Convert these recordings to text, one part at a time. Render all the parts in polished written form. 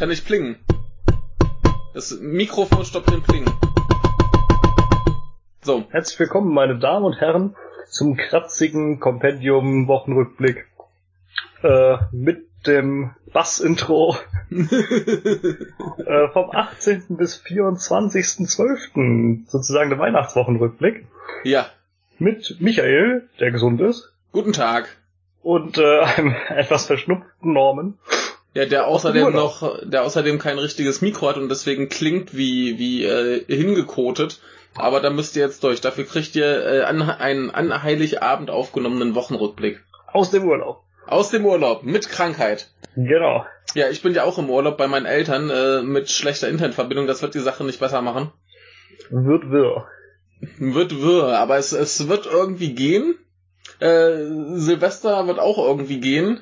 kann nicht plingen. Das Mikrofon stoppt den Plingen. So. Herzlich willkommen, meine Damen und Herren, zum kratzigen Kompendium-Wochenrückblick mit dem Bass-Intro vom 18. bis 24.12., sozusagen der Weihnachtswochenrückblick. Ja. Mit Michael, der gesund ist. Guten Tag. Und einem etwas verschnupften Norman. Ja, der außerdem kein richtiges Mikro hat und deswegen klingt wie hingekotet. Aber da müsst ihr jetzt durch. Dafür kriegt ihr einen an Heiligabend aufgenommenen Wochenrückblick. Aus dem Urlaub. Aus dem Urlaub, mit Krankheit. Genau. Ja, ich bin ja auch im Urlaub bei meinen Eltern mit schlechter Internetverbindung. Das wird die Sache nicht besser machen. Wird wirr. Wird wirr, aber es wird irgendwie gehen. Silvester wird auch irgendwie gehen.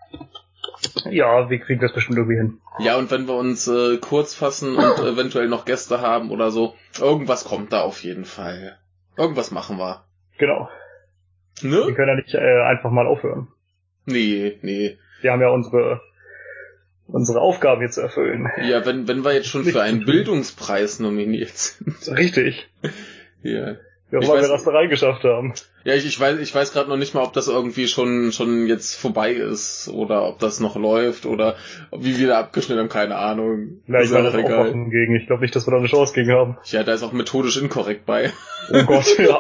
Ja, wir kriegen das bestimmt irgendwie hin. Ja, und wenn wir uns kurz fassen und eventuell noch Gäste haben oder so, irgendwas kommt da auf jeden Fall. Irgendwas machen wir. Genau. Ne? Wir können ja nicht einfach mal aufhören. Nee. Wir haben ja unsere Aufgaben hier zu erfüllen. Ja, wenn wir jetzt schon für einen Bildungspreis nominiert sind. Richtig. Ja. Wie auch immer wir das da reingeschafft haben. Ja, ich weiß gerade noch nicht mal, ob das irgendwie schon jetzt vorbei ist oder ob das noch läuft oder wie wir da abgeschnitten haben, keine Ahnung. Na, ich meine, das ist auch gegen. Ich glaube nicht, dass wir da eine Chance gegen haben. Ja, da ist auch methodisch inkorrekt bei. Oh Gott, ja.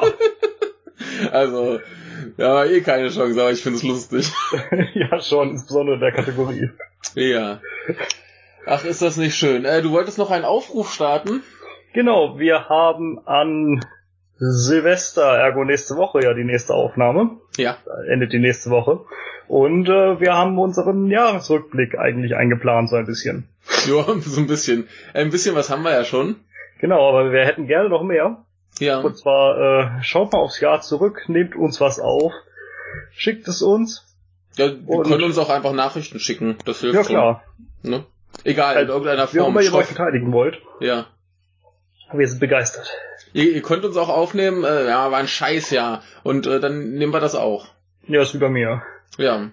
Also, ja, keine Chance, aber ich finde es lustig. Ja, schon, insbesondere in der Kategorie. Ja. Ach, ist das nicht schön. Du wolltest noch einen Aufruf starten? Genau, wir haben an Silvester, ergo nächste Woche ja die nächste Aufnahme. Ja. Endet die nächste Woche. Und wir haben unseren Jahresrückblick eigentlich eingeplant, so ein bisschen. Ja, so ein bisschen. Ein bisschen was haben wir ja schon. Genau, aber wir hätten gerne noch mehr. Ja. Und zwar, schaut mal aufs Jahr zurück, nehmt uns was auf, schickt es uns. Ja, wir können uns auch einfach Nachrichten schicken, das hilft schon. Ja, klar. Ne? Egal, in irgendeiner Wie auch Form. immer ihr euch beteiligen wollt. Ja. Wir sind begeistert. Ihr könnt uns auch aufnehmen, ja, war ein Scheißjahr. Und dann nehmen wir das auch. Ja, ist wie bei mir. Ja.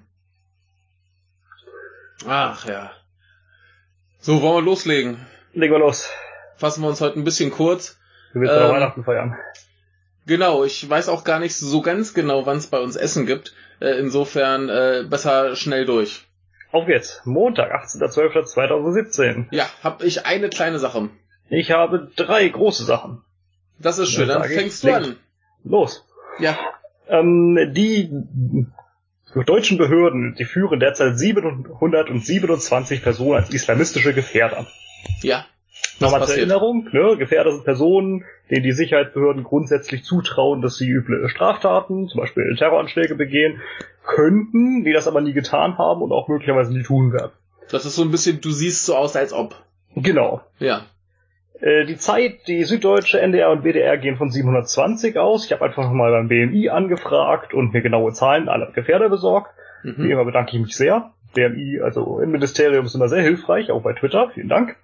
Ach ja. So, wollen wir loslegen? Legen wir los. Fassen wir uns heute ein bisschen kurz. Wir werden Weihnachten feiern. Genau, ich weiß auch gar nicht so ganz genau, wann es bei uns Essen gibt. Insofern besser schnell durch. Auf geht's. Montag, 18.12.2017. Ja, hab ich eine kleine Sache. Ich habe 3 große Sachen. Das ist schön, dann fängst du an. Los. Ja. Die deutschen Behörden, die führen derzeit 727 Personen als islamistische Gefährder. Ja. Nochmal zur Erinnerung, ne? Gefährder sind Personen, denen die Sicherheitsbehörden grundsätzlich zutrauen, dass sie üble Straftaten, zum Beispiel Terroranschläge begehen könnten, die das aber nie getan haben und auch möglicherweise nie tun werden. Das ist so ein bisschen, du siehst so aus, als ob. Genau. Ja. Die Süddeutsche, NDR und WDR gehen von 720 aus. Ich habe einfach nochmal beim BMI angefragt und mir genaue Zahlen aller Gefährder besorgt. Wie immer bedanke ich mich sehr. BMI, also im Ministerium, ist immer sehr hilfreich, auch bei Twitter. Vielen Dank.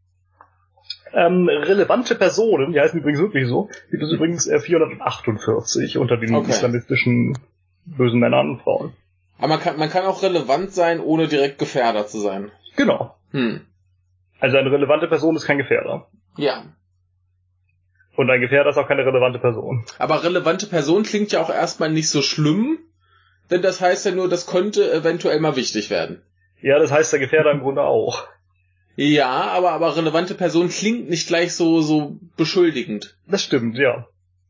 Relevante Personen, die heißen übrigens wirklich so, gibt es übrigens 448 unter den islamistischen bösen Männern und Frauen. Aber man kann auch relevant sein, ohne direkt Gefährder zu sein. Genau. Also eine relevante Person ist kein Gefährder. Ja. Und ein Gefährder ist auch keine relevante Person. Aber relevante Person klingt ja auch erstmal nicht so schlimm, denn das heißt ja nur, das könnte eventuell mal wichtig werden. Ja, das heißt der Gefährder im Grunde auch. Ja, aber relevante Person klingt nicht gleich so beschuldigend. Das stimmt, ja.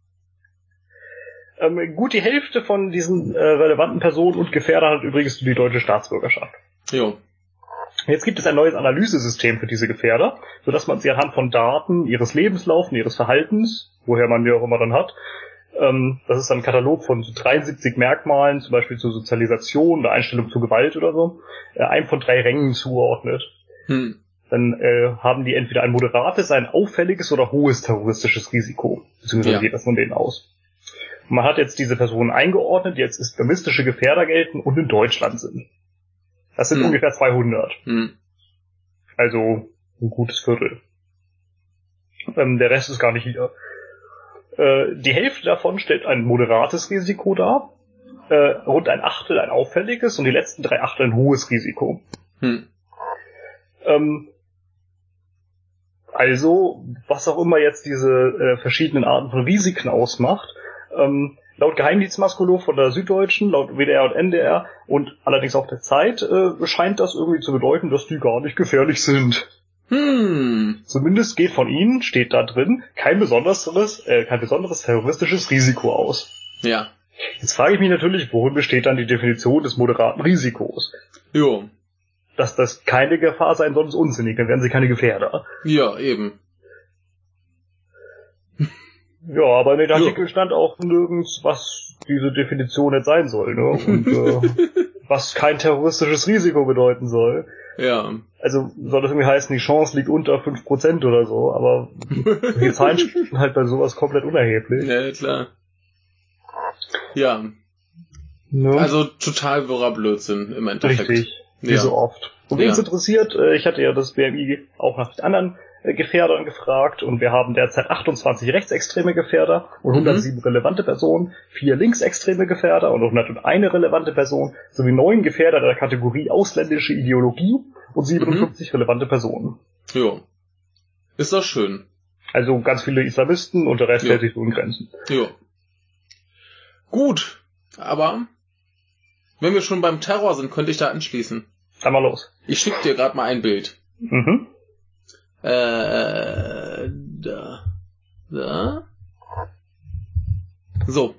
Gut die Hälfte von diesen relevanten Personen und Gefährdern hat übrigens die deutsche Staatsbürgerschaft. Jo. Jetzt gibt es ein neues Analysesystem für diese Gefährder, sodass man sie anhand von Daten ihres Lebenslaufs, ihres Verhaltens, woher man die auch immer dann hat, das ist ein Katalog von 73 Merkmalen, zum Beispiel zur Sozialisation oder Einstellung zu Gewalt oder so, einem von 3 Rängen zuordnet. Dann haben die entweder ein moderates, ein auffälliges oder hohes terroristisches Risiko, beziehungsweise geht das von denen aus. Und man hat jetzt diese Personen eingeordnet, die jetzt islamistische Gefährder gelten und in Deutschland sind. Das sind ungefähr 200. Also ein gutes Viertel. Der Rest ist gar nicht hier. Die Hälfte davon stellt ein moderates Risiko dar, rund ein Achtel ein auffälliges und die letzten 3 Achtel ein hohes Risiko. Also, was auch immer jetzt diese verschiedenen Arten von Risiken ausmacht, laut Geheimdienst Maskulow von der Süddeutschen, laut WDR und NDR und allerdings auch der Zeit, scheint das irgendwie zu bedeuten, dass die gar nicht gefährlich sind. Zumindest geht von ihnen, steht da drin, kein besonderes terroristisches Risiko aus. Ja. Jetzt frage ich mich natürlich, worin besteht dann die Definition des moderaten Risikos? Jo. Dass das keine Gefahr sein soll, ist unsinnig, dann wären sie keine Gefährder. Ja, eben. Ja, aber in den Artikel stand auch nirgends, was diese Definition jetzt sein soll, ne? Und was kein terroristisches Risiko bedeuten soll. Ja. Also soll das irgendwie heißen, die Chance liegt unter 5% oder so, aber die Zahlen sind halt bei sowas komplett unerheblich. Ja, klar. Ja. Ne? Also total wirrer Blödsinn im Endeffekt. Richtig, wie so oft. Und wen es interessiert, ich hatte ja das BMI auch nach anderen Gefährdern gefragt und wir haben derzeit 28 rechtsextreme Gefährder und 107 relevante Personen, 4 linksextreme Gefährder und 101 relevante Person sowie 9 Gefährder der Kategorie ausländische Ideologie und 57 relevante Personen. Jo. Ist doch schön. Also ganz viele Islamisten und der Rest hält sich so in Grenzen. Jo. Gut, aber wenn wir schon beim Terror sind, könnte ich da anschließen. Dann mal los. Ich schicke dir gerade mal ein Bild. Da. So.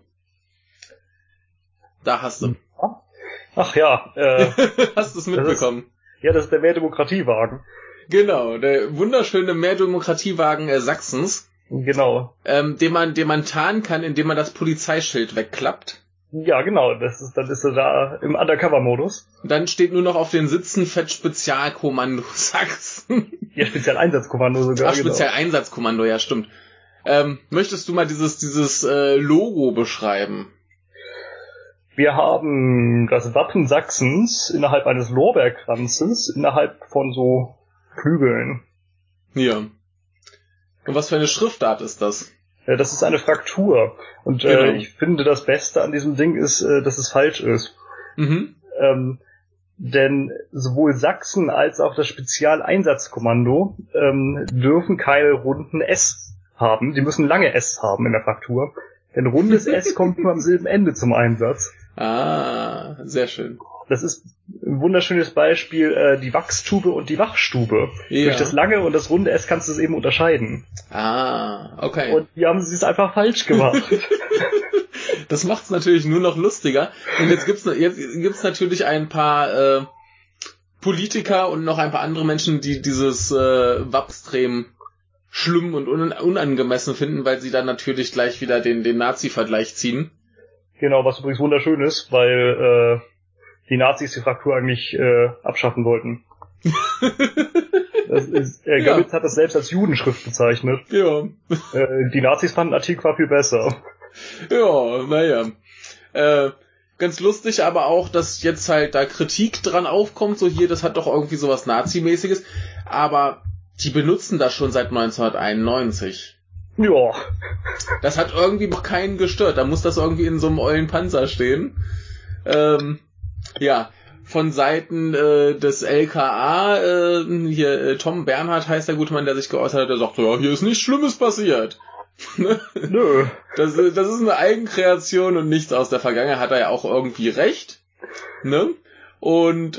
Da hast du. Ach ja. Hast du es mitbekommen? Das ist der Mehrdemokratiewagen. Genau, der wunderschöne Mehrdemokratiewagen Sachsens. Genau. Den man tarnen kann, indem man das Polizeischild wegklappt. Ja, genau, dann ist er da im Undercover-Modus. Dann steht nur noch auf den Sitzen Fett Spezialkommando Sachsen. Ja, Spezialeinsatzkommando sogar. Ach, Spezialeinsatzkommando, ja, stimmt. Möchtest du mal dieses Logo beschreiben? Wir haben das Wappen Sachsens innerhalb eines Lorbeerkranzes, innerhalb von so Flügeln. Ja. Und was für eine Schriftart ist das? Das ist eine Fraktur. Und genau. Ich finde, das Beste an diesem Ding ist, dass es falsch ist. Denn sowohl Sachsen als auch das Spezialeinsatzkommando dürfen keine runden S haben. Die müssen lange S haben in der Fraktur. Denn rundes S kommt nur am Silbenende zum Einsatz. Ah, sehr schön. Das ist ein wunderschönes Beispiel, die Wachstube und die Wachstube. Ja. Durch das lange und das runde S kannst du es eben unterscheiden. Ah, okay. Und hier haben sie es einfach falsch gemacht. Das macht's natürlich nur noch lustiger. Und jetzt gibt's natürlich ein paar Politiker und noch ein paar andere Menschen, die dieses Wapstrem schlimm und unangemessen finden, weil sie dann natürlich gleich wieder den Nazi-Vergleich ziehen. Genau, was übrigens wunderschön ist, weil die Nazis die Fraktur eigentlich abschaffen wollten. Goebbels hat das selbst als Judenschrift bezeichnet. Ja. Die Nazis fanden Antiqua viel besser. Ja, naja. Ganz lustig aber auch, dass jetzt halt da Kritik dran aufkommt, so hier, das hat doch irgendwie sowas Nazi-mäßiges, aber die benutzen das schon seit 1991. Ja. Das hat irgendwie noch keinen gestört, da muss das irgendwie in so einem ollen Panzer stehen. Ja, von Seiten des LKA, Tom Bernhard heißt der gute Mann, der sich geäußert hat, der sagt, ja, hier ist nichts Schlimmes passiert. Nö. Das ist eine Eigenkreation und nichts aus der Vergangenheit, hat er ja auch irgendwie recht. Ne? Und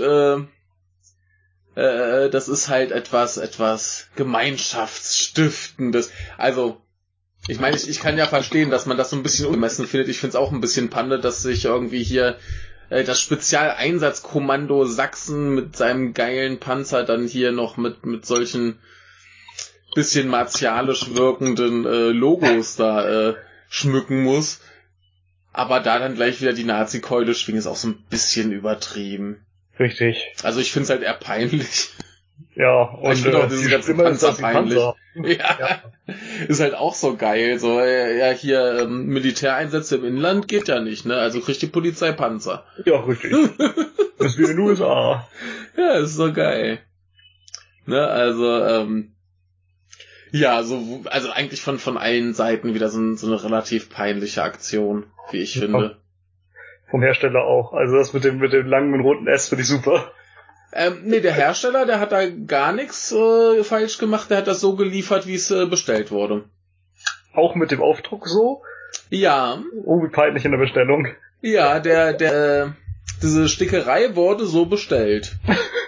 das ist halt etwas Gemeinschaftsstiftendes. Also, ich meine, ich kann ja verstehen, dass man das so ein bisschen ungemessen findet. Ich finde es auch ein bisschen Panne, dass sich irgendwie hier das Spezialeinsatzkommando Sachsen mit seinem geilen Panzer dann hier noch mit solchen bisschen martialisch wirkenden Logos da schmücken muss. Aber da dann gleich wieder die Nazi-Keule schwingen, ist auch so ein bisschen übertrieben. Richtig. Also ich finde es halt eher peinlich. Ja, und ich finde auch diesen ganzen Panzer peinlich. Ja. Ist halt auch so geil. So, ja, hier Militäreinsätze im Inland geht ja nicht, ne? Also kriegt die Polizei Panzer. Ja, richtig. Das ist wie in den USA. Ja, ist so geil. Ne, also, ja, so, also eigentlich von allen Seiten wieder so eine relativ peinliche Aktion, wie ich finde. Vom Hersteller auch. Also das mit dem langen und roten S finde ich super. Nee, der Hersteller, der hat da gar nichts falsch gemacht, der hat das so geliefert, wie es bestellt wurde. Auch mit dem Aufdruck so? Ja. Oh, wie peinlich in der Bestellung. Ja, diese Stickerei wurde so bestellt.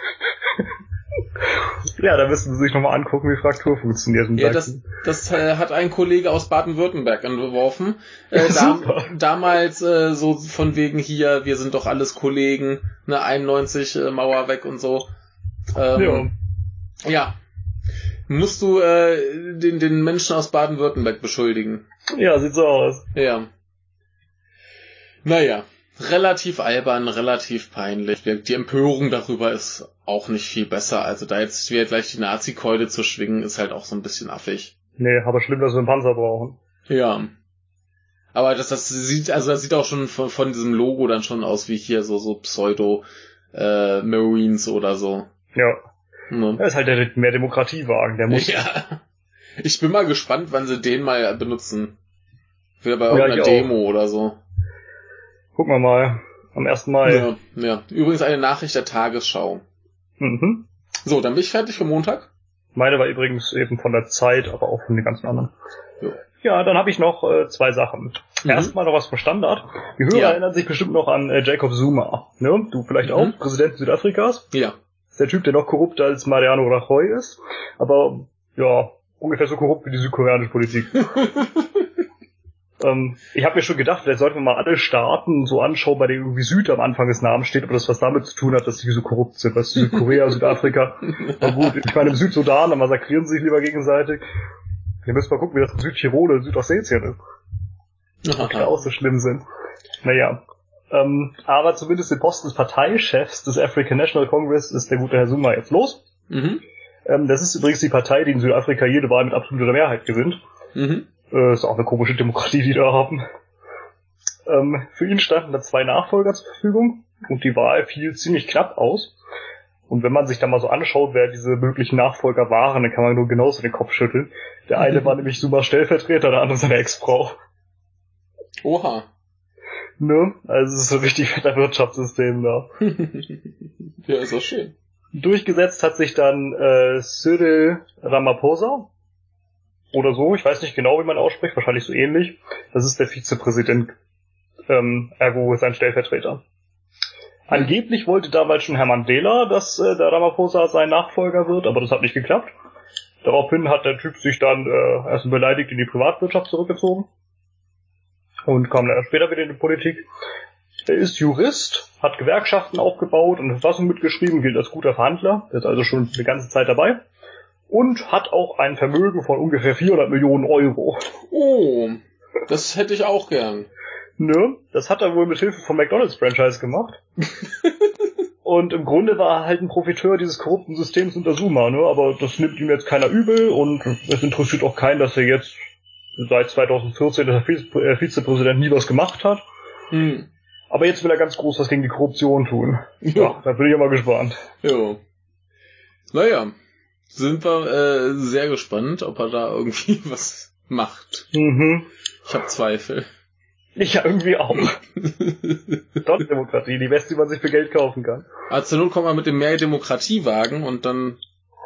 Ja, da müssen Sie sich nochmal angucken, wie Fraktur funktioniert. Ja, das hat ein Kollege aus Baden-Württemberg entworfen. Damals so von wegen hier, wir sind doch alles Kollegen, ne, 91 Mauer weg und so. Ja. Musst du den Menschen aus Baden-Württemberg beschuldigen. Ja, sieht so aus. Ja. Naja. Relativ albern, relativ peinlich. Die Empörung darüber ist auch nicht viel besser. Also da jetzt wieder gleich die Nazi-Keule zu schwingen, ist halt auch so ein bisschen affig. Nee, aber schlimm, dass wir einen Panzer brauchen. Ja. Aber das sieht auch schon von diesem Logo dann schon aus wie hier so Pseudo Marines oder so. Ja. Ne? Das ist halt der mehr Demokratiewagen, der muss. Ja. Ich bin mal gespannt, wann sie den mal benutzen. Wieder bei irgendeiner Demo oder so. Gucken wir mal. Am 1. Mai. Ja. Übrigens eine Nachricht der Tagesschau. Mhm. So, dann bin ich fertig für Montag. Meine war übrigens eben von der Zeit, aber auch von den ganzen anderen. Ja, dann habe ich noch 2 Sachen. Erstmal noch was vom Standard. Die Hörer erinnern sich bestimmt noch an Jacob Zuma. Ne? Du vielleicht auch, Präsident Südafrikas. Ja. Das ist der Typ, der noch korrupter als Mariano Rajoy ist. Aber ja, ungefähr so korrupt wie die südkoreanische Politik. Ich habe mir schon gedacht, vielleicht sollten wir mal alle Staaten so anschauen, bei denen irgendwie Süd am Anfang des Namens steht, ob das was damit zu tun hat, dass die so korrupt sind. Was Südkorea, Südafrika. Na gut, ich meine im Südsudan, da massakrieren sie sich lieber gegenseitig. Wir müssen mal gucken, wie das in Südtirol oder Südossetien ist. Ob die auch so schlimm sind. Naja. Aber zumindest den Posten des Parteichefs des African National Congress ist der gute Herr Zuma jetzt los. Mhm. Das ist übrigens die Partei, die in Südafrika jede Wahl mit absoluter Mehrheit gewinnt. Mhm. Ist auch eine komische Demokratie, die da haben. Für ihn standen da 2 Nachfolger zur Verfügung und die Wahl fiel ziemlich knapp aus. Und wenn man sich da mal so anschaut, wer diese möglichen Nachfolger waren, dann kann man nur genauso den Kopf schütteln. Der eine war nämlich Zumas Stellvertreter, der andere seine Ex-Frau. Oha. Ne? Also es ist so ein richtig fetter Wirtschaftssystem da. Ja, ist auch schön. Durchgesetzt hat sich dann Cyril Ramaphosa. Oder so, ich weiß nicht genau, wie man ausspricht, wahrscheinlich so ähnlich. Das ist der Vizepräsident, ergo sein Stellvertreter. Angeblich wollte damals schon Herr Mandela, dass der Ramaphosa sein Nachfolger wird, aber das hat nicht geklappt. Daraufhin hat der Typ sich dann erst beleidigt in die Privatwirtschaft zurückgezogen und kam dann später wieder in die Politik. Er ist Jurist, hat Gewerkschaften aufgebaut und eine Verfassung mitgeschrieben, gilt als guter Verhandler, ist also schon eine ganze Zeit dabei. Und hat auch ein Vermögen von ungefähr 400 Millionen Euro. Oh, das hätte ich auch gern. Ne, das hat er wohl mit Hilfe vom McDonald's-Franchise gemacht. Und im Grunde war er halt ein Profiteur dieses korrupten Systems unter Zuma, ne? Aber das nimmt ihm jetzt keiner übel und es interessiert auch keinen, dass er jetzt seit 2014, dass der Vizepräsident nie was gemacht hat. Hm. Aber jetzt will er ganz groß was gegen die Korruption tun. Ja, da bin ich ja mal gespannt. Ja. Naja. Sind wir sehr gespannt, ob er da irgendwie was macht. Mhm. Ich habe Zweifel. Ich ja irgendwie auch. Demokratie, die beste, die man sich für Geld kaufen kann. Also zur Not kommt man mit dem Mehr-Demokratiewagen und dann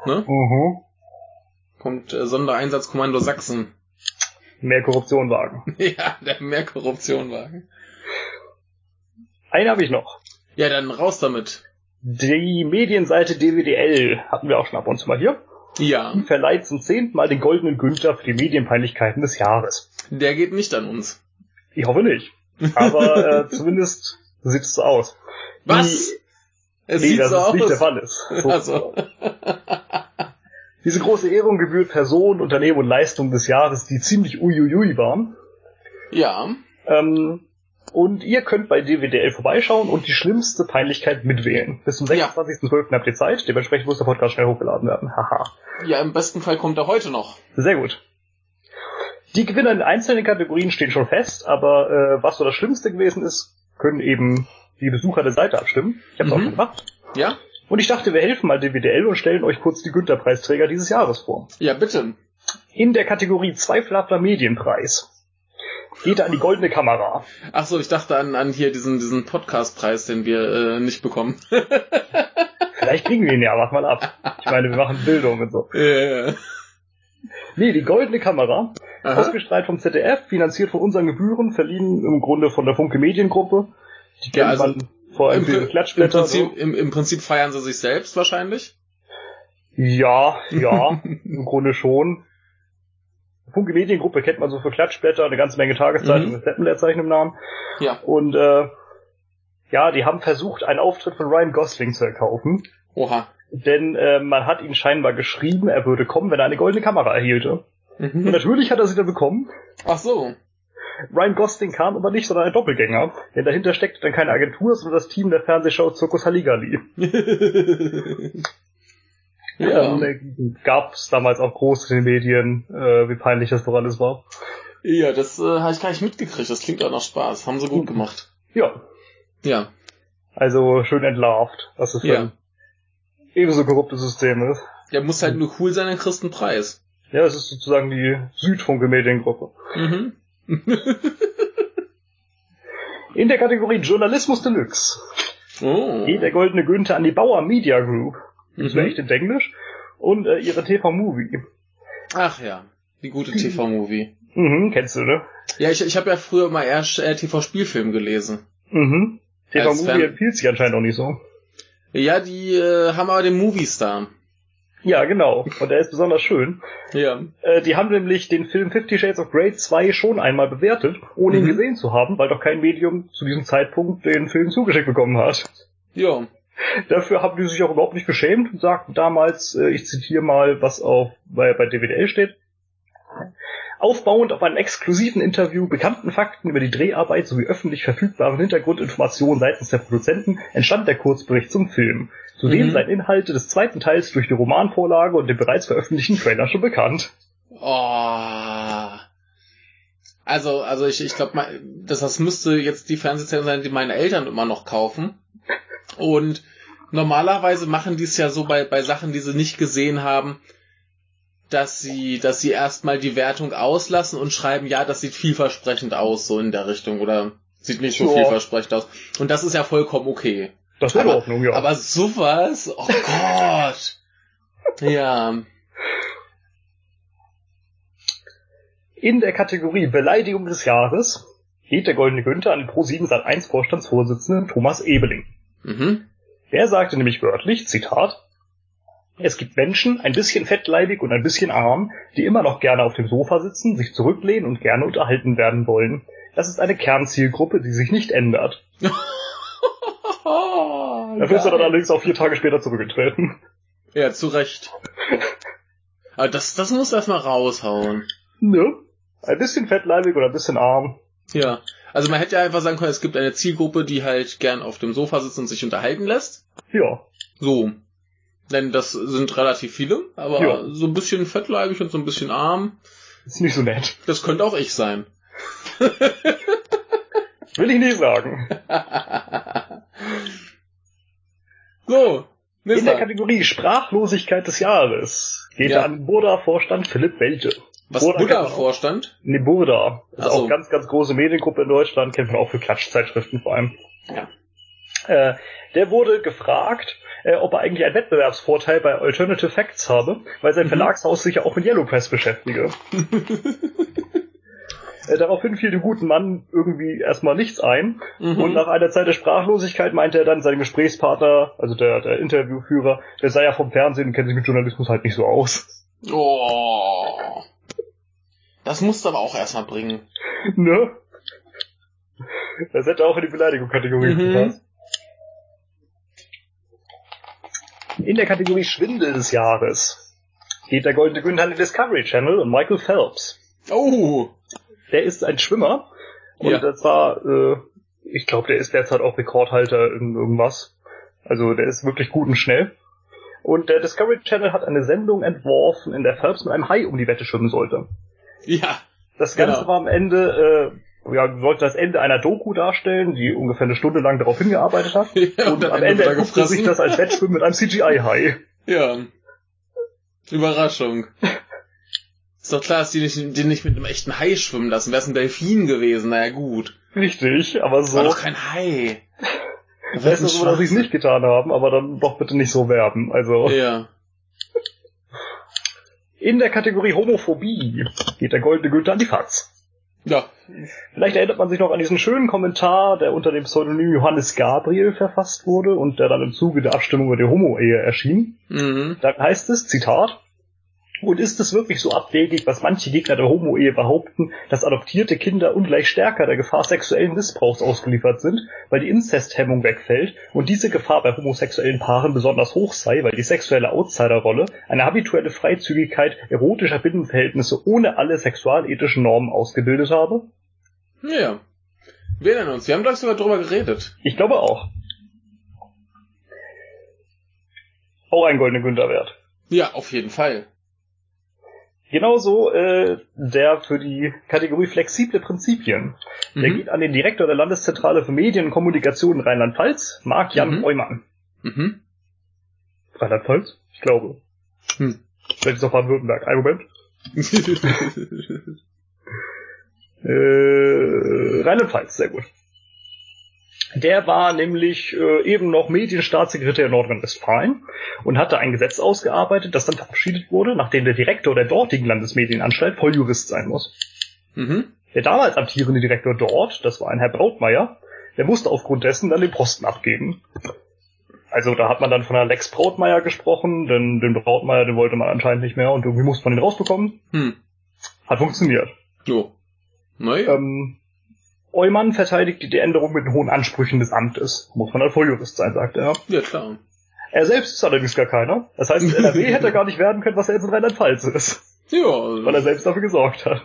kommt Sondereinsatzkommando Sachsen. Mehr Korruptionwagen. Ja, der Mehr-Korruptionwagen. Einen habe ich noch. Ja, dann raus damit. Die Medienseite DWDL hatten wir auch schon ab und zu mal hier. Ja. Die verleiht zum 10. Mal den Goldenen Günther für die Medienpeinlichkeiten des Jahres. Der geht nicht an uns. Ich hoffe nicht. Aber zumindest sieht es so aus. Was? Es sieht so aus? Dass es nicht der Fall ist. So. Also. Diese große Ehrung gebührt Personen, Unternehmen und Leistungen des Jahres, die ziemlich uiuiui waren. Ja. Und ihr könnt bei DWDL vorbeischauen und die schlimmste Peinlichkeit mitwählen. Bis zum 26.12. habt ihr Zeit, dementsprechend muss der Podcast schnell hochgeladen werden. Haha. Ja, im besten Fall kommt er heute noch. Sehr gut. Die Gewinner in einzelnen Kategorien stehen schon fest, aber was so das Schlimmste gewesen ist, können eben die Besucher der Seite abstimmen. Ich hab's auch schon gemacht. Ja. Und ich dachte, wir helfen mal DWDL und stellen euch kurz die Günther-Preisträger dieses Jahres vor. Ja, bitte. In der Kategorie Zweiflhafter Medienpreis geht er an die goldene Kamera. Ach so, ich dachte an hier diesen Podcastpreis, den wir nicht bekommen. Vielleicht kriegen wir ihn ja, warte mal ab. Ich meine, wir machen Bildung und so. Ja. Nee, die Goldene Kamera, ausgestrahlt vom ZDF, finanziert von unseren Gebühren, verliehen im Grunde von der Funke Mediengruppe. Die kennt man vor allem für Klatschblätter. Im Prinzip feiern sie sich selbst wahrscheinlich? Ja, im Grunde schon. Funke Mediengruppe kennt man so für Klatschblätter, eine ganze Menge Tageszeitungen mit Steppenleerzeichen im Namen. Ja. Und die haben versucht, einen Auftritt von Ryan Gosling zu erkaufen. Oha. Denn man hat ihn scheinbar geschrieben, er würde kommen, wenn er eine goldene Kamera erhielte. Und natürlich hat er sie dann bekommen. Ach so. Ryan Gosling kam aber nicht, sondern ein Doppelgänger. Denn dahinter steckte dann keine Agentur, sondern das Team der Fernsehshow Zirkus Halligalli. Ja. Gab es damals auch groß in den Medien, wie peinlich das woran es war. Ja, das habe ich gar nicht mitgekriegt. Das klingt auch nach Spaß. Haben sie gut gemacht. Ja. Ja. Also schön entlarvt, was es für ein ebenso korruptes System ist. Der muss halt nur cool sein, dann kriegst du einen Preis. Ja, es ist sozusagen die Südfunke Mediengruppe. In der Kategorie Journalismus Deluxe geht der Goldene Günther an die Bauer Media Group. Das wäre echt in Englisch. Und ihre TV-Movie. Ach ja, die gute TV-Movie. Kennst du, ne? Ja, ich habe ja früher mal erst TV-Spielfilm gelesen. TV-Movie empfiehlt sich anscheinend auch nicht so. Ja, die haben aber den Movie-Star. Ja, genau. Und der ist besonders schön. Ja. Die haben nämlich den Film 50 Shades of Grey 2 schon einmal bewertet, ohne ihn gesehen zu haben, weil doch kein Medium zu diesem Zeitpunkt den Film zugeschickt bekommen hat. Ja. Dafür haben die sich auch überhaupt nicht geschämt und sagten damals, ich zitiere mal, was bei DWDL steht. Aufbauend auf einem exklusiven Interview, bekannten Fakten über die Dreharbeit sowie öffentlich verfügbaren Hintergrundinformationen seitens der Produzenten entstand der Kurzbericht zum Film. Zudem seien Inhalte des zweiten Teils durch die Romanvorlage und den bereits veröffentlichten Trailer schon bekannt. Oh. Also ich glaube, das müsste jetzt die Fernsehsendung sein, die meine Eltern immer noch kaufen. Und normalerweise machen die es ja so bei Sachen, die sie nicht gesehen haben, dass sie erstmal die Wertung auslassen und schreiben, ja, das sieht vielversprechend aus, so in der Richtung, oder sieht nicht so vielversprechend aus. Und das ist ja vollkommen okay. Das ist in Ordnung, ja. Aber sowas, oh Gott. Ja. In der Kategorie Beleidigung des Jahres geht der Goldene Günther an den Pro7 Sat.1 Vorstandsvorsitzenden Thomas Ebeling. Der sagte nämlich wörtlich, Zitat, es gibt Menschen, ein bisschen fettleibig und ein bisschen arm, die immer noch gerne auf dem Sofa sitzen, sich zurücklehnen und gerne unterhalten werden wollen. Das ist eine Kernzielgruppe, die sich nicht ändert. Dafür ist er dann allerdings auch 4 Tage später zurückgetreten. Ja, zu Recht. Aber das muss erstmal raushauen. Ne? Ein bisschen fettleibig oder ein bisschen arm. Ja. Also man hätte ja einfach sagen können, es gibt eine Zielgruppe, die halt gern auf dem Sofa sitzt und sich unterhalten lässt. Ja. So. Denn das sind relativ viele, aber so ein bisschen fettleibig und so ein bisschen arm. Ist nicht so nett. Das könnte auch ich sein. Will ich nicht sagen. So. In der Kategorie Sprachlosigkeit des Jahres geht er an Burda-Vorstand Philipp Welche. Was, Burda-Vorstand? Nee, Burda. Das ist auch ganz, ganz große Mediengruppe in Deutschland, kennt man auch für Klatschzeitschriften vor allem. Ja. Der wurde gefragt, ob er eigentlich einen Wettbewerbsvorteil bei Alternative Facts habe, weil sein Verlagshaus sich ja auch mit Yellow Press beschäftige. Daraufhin fiel dem guten Mann irgendwie erstmal nichts ein. Und nach einer Zeit der Sprachlosigkeit meinte er dann, sein Gesprächspartner, also der Interviewführer, der sei ja vom Fernsehen und kennt sich mit Journalismus halt nicht so aus. Oh. Das musst du aber auch erstmal bringen. Ne? Das hätte auch in die Beleidigung-Kategorie gepasst. In der Kategorie Schwindel des Jahres geht der Goldene Günther an den Discovery Channel und Michael Phelps. Oh! Der ist ein Schwimmer und das war, ich glaube, der ist derzeit auch Rekordhalter in irgendwas. Also der ist wirklich gut und schnell. Und der Discovery Channel hat eine Sendung entworfen, in der Phelps mit einem Hai um die Wette schwimmen sollte. Ja. Das Ganze war am Ende, sollte das Ende einer Doku darstellen, die ungefähr eine Stunde lang darauf hingearbeitet hat. Ja, und am Ende entpuppte sich das als Wettschwimmen mit einem CGI-Hai. Ja. Überraschung. Ist doch klar, dass die nicht mit einem echten Hai schwimmen lassen. Wäre es ein Delfin gewesen, naja gut. Richtig, aber so. War doch kein Hai. Ich weiß nur, dass sie es nicht getan haben, aber dann doch bitte nicht so werben. Also. Ja. In der Kategorie Homophobie geht der goldene Günther an die Fatz. Ja. Vielleicht erinnert man sich noch an diesen schönen Kommentar, der unter dem Pseudonym Johannes Gabriel verfasst wurde und der dann im Zuge der Abstimmung über die Homo-Ehe erschien. Mhm. Da heißt es, Zitat, und ist es wirklich so abwegig, was manche Gegner der Homo-Ehe behaupten, dass adoptierte Kinder ungleich stärker der Gefahr sexuellen Missbrauchs ausgeliefert sind, weil die Inzesthemmung wegfällt und diese Gefahr bei homosexuellen Paaren besonders hoch sei, weil die sexuelle Outsiderrolle eine habituelle Freizügigkeit erotischer Binnenverhältnisse ohne alle sexualethischen Normen ausgebildet habe? Ja. Wir erinnern uns, wir haben gleich sogar drüber geredet. Ich glaube auch. Auch ein goldener Günther wert. Ja, auf jeden Fall. Genauso der für die Kategorie flexible Prinzipien. Der geht an den Direktor der Landeszentrale für Medien und Kommunikation in Rheinland-Pfalz, Marc-Jan Eumann. Mhm. Rheinland-Pfalz? Ich glaube. Vielleicht ist auch Baden-Württemberg. Ein Moment. Rheinland-Pfalz, sehr gut. Der war nämlich eben noch Medienstaatssekretär in Nordrhein-Westfalen und hatte ein Gesetz ausgearbeitet, das dann verabschiedet wurde, nachdem der Direktor der dortigen Landesmedienanstalt Volljurist sein muss. Mhm. Der damals amtierende Direktor dort, das war ein Herr Brautmeier, der musste aufgrund dessen dann den Posten abgeben. Also da hat man dann von einer Lex Brautmeier gesprochen, denn den Brautmeier, den wollte man anscheinend nicht mehr und irgendwie musste man ihn rausbekommen. Hat funktioniert. Jo. Naja. Eumann verteidigte die Änderung mit den hohen Ansprüchen des Amtes. Muss man dann Volljurist sein, sagt er. Ja, klar. Er selbst ist allerdings gar keiner. Das heißt, in NRW hätte er gar nicht werden können, was er jetzt in Rheinland-Pfalz ist. Ja. Weil er selbst dafür gesorgt hat.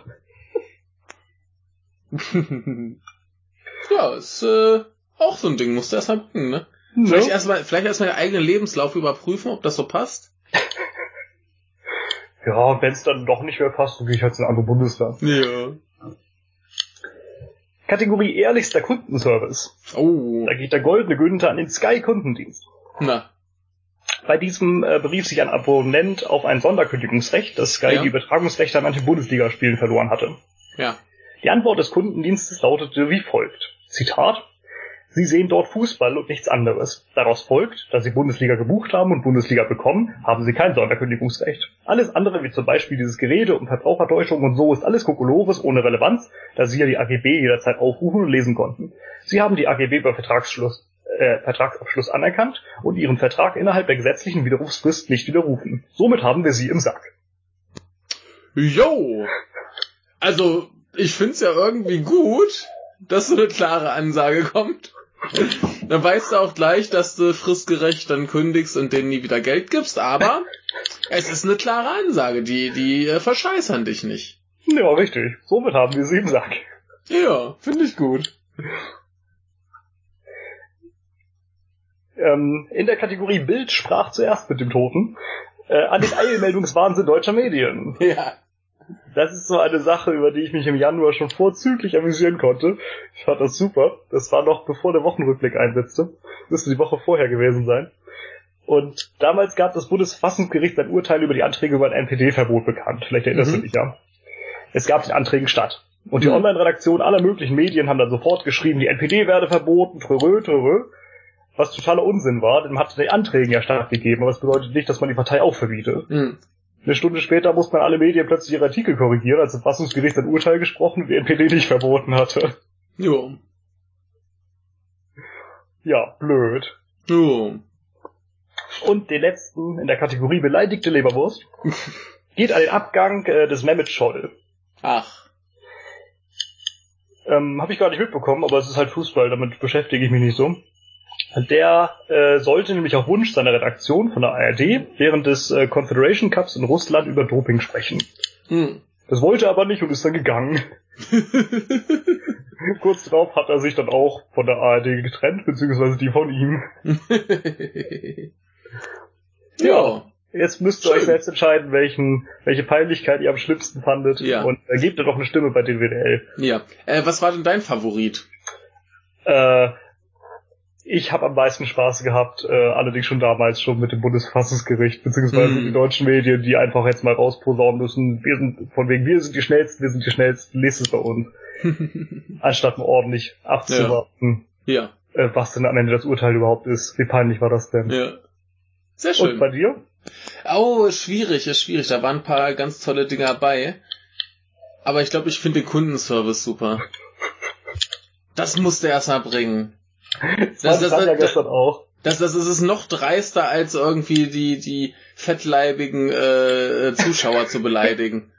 Ja, ist auch so ein Ding, musst du erstmal gucken, ne? No. Vielleicht erstmal den eigenen Lebenslauf überprüfen, ob das so passt. Ja, wenn es dann doch nicht mehr passt, dann gehe ich halt in ein anderes Bundesland. Ja. Kategorie ehrlichster Kundenservice. Oh. Da geht der goldene Günther an den Sky-Kundendienst. Na. Bei diesem berief sich ein Abonnent auf ein Sonderkündigungsrecht, das Sky die Übertragungsrechte an manchen Bundesligaspielen verloren hatte. Ja. Die Antwort des Kundendienstes lautete wie folgt. Zitat. Sie sehen dort Fußball und nichts anderes. Daraus folgt, dass Sie Bundesliga gebucht haben und Bundesliga bekommen, haben Sie kein Sonderkündigungsrecht. Alles andere, wie zum Beispiel dieses Gerede und Verbrauchertäuschung und so, ist alles Kokolores ohne Relevanz, da Sie ja die AGB jederzeit aufrufen und lesen konnten. Sie haben die AGB bei Vertragsabschluss anerkannt und Ihren Vertrag innerhalb der gesetzlichen Widerrufsfrist nicht widerrufen. Somit haben wir Sie im Sack. Jo! Also, ich find's ja irgendwie gut, dass so eine klare Ansage kommt. Dann weißt du auch gleich, dass du fristgerecht dann kündigst und denen nie wieder Geld gibst, aber es ist eine klare Ansage, die verscheißern dich nicht. Ja, richtig. Somit haben wir sie im Sack. Ja, finde ich gut. In der Kategorie Bild sprach zuerst mit dem Toten an den Eilmeldungswahnsinn deutscher Medien. Ja. Das ist so eine Sache, über die ich mich im Januar schon vorzüglich amüsieren konnte. Ich fand das super. Das war noch bevor der Wochenrückblick einsetzte. Müsste die Woche vorher gewesen sein. Und damals gab das Bundesverfassungsgericht ein Urteil über die Anträge über ein NPD-Verbot bekannt. Vielleicht erinnerst du dich ja. Es gab den Anträgen statt. Und die Online-Redaktion aller möglichen Medien haben dann sofort geschrieben, die NPD werde verboten, trö. Was totaler Unsinn war, denn man hat den Anträgen ja stattgegeben, aber das bedeutet nicht, dass man die Partei auch verbietet. Eine Stunde später mussten dann alle Medien plötzlich ihre Artikel korrigieren, als das Verfassungsgericht ein Urteil gesprochen und die NPD nicht verboten hatte. Jo. Ja, blöd. Jo. Und den letzten in der Kategorie beleidigte Leberwurst geht an den Abgang des Mehmet Scholl. Ach. Habe ich gar nicht mitbekommen, aber es ist halt Fußball, damit beschäftige ich mich nicht so. Der sollte nämlich auf Wunsch seiner Redaktion von der ARD während des Confederation Cups in Russland über Doping sprechen. Das wollte er aber nicht und ist dann gegangen. Kurz darauf hat er sich dann auch von der ARD getrennt, beziehungsweise die von ihm. Ja. Jetzt müsst ihr euch selbst entscheiden, welche Peinlichkeit ihr am schlimmsten fandet. Ja. Und gebt ihr doch eine Stimme bei DWDL. Ja. Was war denn dein Favorit? Ich habe am meisten Spaß gehabt, allerdings schon damals schon mit dem Bundesverfassungsgericht, beziehungsweise die deutschen Medien, die einfach jetzt mal rausposaunen müssen, wir sind die Schnellsten, lest es bei uns. Anstatt mal ordentlich abzuwarten. Ja. was denn am Ende das Urteil überhaupt ist. Wie peinlich war das denn? Ja. Sehr schön. Und bei dir? Oh, ist schwierig. Da waren ein paar ganz tolle Dinge dabei. Aber ich glaube, ich finde den Kundenservice super. Das musst du erst mal bringen. Das ja gestern auch. Das ist noch dreister, als irgendwie die fettleibigen Zuschauer zu beleidigen.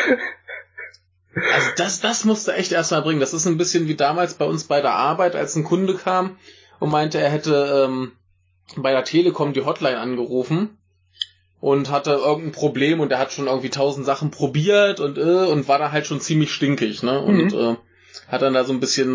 Also das musst du echt erst mal bringen. Das ist ein bisschen wie damals bei uns bei der Arbeit, als ein Kunde kam und meinte, er hätte bei der Telekom die Hotline angerufen und hatte irgendein Problem und er hat schon irgendwie 1000 Sachen probiert und war da halt schon ziemlich stinkig, ne? Und hat dann da so ein bisschen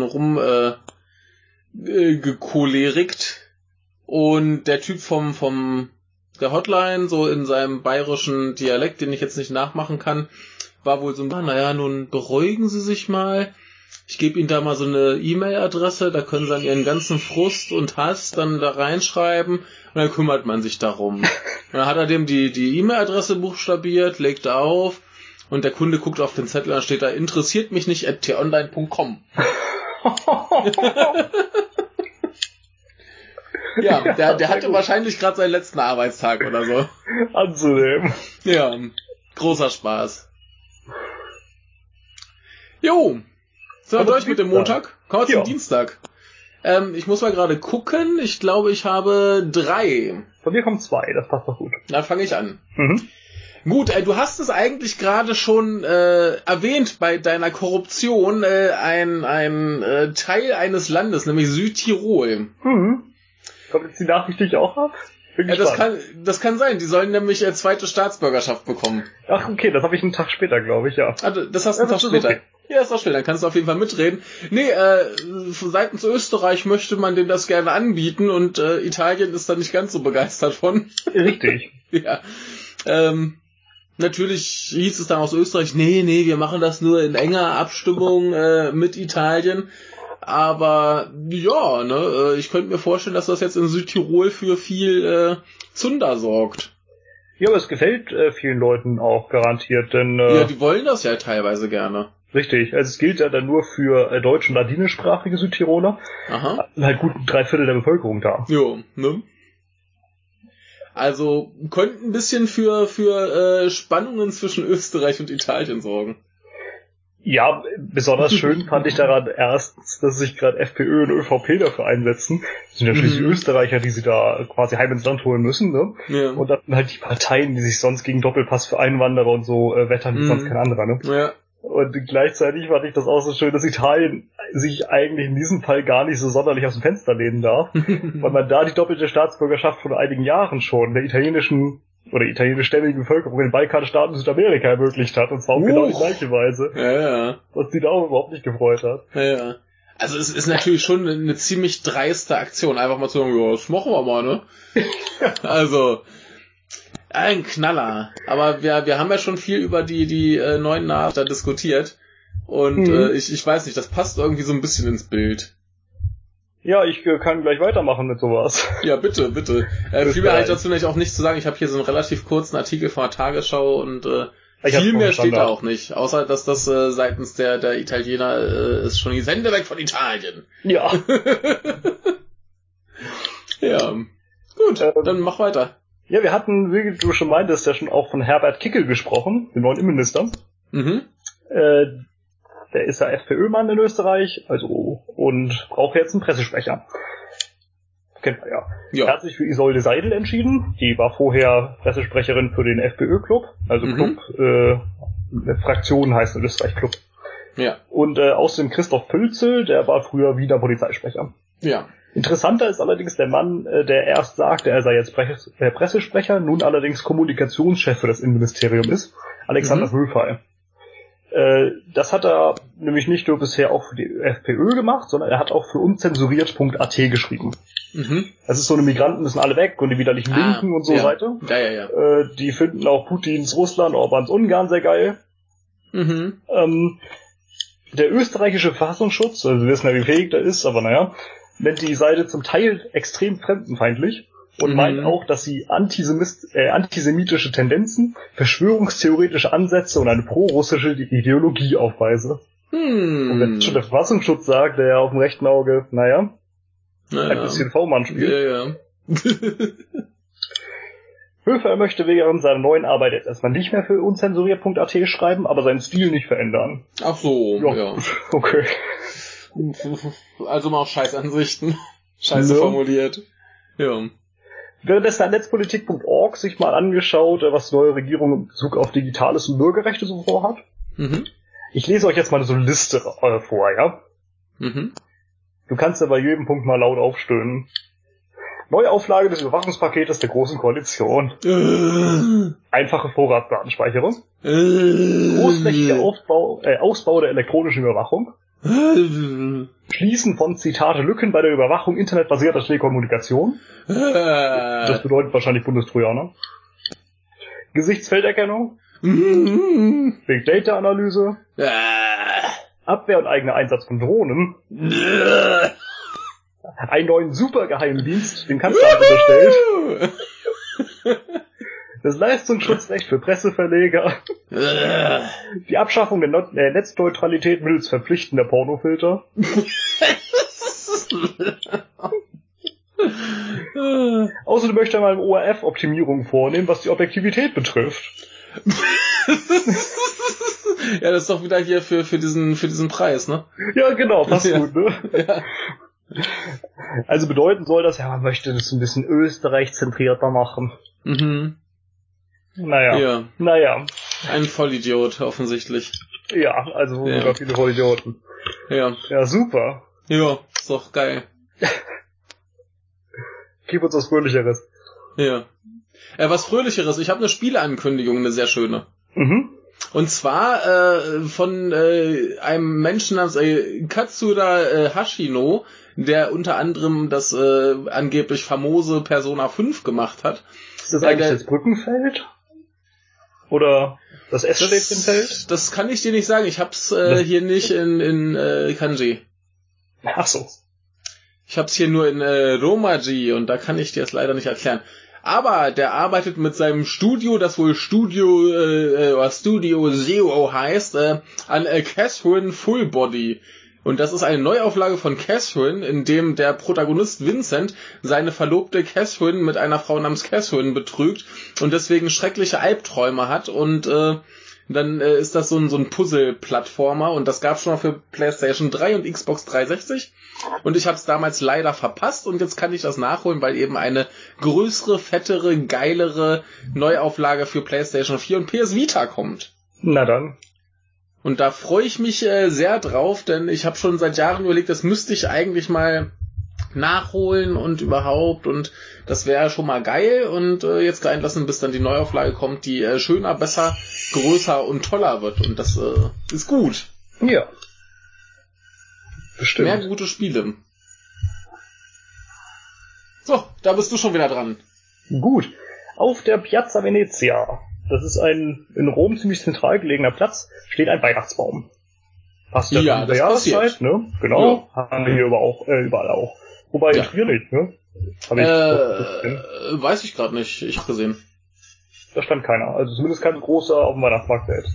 gekolerikt. Und der Typ vom der Hotline, so in seinem bayerischen Dialekt, den ich jetzt nicht nachmachen kann, war wohl so, naja, nun beruhigen Sie sich mal. Ich gebe Ihnen da mal so eine E-Mail-Adresse, da können Sie dann Ihren ganzen Frust und Hass dann da reinschreiben und dann kümmert man sich darum. Und dann hat er dem die E-Mail-Adresse buchstabiert, legt auf und der Kunde guckt auf den Zettel und dann steht da, interessiert mich nicht @t-online.com. Ja, der hatte wahrscheinlich gerade seinen letzten Arbeitstag oder so. Anzunehmen. Ja, großer Spaß. Jo, sind wir durch mit dem Montag? Kommen wir zum Dienstag. Ich muss mal gerade gucken. Ich glaube, ich habe 3. Von mir kommen 2, das passt doch gut. Dann fange ich an. Gut, du hast es eigentlich gerade schon erwähnt bei deiner Korruption, ein Teil eines Landes, nämlich Südtirol. Kommt jetzt die Nachricht, die ich auch habe? Ja, das kann sein. Die sollen nämlich zweite Staatsbürgerschaft bekommen. Ach, okay, das habe ich einen Tag später, glaube ich, ja. Ah, das hast du einen Tag später. Okay. Ja, ist auch schön, dann kannst du auf jeden Fall mitreden. Nee, seitens Österreich möchte man denen das gerne anbieten und Italien ist da nicht ganz so begeistert von. Richtig. Ja. Natürlich hieß es dann aus Österreich, nee, wir machen das nur in enger Abstimmung mit Italien. Aber ja, ne, ich könnte mir vorstellen, dass das jetzt in Südtirol für viel Zunder sorgt. Ja, aber es gefällt vielen Leuten auch garantiert, denn... ja, die wollen das ja teilweise gerne. Richtig, also es gilt ja dann nur für deutsch- und ladinischsprachige Südtiroler. Aha. Halt gut 3/4 der Bevölkerung da. Jo, ne? Also könnte ein bisschen für Spannungen zwischen Österreich und Italien sorgen. Ja, besonders schön fand ich daran erstens, dass sich gerade FPÖ und ÖVP dafür einsetzen. Das sind ja schließlich Österreicher, die sie da quasi heim ins Land holen müssen, ne? Ja. Und dann halt die Parteien, die sich sonst gegen Doppelpass für Einwanderer und so wettern, wie sonst kein anderer, ne? Ja. Und gleichzeitig fand ich das auch so schön, dass Italien sich eigentlich in diesem Fall gar nicht so sonderlich aus dem Fenster lehnen darf, weil man da die doppelte Staatsbürgerschaft vor einigen Jahren schon der italienischen oder italienischstämmigen Bevölkerung in den Balkanstaaten Südamerika ermöglicht hat, und zwar auf genau die gleiche Weise. Ja. Was die da auch überhaupt nicht gefreut hat. Ja. Also es ist natürlich schon eine ziemlich dreiste Aktion, einfach mal zu sagen, ja, das machen wir mal, ne? Also, ein Knaller. Aber wir haben ja schon viel über die neuen Nachrichten diskutiert. Und ich weiß nicht, das passt irgendwie so ein bisschen ins Bild. Ja, ich kann gleich weitermachen mit sowas. Ja, bitte. Viel mehr habe ich dazu nämlich auch nicht zu sagen. Ich habe hier so einen relativ kurzen Artikel von der Tagesschau und viel mehr steht da auch nicht. Außer, dass das seitens der Italiener ist schon die Sende weg von Italien. Ja. Ja. Gut, dann mach weiter. Ja, wir hatten, wie du schon meintest, ja schon auch von Herbert Kickl gesprochen, dem neuen Innenminister. Der ist ja FPÖ-Mann in Österreich, und braucht jetzt einen Pressesprecher. Kennt man ja. Er hat sich für Isolde Seidel entschieden. Die war vorher Pressesprecherin für den FPÖ-Club. Also Club, Fraktion heißt in Österreich Club. Ja. Und außerdem Christoph Pölzl, der war früher Wiener Polizeisprecher. Ja. Interessanter ist allerdings der Mann, der erst sagte, er sei jetzt Pressesprecher, nun allerdings Kommunikationschef für das Innenministerium ist, Alexander Höfer. Das hat er nämlich nicht nur bisher auch für die FPÖ gemacht, sondern er hat auch für unzensuriert.at geschrieben. Das ist so, eine Migranten müssen alle weg und die widerlichen Linken und so weiter. Ja. Die finden auch Putins Russland, Orbáns Ungarn sehr geil. Der österreichische Verfassungsschutz, also wir wissen ja, wie fähig der ist, aber naja, nennt die Seite zum Teil extrem fremdenfeindlich und meint auch, dass sie antisemitische Tendenzen, verschwörungstheoretische Ansätze und eine pro-russische Ideologie aufweise. Und wenn schon der Verfassungsschutz sagt, der ja auf dem rechten Auge, naja. ein bisschen V-Mann spielt. Ja. Höfer möchte während seiner neuen Arbeit jetzt erstmal nicht mehr für unzensuriert.at schreiben, aber seinen Stil nicht verändern. Ach so, ja. Okay. Also mal auch Scheißansichten. Scheiße formuliert. Ja. Währenddessen hat netzpolitik.org sich mal angeschaut, was die neue Regierung in Bezug auf Digitales und Bürgerrechte so vorhat. Mhm. Ich lese euch jetzt mal so eine Liste vor, ja? Mhm. Du kannst ja bei jedem Punkt mal laut aufstöhnen. Neuauflage des Überwachungspaketes der Großen Koalition. Einfache Vorratsdatenspeicherung. Großflächiger Ausbau der elektronischen Überwachung. Schließen von, Zitate, Lücken bei der Überwachung internetbasierter Telekommunikation. Das bedeutet wahrscheinlich Bundestrojaner. Gesichtsfelderkennung. Big Data Analyse. Abwehr und eigener Einsatz von Drohnen. Einen neuen Supergeheimdienst, den Kanzleramt unterstellt. Das Leistungsschutzrecht für Presseverleger. Die Abschaffung der Netzneutralität mittels verpflichtender Pornofilter. Außerdem möchte er mal im ORF Optimierungen vornehmen, was die Objektivität betrifft. Ja, das ist doch wieder hier für diesen Preis, ne? Ja, genau, passt gut, ne? Ja. Also bedeuten soll das, ja, man möchte das ein bisschen Österreich-zentrierter machen. Mhm. Naja. Ein Vollidiot, offensichtlich. Ja, also sogar viele Vollidioten. Ja. Ja, super. Ja, ist doch geil. Gib uns was Fröhlicheres. Ja. Was Fröhlicheres, ich habe eine Spieleankündigung, eine sehr schöne. Mhm. Und zwar von einem Menschen namens Katsura Hashino, der unter anderem das angeblich famose Persona 5 gemacht hat. Ist das eigentlich das Brückenfeld? Oder das S-Stäbchenfeld? Das kann ich dir nicht sagen. Ich hab's hier nicht in Kanji. Ach so. Ich hab's hier nur in Romaji und da kann ich dir es leider nicht erklären. Aber der arbeitet mit seinem Studio, das wohl Studio Zero heißt, an Catherine Full Body. Und das ist eine Neuauflage von Catherine, in dem der Protagonist Vincent seine Verlobte Catherine mit einer Frau namens Catherine betrügt und deswegen schreckliche Albträume hat. Und dann ist das so ein Puzzle-Plattformer und das gab's schon mal für PlayStation 3 und Xbox 360. Und ich habe es damals leider verpasst und jetzt kann ich das nachholen, weil eben eine größere, fettere, geilere Neuauflage für PlayStation 4 und PS Vita kommt. Na dann. Und da freue ich mich sehr drauf, denn ich habe schon seit Jahren überlegt, das müsste ich eigentlich mal nachholen und überhaupt und das wäre schon mal geil und jetzt gleich lassen, bis dann die Neuauflage kommt, die schöner, besser, größer und toller wird und das ist gut. Ja. Bestimmt. Mehr gute Spiele. So, da bist du schon wieder dran. Gut. Auf der Piazza Venezia, das ist ein in Rom ziemlich zentral gelegener Platz, steht ein Weihnachtsbaum. Passt ja in der Jahreszeit, ne? Genau. Ja. Haben wir hier überall auch. Wobei in Trier nicht, ne? Weiß ich gerade nicht. Ich habe gesehen. Da stand keiner. Also zumindest kein großer auf dem Weihnachtsmarkt selbst.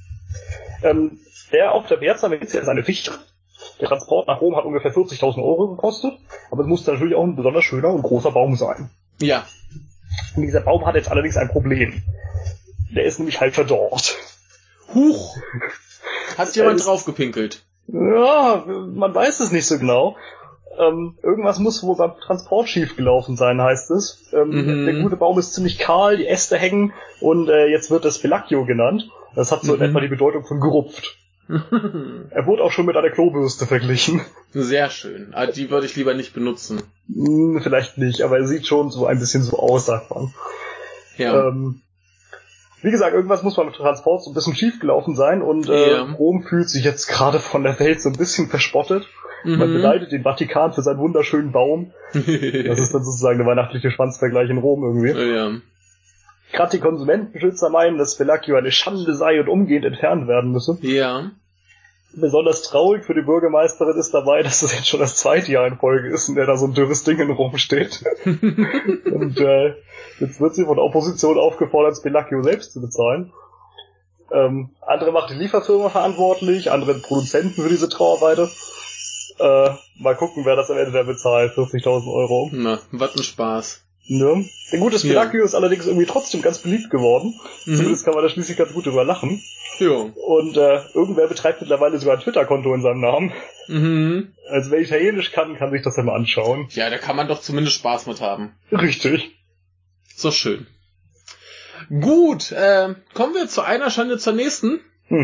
Der auf der Piazza Venezia ist eine Fichte. Der Transport nach Rom hat ungefähr 40.000 € gekostet, aber es musste natürlich auch ein besonders schöner und großer Baum sein. Ja. Und dieser Baum hat jetzt allerdings ein Problem. Der ist nämlich halb verdorrt. Huch! Hat jemand draufgepinkelt? Ja, man weiß es nicht so genau. Irgendwas muss wohl beim Transport schief gelaufen sein, heißt es. Der gute Baum ist ziemlich kahl, die Äste hängen und jetzt wird das Pelacchio genannt. Das hat so in etwa die Bedeutung von gerupft. Er wurde auch schon mit einer Klobürste verglichen. Sehr schön. Aber die würde ich lieber nicht benutzen. Vielleicht nicht, aber er sieht schon so ein bisschen so aus, sagt man. Ja. Wie gesagt, irgendwas muss beim Transport so ein bisschen schief gelaufen sein und Rom fühlt sich jetzt gerade von der Welt so ein bisschen verspottet. Man beleidigt den Vatikan für seinen wunderschönen Baum. Das ist dann sozusagen der weihnachtliche Schwanzvergleich in Rom irgendwie. Ja. Gerade die Konsumentenbeschützer meinen, dass Pelacchio eine Schande sei und umgehend entfernt werden müsse. Ja. Besonders traurig für die Bürgermeisterin ist dabei, dass es jetzt schon das 2. Jahr in Folge ist, in der da so ein dürres Ding in Rom steht. Und jetzt wird sie von der Opposition aufgefordert, das Pelacchio selbst zu bezahlen. Andere macht die Lieferfirma verantwortlich, andere Produzenten für diese Trauerweide. Mal gucken, wer das am Ende da bezahlt. 40.000 Euro. Na, was ein Spaß. Ne? Der gute Spinacchio ist allerdings irgendwie trotzdem ganz beliebt geworden. Zumindest kann man da schließlich ganz gut drüber lachen. Jo. Und irgendwer betreibt mittlerweile sogar ein Twitter-Konto in seinem Namen. Also wer Italienisch kann sich das ja mal anschauen. Ja, da kann man doch zumindest Spaß mit haben. Richtig. So schön. Gut, kommen wir zu einer Schande zur nächsten.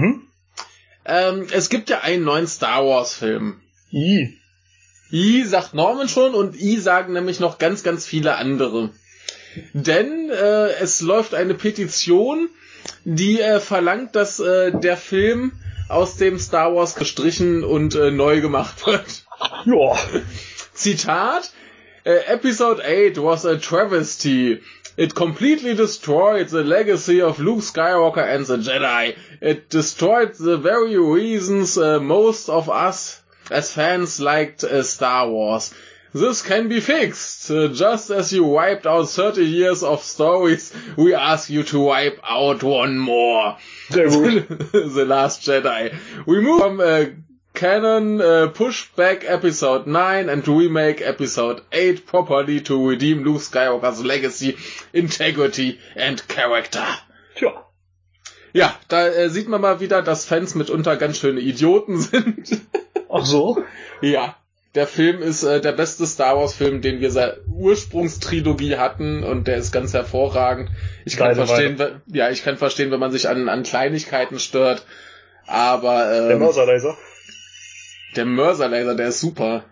Es gibt ja einen neuen Star Wars Film. I sagt Norman schon und I sagen nämlich noch ganz, ganz viele andere. Denn es läuft eine Petition, die verlangt, dass der Film aus dem Star Wars gestrichen und neu gemacht wird. Ja. Zitat: Episode 8 was a travesty. It completely destroyed the legacy of Luke Skywalker and the Jedi. It destroyed the very reasons most of us as fans liked Star Wars. This can be fixed. Just as you wiped out 30 years of stories, we ask you to wipe out one more. Sehr gut. The Last Jedi. We move from canon, push back episode 9 and remake episode 8 properly to redeem Luke Skywalker's legacy, integrity and character. Tja. Ja, da sieht man mal wieder, dass Fans mitunter ganz schöne Idioten sind. Ach so? Ja, der Film ist der beste Star Wars Film, den wir seit Ursprungstrilogie hatten und der ist ganz hervorragend. Ich kann verstehen, wenn man sich an Kleinigkeiten stört, aber der Mörserlaser. Der Mörserlaser, der ist super.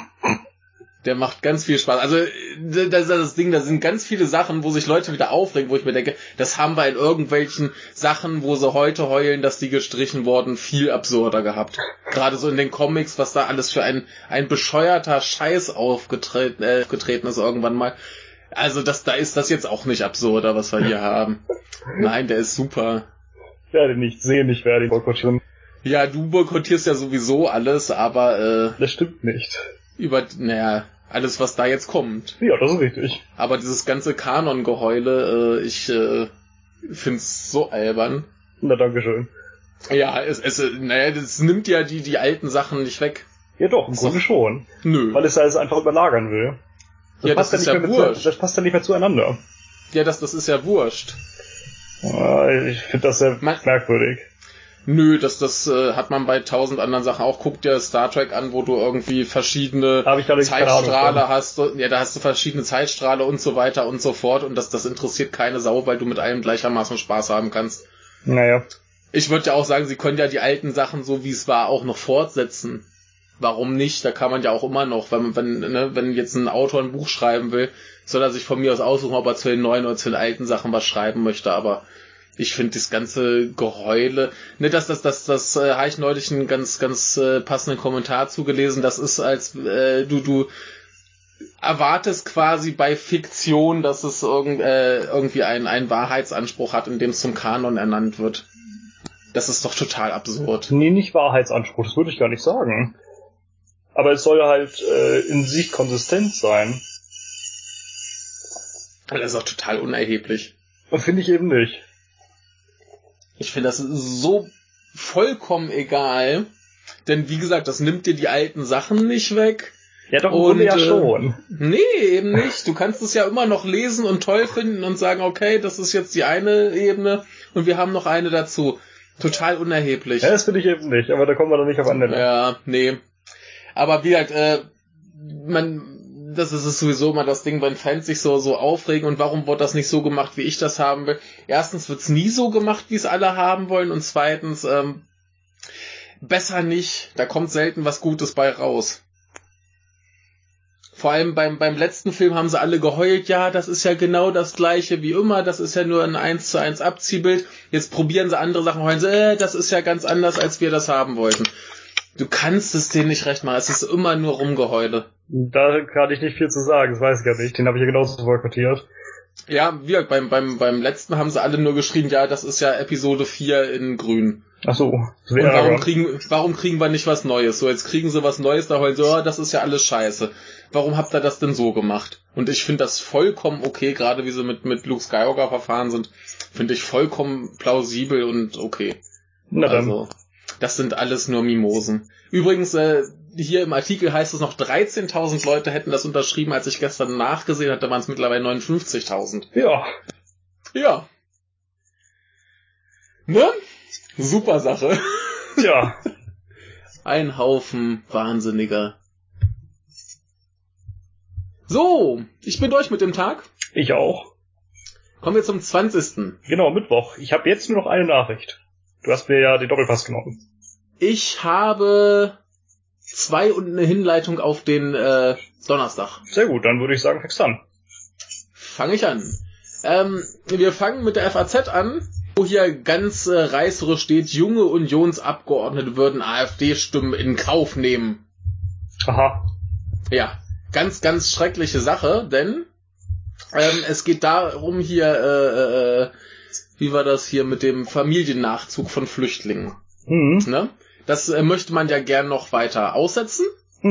Der macht ganz viel Spaß. Also, das ist das Ding, da sind ganz viele Sachen, wo sich Leute wieder aufregen, wo ich mir denke, das haben wir in irgendwelchen Sachen, wo sie heute heulen, dass die gestrichen wurden, viel absurder gehabt. Gerade so in den Comics, was da alles für ein bescheuerter Scheiß aufgetreten ist irgendwann mal. Also, da ist das jetzt auch nicht absurder, was wir hier haben. Nein, der ist super. Ich werde nicht sehen, ich werde ihn boykottieren. Ja, du boykottierst ja sowieso alles, aber das stimmt nicht. Alles, was da jetzt kommt. Ja, das ist richtig. Aber dieses ganze Kanon-Geheule, ich find's so albern. Na, dankeschön. Ja, das nimmt ja die alten Sachen nicht weg. Ja doch, im Grunde schon. Nö. Weil es also einfach überlagern will. Das ist ja wurscht. Das passt ja nicht mehr zueinander. Ja, das ist ja wurscht. Ich finde das sehr merkwürdig. Nö, das hat man bei 1000 anderen Sachen auch. Guck dir Star Trek an, wo du irgendwie verschiedene Zeitstrahle hast. Ja, da hast du verschiedene Zeitstrahle und so weiter und so fort. Und das interessiert keine Sau, weil du mit allem gleichermaßen Spaß haben kannst. Naja. Ich würde ja auch sagen, sie können ja die alten Sachen, so wie es war, auch noch fortsetzen. Warum nicht? Da kann man ja auch immer noch, wenn jetzt ein Autor ein Buch schreiben will, soll er sich von mir aus aussuchen, ob er zu den neuen oder zu den alten Sachen was schreiben möchte, aber ich finde das ganze Geheule, das habe ich neulich einen ganz, ganz passenden Kommentar zugelesen, das ist als, du erwartest quasi bei Fiktion, dass es irgendwie einen Wahrheitsanspruch hat, in dem es zum Kanon ernannt wird. Das ist doch total absurd. Nee, nicht Wahrheitsanspruch, das würde ich gar nicht sagen. Aber es soll halt in sich konsistent sein. Das ist auch total unerheblich. Finde ich eben nicht. Ich finde das so vollkommen egal, denn wie gesagt, das nimmt dir die alten Sachen nicht weg. Ja, doch, im Grunde ja schon. Nee, eben nicht. Du kannst es ja immer noch lesen und toll finden und sagen, okay, das ist jetzt die eine Ebene und wir haben noch eine dazu. Total unerheblich. Ja, das finde ich eben nicht, aber da kommen wir dann nicht auf andere. Ja, nee. Aber wie gesagt, das ist es sowieso immer das Ding, wenn Fans sich so aufregen und warum wird das nicht so gemacht, wie ich das haben will. Erstens wird's nie so gemacht, wie es alle haben wollen und zweitens, besser nicht. Da kommt selten was Gutes bei raus. Vor allem beim letzten Film haben sie alle geheult, ja, das ist ja genau das gleiche wie immer, das ist ja nur ein 1:1 Abziehbild. Jetzt probieren sie andere Sachen, heulen sie, das ist ja ganz anders, als wir das haben wollten. Du kannst es denen nicht recht machen, es ist immer nur Rumgeheule. Da kann ich nicht viel zu sagen, das weiß ich ja nicht, den habe ich ja genauso boykottiert. Ja, beim letzten haben sie alle nur geschrieben, ja, das ist ja Episode 4 in grün. Ach so. Und warum kriegen wir nicht was Neues? So, jetzt kriegen sie was Neues, da heulen so, das ist ja alles scheiße. Warum habt ihr das denn so gemacht? Und ich finde das vollkommen okay, gerade wie sie mit Luke Skywalker verfahren sind, finde ich vollkommen plausibel und okay. Na dann. Also, das sind alles nur Mimosen. Übrigens, hier im Artikel heißt es noch, 13.000 Leute hätten das unterschrieben, als ich gestern nachgesehen hatte, waren es mittlerweile 59.000. Ja. Ja. Ne? Super Sache. Ja. Ein Haufen Wahnsinniger. So, ich bin durch mit dem Tag. Ich auch. Kommen wir zum 20. Genau, Mittwoch. Ich habe jetzt nur noch eine Nachricht. Du hast mir ja den Doppelpass genommen. Ich habe 2 und eine Hinleitung auf den Donnerstag. Sehr gut, dann würde ich sagen, fängst an. Fange ich an. Wir fangen mit der FAZ an, wo hier ganz reißerisch steht, junge Unionsabgeordnete würden AfD-Stimmen in Kauf nehmen. Aha. Ja, ganz, ganz schreckliche Sache, denn es geht darum hier, wie war das hier mit dem Familiennachzug von Flüchtlingen? Ne? Das möchte man ja gern noch weiter aussetzen.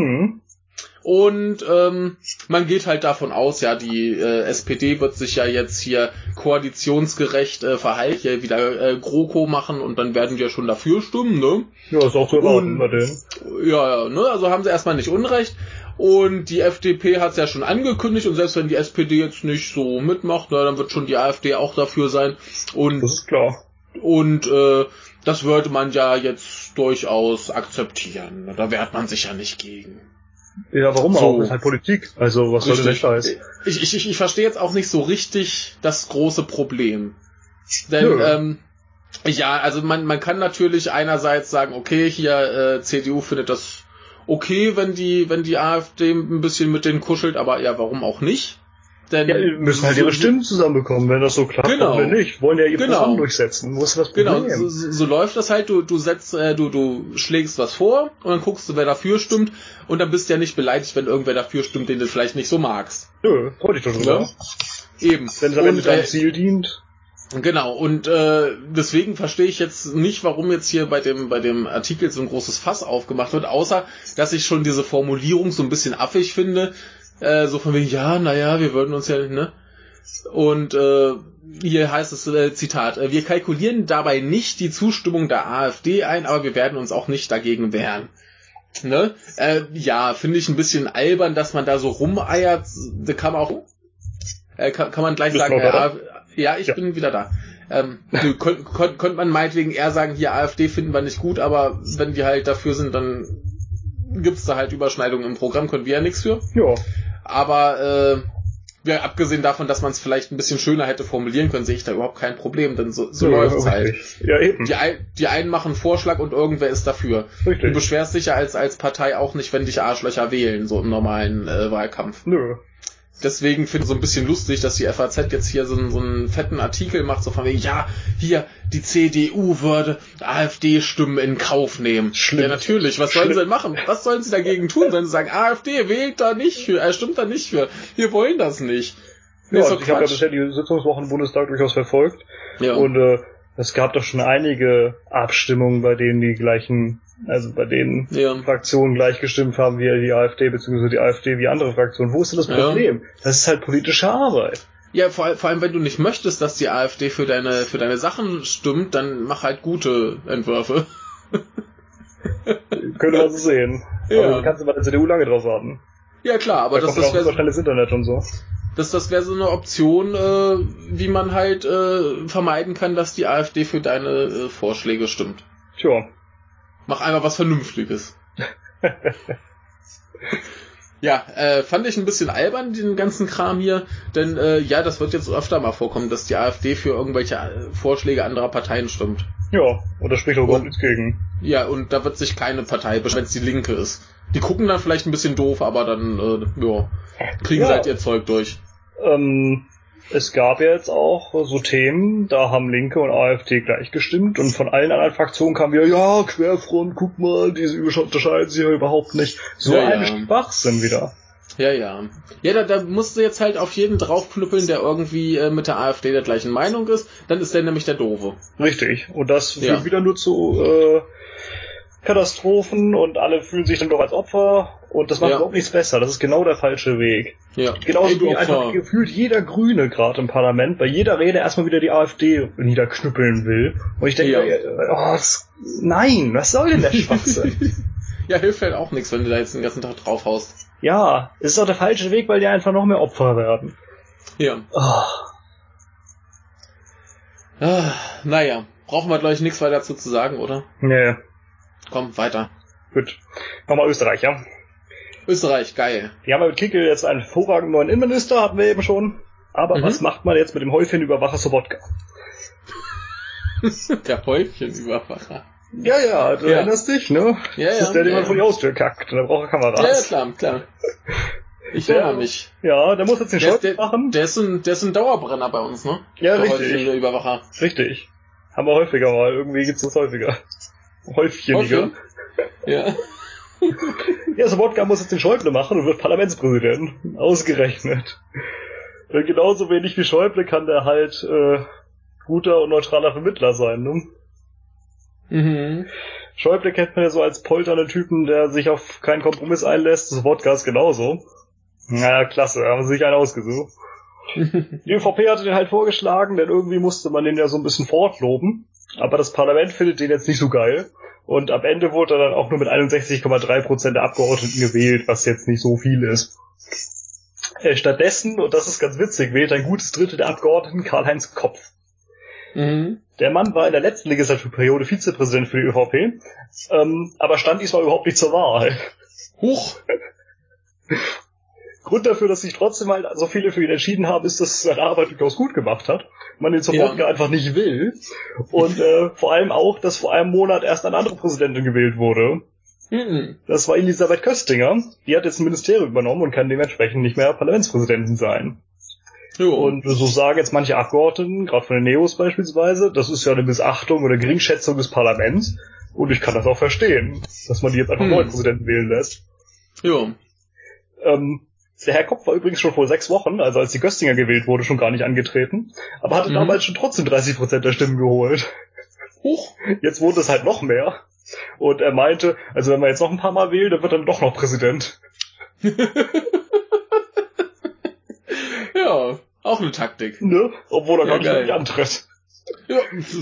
Und man geht halt davon aus, ja, die SPD wird sich ja jetzt hier koalitionsgerecht verhalten, hier wieder GroKo machen und dann werden die ja schon dafür stimmen, ne? Ja, ist auch so erwarten bei denen. Ja, ne? Also haben sie erstmal nicht Unrecht. Und die FDP hat es ja schon angekündigt und selbst wenn die SPD jetzt nicht so mitmacht, na, dann wird schon die AfD auch dafür sein. Und das ist klar. Und das würde man ja jetzt durchaus akzeptieren. Da wehrt man sich ja nicht gegen. Ja, warum auch? Das ist halt Politik. Also, was soll denn der Scheiß? Ich verstehe jetzt auch nicht so richtig das große Problem. Denn, ja, also man kann natürlich einerseits sagen, okay, hier CDU findet das okay, wenn die AfD ein bisschen mit denen kuschelt, aber ja, warum auch nicht? Denn ja, die müssen halt ihre Stimmen zusammenbekommen, wenn das so klappt, genau. Oder nicht. Wollen ja ihr Programm durchsetzen. Wo ist das Problem? Genau, so läuft das halt. Du schlägst was vor und dann guckst du, wer dafür stimmt und dann bist du ja nicht beleidigt, wenn irgendwer dafür stimmt, den du vielleicht nicht so magst. Nö, freu dich doch drüber. Ja? Eben. Wenn es am Ende deinem Ziel dient. Genau, und deswegen verstehe ich jetzt nicht, warum jetzt hier bei dem Artikel so ein großes Fass aufgemacht wird, außer, dass ich schon diese Formulierung so ein bisschen affig finde, so von wegen, ja, naja, wir würden uns ja, ne? Und hier heißt es, Zitat, wir kalkulieren dabei nicht die Zustimmung der AfD ein, aber wir werden uns auch nicht dagegen wehren. Ne? Ja, finde ich ein bisschen albern, dass man da so rumeiert. Da kann man auch, kann man gleich sagen, ja, ich bin wieder da. Könnte man meinetwegen eher sagen, hier AfD finden wir nicht gut, aber wenn die halt dafür sind, dann gibt's da halt Überschneidungen im Programm, können wir ja nichts für. Ja. Aber ja, abgesehen davon, dass man es vielleicht ein bisschen schöner hätte formulieren können, sehe ich da überhaupt kein Problem, denn so läuft's halt. Ja, eben. Die einen machen einen Vorschlag und irgendwer ist dafür. Richtig. Du beschwerst dich ja als Partei auch nicht, wenn dich Arschlöcher wählen, so im normalen Wahlkampf. Nö. Deswegen finde ich so ein bisschen lustig, dass die FAZ jetzt hier so einen fetten Artikel macht, so von wegen, ja, hier, die CDU würde AfD-Stimmen in Kauf nehmen. Schlimm. Ja, natürlich, was sollen sie denn machen? Was sollen sie dagegen tun? Sollen sie sagen, AfD wählt da nicht für, stimmt da nicht für, wir wollen das nicht. Ja, also ich habe ja bisher die Sitzungswochen im Bundestag durchaus verfolgt. Ja. Und es gab doch schon einige Abstimmungen, bei denen die gleichen, also bei denen Fraktionen gleich gestimmt haben wie die AfD, beziehungsweise die AfD wie andere Fraktionen. Wo ist denn das Problem? Das ist halt politische Arbeit. Ja, vor allem, wenn du nicht möchtest, dass die AfD für deine Sachen stimmt, dann mach halt gute Entwürfe. Könnte man so sehen. Ja. Aber dann kannst du bei der CDU lange drauf warten. Ja, klar, aber das wäre so schnelles Internet und so. Das wäre so eine Option, wie man halt vermeiden kann, dass die AfD für deine Vorschläge stimmt. Tja. Mach einfach was Vernünftiges. Ja, fand ich ein bisschen albern, den ganzen Kram hier, denn ja, das wird jetzt öfter mal vorkommen, dass die AfD für irgendwelche Vorschläge anderer Parteien stimmt. Ja, und da spricht auch überhaupt nichts gegen. Ja, und da wird sich keine Partei beschweren, wenn es die Linke ist. Die gucken dann vielleicht ein bisschen doof, aber dann, kriegen sie halt ihr Zeug durch. Es gab ja jetzt auch so Themen, da haben Linke und AfD gleich gestimmt und von allen anderen Fraktionen kam wieder, ja, Querfront, guck mal, diese unterscheiden sich ja überhaupt nicht. So ein Schwachsinn wieder. Ja. Ja, da musst du jetzt halt auf jeden draufknüppeln, der irgendwie mit der AfD der gleichen Meinung ist, dann ist der nämlich der Doofe. Richtig, und das führt wieder nur zu Katastrophen und alle fühlen sich dann doch als Opfer und das macht überhaupt nichts besser. Das ist genau der falsche Weg. Ja. Genauso wie einfach gefühlt jeder Grüne gerade im Parlament bei jeder Rede erstmal wieder die AfD niederknüppeln will. Und ich denke, nein, was soll denn der Schwachsinn? Ja, hilft halt auch nichts, wenn du da jetzt den ganzen Tag draufhaust. Ja, es ist auch der falsche Weg, weil die einfach noch mehr Opfer werden. Ja. Naja, brauchen wir, glaube ich, nichts weiter dazu zu sagen, oder? Nee. Komm, weiter. Gut. Nochmal Österreich, ja? Österreich, geil. Die haben ja mit Kickl jetzt einen hervorragenden neuen Innenminister, hatten wir eben schon. Aber was macht man jetzt mit dem Häufchenüberwacher Sobotka? Der Häufchenüberwacher. Ja, du erinnerst dich, ne? Ja, das ist der, den man vor die Haustür kackt. Und da braucht er Kameras. Ja, klar. Ich erinnere mich. Ja, der muss jetzt den Schäuble machen. Der ist ein Dauerbrenner bei uns, ne? Ja, der richtig. Der Überwacher. Richtig. Haben wir häufiger mal. Irgendwie gibt's das häufiger. Häufcheniger. Ja. Ja, Sobotka muss jetzt den Schäuble machen und wird Parlamentspräsident. Ausgerechnet. Genauso wenig wie Schäuble kann der halt guter und neutraler Vermittler sein, ne? Mhm. Schäuble kennt man ja so als polternden Typen, der sich auf keinen Kompromiss einlässt. Sobotka ist genauso. Na, klasse, haben sie sich einen ausgesucht. Die ÖVP hatte den halt vorgeschlagen, denn irgendwie musste man den ja so ein bisschen fortloben. Aber das Parlament findet den jetzt nicht so geil. Und am Ende wurde er dann auch nur mit 61,3% der Abgeordneten gewählt, was jetzt nicht so viel ist. Stattdessen, und das ist ganz witzig, wählt ein gutes Drittel der Abgeordneten Karl-Heinz Kopf. Mhm. Der Mann war in der letzten Legislaturperiode Vizepräsident für die ÖVP, aber stand diesmal überhaupt nicht zur Wahl. Huch! Grund dafür, dass sich trotzdem halt so viele für ihn entschieden haben, ist, dass er seine Arbeit durchaus gut gemacht hat. Man den Sobotka einfach nicht will. Und vor allem auch, dass vor einem Monat erst eine andere Präsidentin gewählt wurde. Mhm. Das war Elisabeth Köstinger. Die hat jetzt ein Ministerium übernommen und kann dementsprechend nicht mehr Parlamentspräsidentin sein. Jo. Und so sagen jetzt manche Abgeordneten, gerade von den Neos beispielsweise, das ist ja eine Missachtung oder Geringschätzung des Parlaments. Und ich kann das auch verstehen, dass man die jetzt einfach neuen Präsidenten wählen lässt. Jo. Der Herr Kopf war übrigens schon vor 6 Wochen, also als die Köstinger gewählt wurde, schon gar nicht angetreten, aber hatte damals schon trotzdem 30% der Stimmen geholt. Huch. Jetzt wurde es halt noch mehr. Und er meinte, also wenn man jetzt noch ein paar Mal wählt, dann wird er doch noch Präsident. Ja, auch eine Taktik. Ne? Obwohl er Ja, gar nicht mehr antritt. Ja.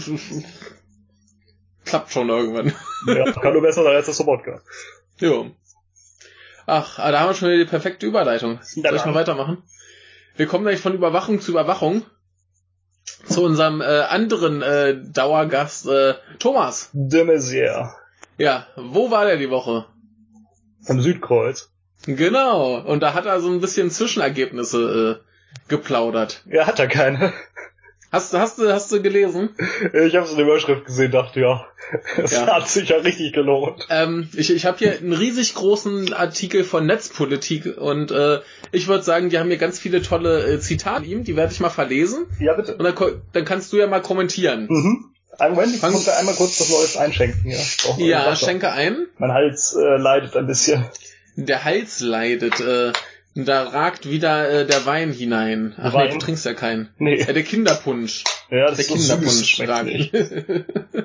Klappt schon irgendwann. Ja, kann nur besser sein als der Sobotka. Jo. Ach, da haben wir schon wieder die perfekte Überleitung. Soll ich mal weitermachen? Wir kommen gleich von Überwachung zu Überwachung. Zu unserem anderen Dauergast Thomas. De Maizière. Ja, wo war der die Woche? Am Südkreuz. Genau, und da hat er so ein bisschen Zwischenergebnisse geplaudert. Ja, hat er keine. Hast du gelesen? Ich habe es in der Überschrift gesehen, dachte, ja, das hat sich ja richtig gelohnt. Ich habe hier einen riesig großen Artikel von Netzpolitik und ich würde sagen, die haben hier ganz viele tolle Zitate von ihm, die werde ich mal verlesen. Ja, bitte. Und dann kannst du ja mal kommentieren. Mhm. Einen Moment, ich muss da einmal kurz was Neues einschenken. Ja, schenke ein. Mein Hals leidet ein bisschen. Der Hals leidet, da ragt wieder der Wein hinein. Ach Wein? Nee, du trinkst ja keinen. Nee. Der Kinderpunsch. Ja, das der ist so Kinderpunsch ragt.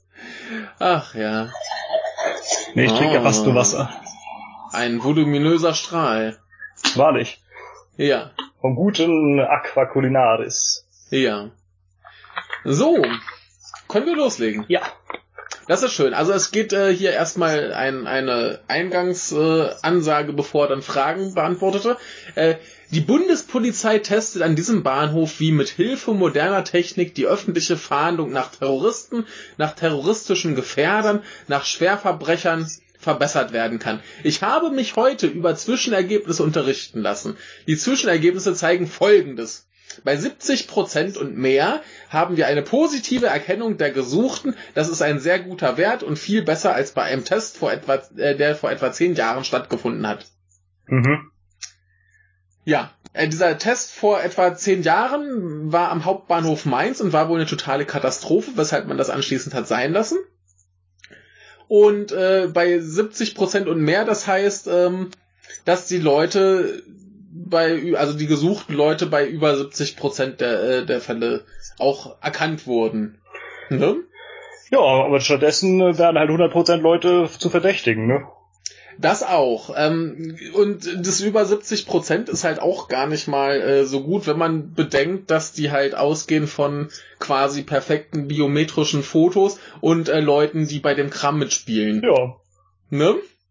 Ach ja. Nee, ich trinke ja fast nur Wasser. Ein voluminöser Strahl. Wahrlich. Ja. Vom guten Aqua Culinaris. Ja. So, können wir loslegen? Ja. Das ist schön. Also es geht hier erstmal eine Eingangsansage, bevor dann Fragen beantwortete. Die Bundespolizei testet an diesem Bahnhof, wie mit Hilfe moderner Technik die öffentliche Fahndung nach Terroristen, nach terroristischen Gefährdern, nach Schwerverbrechern verbessert werden kann. Ich habe mich heute über Zwischenergebnisse unterrichten lassen. Die Zwischenergebnisse zeigen Folgendes. Bei 70% und mehr haben wir eine positive Erkennung der Gesuchten. Das ist ein sehr guter Wert und viel besser als bei einem Test, der vor etwa 10 Jahren stattgefunden hat. Mhm. Ja, dieser Test vor etwa 10 Jahren war am Hauptbahnhof Mainz und war wohl eine totale Katastrophe, weshalb man das anschließend hat sein lassen. Und bei 70% und mehr, das heißt, dass die Leute die gesuchten Leute bei über 70% der Fälle auch erkannt wurden. Ne? Ja, aber stattdessen werden halt 100% Leute zu verdächtigen, ne? Das auch. Und das über 70% ist halt auch gar nicht mal so gut, wenn man bedenkt, dass die halt ausgehen von quasi perfekten biometrischen Fotos und Leuten, die bei dem Kram mitspielen. Ja. Ne?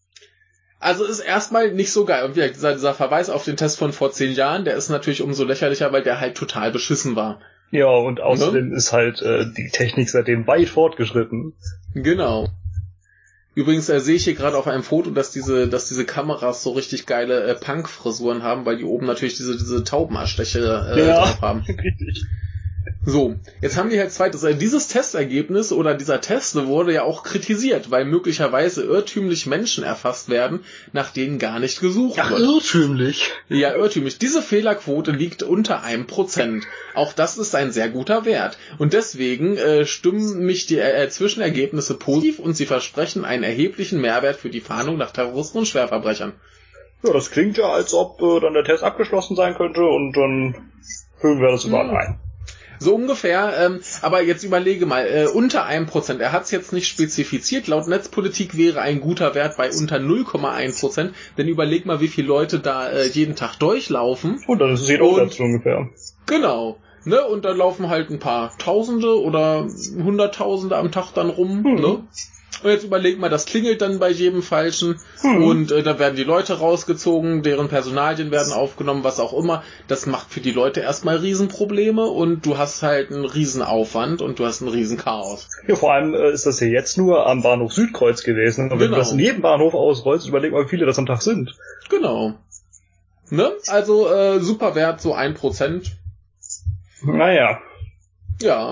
Also ist erstmal nicht so geil. Und wie gesagt, dieser Verweis auf den Test von vor 10 Jahren, der ist natürlich umso lächerlicher, weil der halt total beschissen war. Ja, und außerdem ist halt die Technik seitdem weit fortgeschritten. Genau. Übrigens sehe ich hier gerade auf einem Foto, dass diese Kameras so richtig geile Punk-Frisuren haben, weil die oben natürlich diese Taubenarschsteche drauf haben. Richtig. So, jetzt haben die halt zweites. Dieses Testergebnis oder dieser Test wurde ja auch kritisiert, weil möglicherweise irrtümlich Menschen erfasst werden, nach denen gar nicht gesucht wird. Ach, irrtümlich. Ja, irrtümlich. Diese Fehlerquote liegt unter 1%. Auch das ist ein sehr guter Wert. Und deswegen stimmen mich die Zwischenergebnisse positiv und sie versprechen einen erheblichen Mehrwert für die Fahndung nach Terroristen und Schwerverbrechern. Ja, das klingt ja, als ob dann der Test abgeschlossen sein könnte und dann fügen wir das überall ein. So ungefähr, aber jetzt überlege mal, unter 1%, er hat es jetzt nicht spezifiziert, laut Netzpolitik wäre ein guter Wert bei unter 0,1%, denn überleg mal, wie viele Leute da jeden Tag durchlaufen. Und dann ist es jeder Umsatz ungefähr. Genau, ne, und da laufen halt ein paar Tausende oder Hunderttausende am Tag dann rum, ne. Und jetzt überleg mal, das klingelt dann bei jedem Falschen und da werden die Leute rausgezogen, deren Personalien werden aufgenommen, was auch immer. Das macht für die Leute erstmal Riesenprobleme und du hast halt einen Riesenaufwand und du hast ein Riesenchaos. Ja, vor allem ist das ja jetzt nur am Bahnhof Südkreuz gewesen. Und wenn du das in jedem Bahnhof ausrollst, überleg mal, wie viele das am Tag sind. Genau. Ne? Also super Wert, so 1%. Naja. Ja.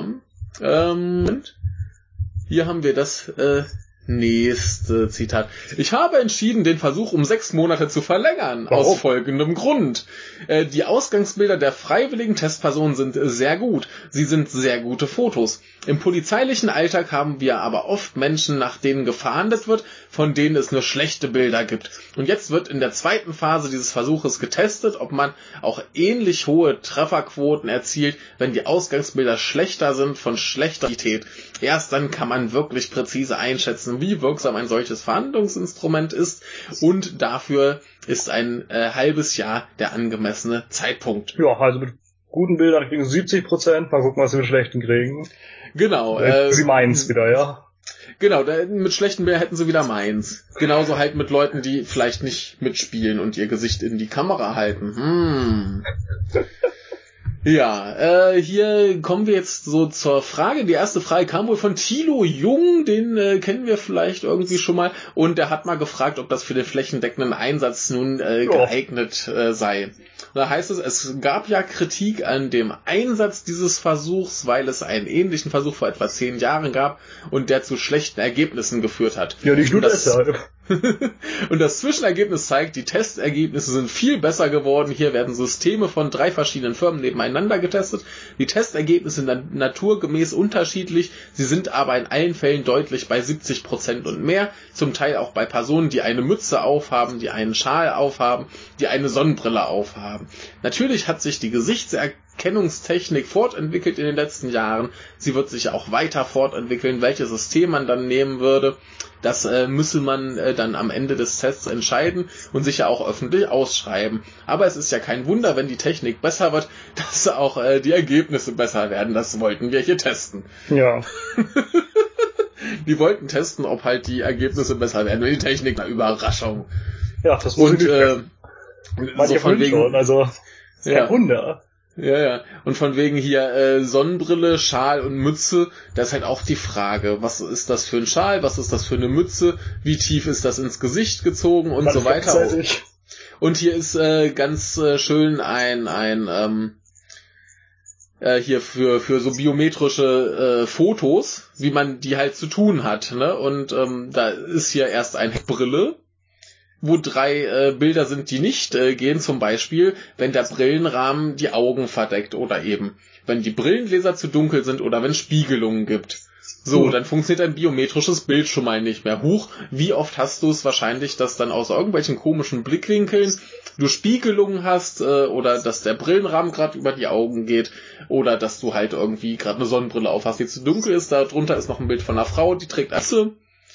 Hier haben wir das nächste Zitat. Ich habe entschieden, den Versuch um 6 Monate zu verlängern. Warum? Aus folgendem Grund. Die Ausgangsbilder der freiwilligen Testpersonen sind sehr gut. Sie sind sehr gute Fotos. Im polizeilichen Alltag haben wir aber oft Menschen, nach denen gefahndet wird, von denen es nur schlechte Bilder gibt. Und jetzt wird in der zweiten Phase dieses Versuches getestet, ob man auch ähnlich hohe Trefferquoten erzielt, wenn die Ausgangsbilder schlechter sind, von schlechter Qualität. Erst dann kann man wirklich präzise einschätzen, wie wirksam ein solches Verhandlungsinstrument ist, und dafür ist ein halbes Jahr der angemessene Zeitpunkt. Ja, also mit guten Bildern kriegen sie 70%, mal gucken, was sie mit schlechten kriegen. Genau. Sie meinen's wieder, ja. Genau, mit schlechten Bildern hätten sie wieder meins. Genauso halt mit Leuten, die vielleicht nicht mitspielen und ihr Gesicht in die Kamera halten. Ja, hier kommen wir jetzt so zur Frage. Die erste Frage kam wohl von Thilo Jung, den kennen wir vielleicht irgendwie schon mal. Und der hat mal gefragt, ob das für den flächendeckenden Einsatz nun geeignet sei. Und da heißt es gab ja Kritik an dem Einsatz dieses Versuchs, weil es einen ähnlichen Versuch vor etwa 10 Jahren gab und der zu schlechten Ergebnissen geführt hat. Ja, nicht nur deshalb. Und das Zwischenergebnis zeigt, die Testergebnisse sind viel besser geworden. Hier werden Systeme von 3 verschiedenen Firmen nebeneinander getestet. Die Testergebnisse sind naturgemäß unterschiedlich. Sie sind aber in allen Fällen deutlich bei 70% und mehr. Zum Teil auch bei Personen, die eine Mütze aufhaben, die einen Schal aufhaben, die eine Sonnenbrille aufhaben. Natürlich hat sich die Gesichtserkennungstechnik fortentwickelt in den letzten Jahren. Sie wird sich auch weiter fortentwickeln. Welches System man dann nehmen würde, das müsse man dann am Ende des Tests entscheiden und sicher auch öffentlich ausschreiben. Aber es ist ja kein Wunder, wenn die Technik besser wird, dass auch die Ergebnisse besser werden. Das wollten wir hier testen. Ja. Die wollten testen, ob halt die Ergebnisse besser werden. Und die Technik, eine Überraschung. Ja, das muss ich so von wegen schon, also ist kein Wunder. Ja. Und von wegen hier Sonnenbrille, Schal und Mütze, da ist halt auch die Frage, was ist das für ein Schal, was ist das für eine Mütze, wie tief ist das ins Gesicht gezogen und so weiter. Und hier ist ganz schön ein hier für so biometrische Fotos, wie man die halt zu tun hat, ne? Und da ist hier erst eine Brille, wo 3 Bilder sind, die nicht gehen, zum Beispiel, wenn der Brillenrahmen die Augen verdeckt oder eben, wenn die Brillengläser zu dunkel sind oder wenn Spiegelungen gibt. So, dann funktioniert ein biometrisches Bild schon mal nicht mehr. Huch, wie oft hast du es wahrscheinlich, dass dann aus irgendwelchen komischen Blickwinkeln du Spiegelungen hast oder dass der Brillenrahmen gerade über die Augen geht oder dass du halt irgendwie gerade eine Sonnenbrille auf hast, die zu dunkel ist. Darunter ist noch ein Bild von einer Frau, die trägt Achse.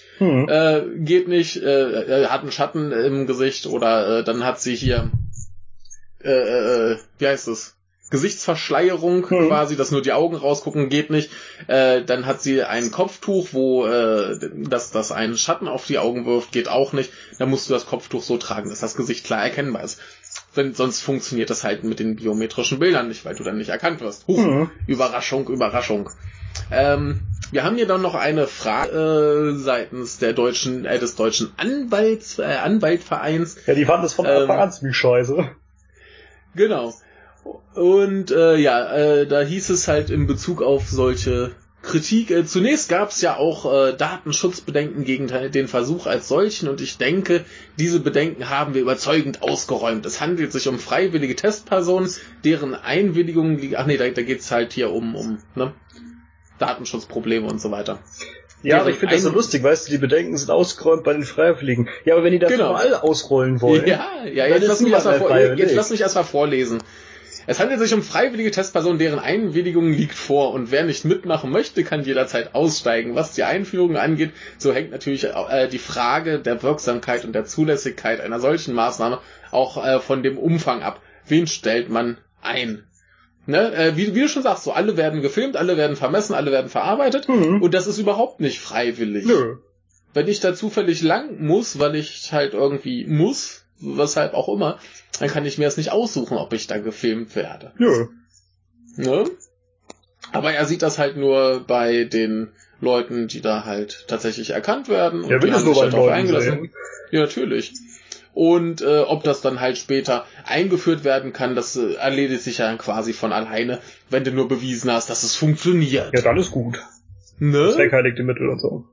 Geht nicht, hat einen Schatten im Gesicht oder dann hat sie hier, wie heißt es? Gesichtsverschleierung quasi, dass nur die Augen rausgucken, geht nicht. Dann hat sie ein Kopftuch, wo das einen Schatten auf die Augen wirft, geht auch nicht. Dann musst du das Kopftuch so tragen, dass das Gesicht klar erkennbar ist. Sonst funktioniert das halt mit den biometrischen Bildern nicht, weil du dann nicht erkannt wirst. Überraschung, Überraschung. Wir haben hier dann noch eine Frage seitens des deutschen Anwaltvereins. Ja, die fanden das von Anfang an ziemlich scheiße. Genau. Und da hieß es halt in Bezug auf solche Kritik, zunächst gab es ja auch Datenschutzbedenken gegen den Versuch als solchen, und ich denke, diese Bedenken haben wir überzeugend ausgeräumt. Es handelt sich um freiwillige Testpersonen, deren Einwilligung liegt. Ach nee, da geht's halt hier um Datenschutzprobleme und so weiter. Ja, aber ich finde das so lustig, weißt du, die Bedenken sind ausgeräumt bei den Freiwilligen. Ja, aber wenn die das für alle ausrollen wollen. Ja, jetzt lass mich erst mal vorlesen. Es handelt sich um freiwillige Testpersonen, deren Einwilligung liegt vor, und wer nicht mitmachen möchte, kann jederzeit aussteigen. Was die Einführung angeht, so hängt natürlich die Frage der Wirksamkeit und der Zulässigkeit einer solchen Maßnahme auch von dem Umfang ab. Wen stellt man ein? Ne? Wie du schon sagst, so alle werden gefilmt, alle werden vermessen, alle werden verarbeitet, und das ist überhaupt nicht freiwillig. Nö. Wenn ich da zufällig lang muss, weil ich halt irgendwie muss, weshalb auch immer, dann kann ich mir es nicht aussuchen, ob ich da gefilmt werde. Nö. Ne? Aber er sieht das halt nur bei den Leuten, die da halt tatsächlich erkannt werden. Ja, und die haben sich halt darauf eingelassen. Sehen. Ja, natürlich. Und ob das dann halt später eingeführt werden kann, das erledigt sich ja dann quasi von alleine, wenn du nur bewiesen hast, dass es funktioniert. Ja, dann ist gut. Ne? Zweckheiligte Mittel und so.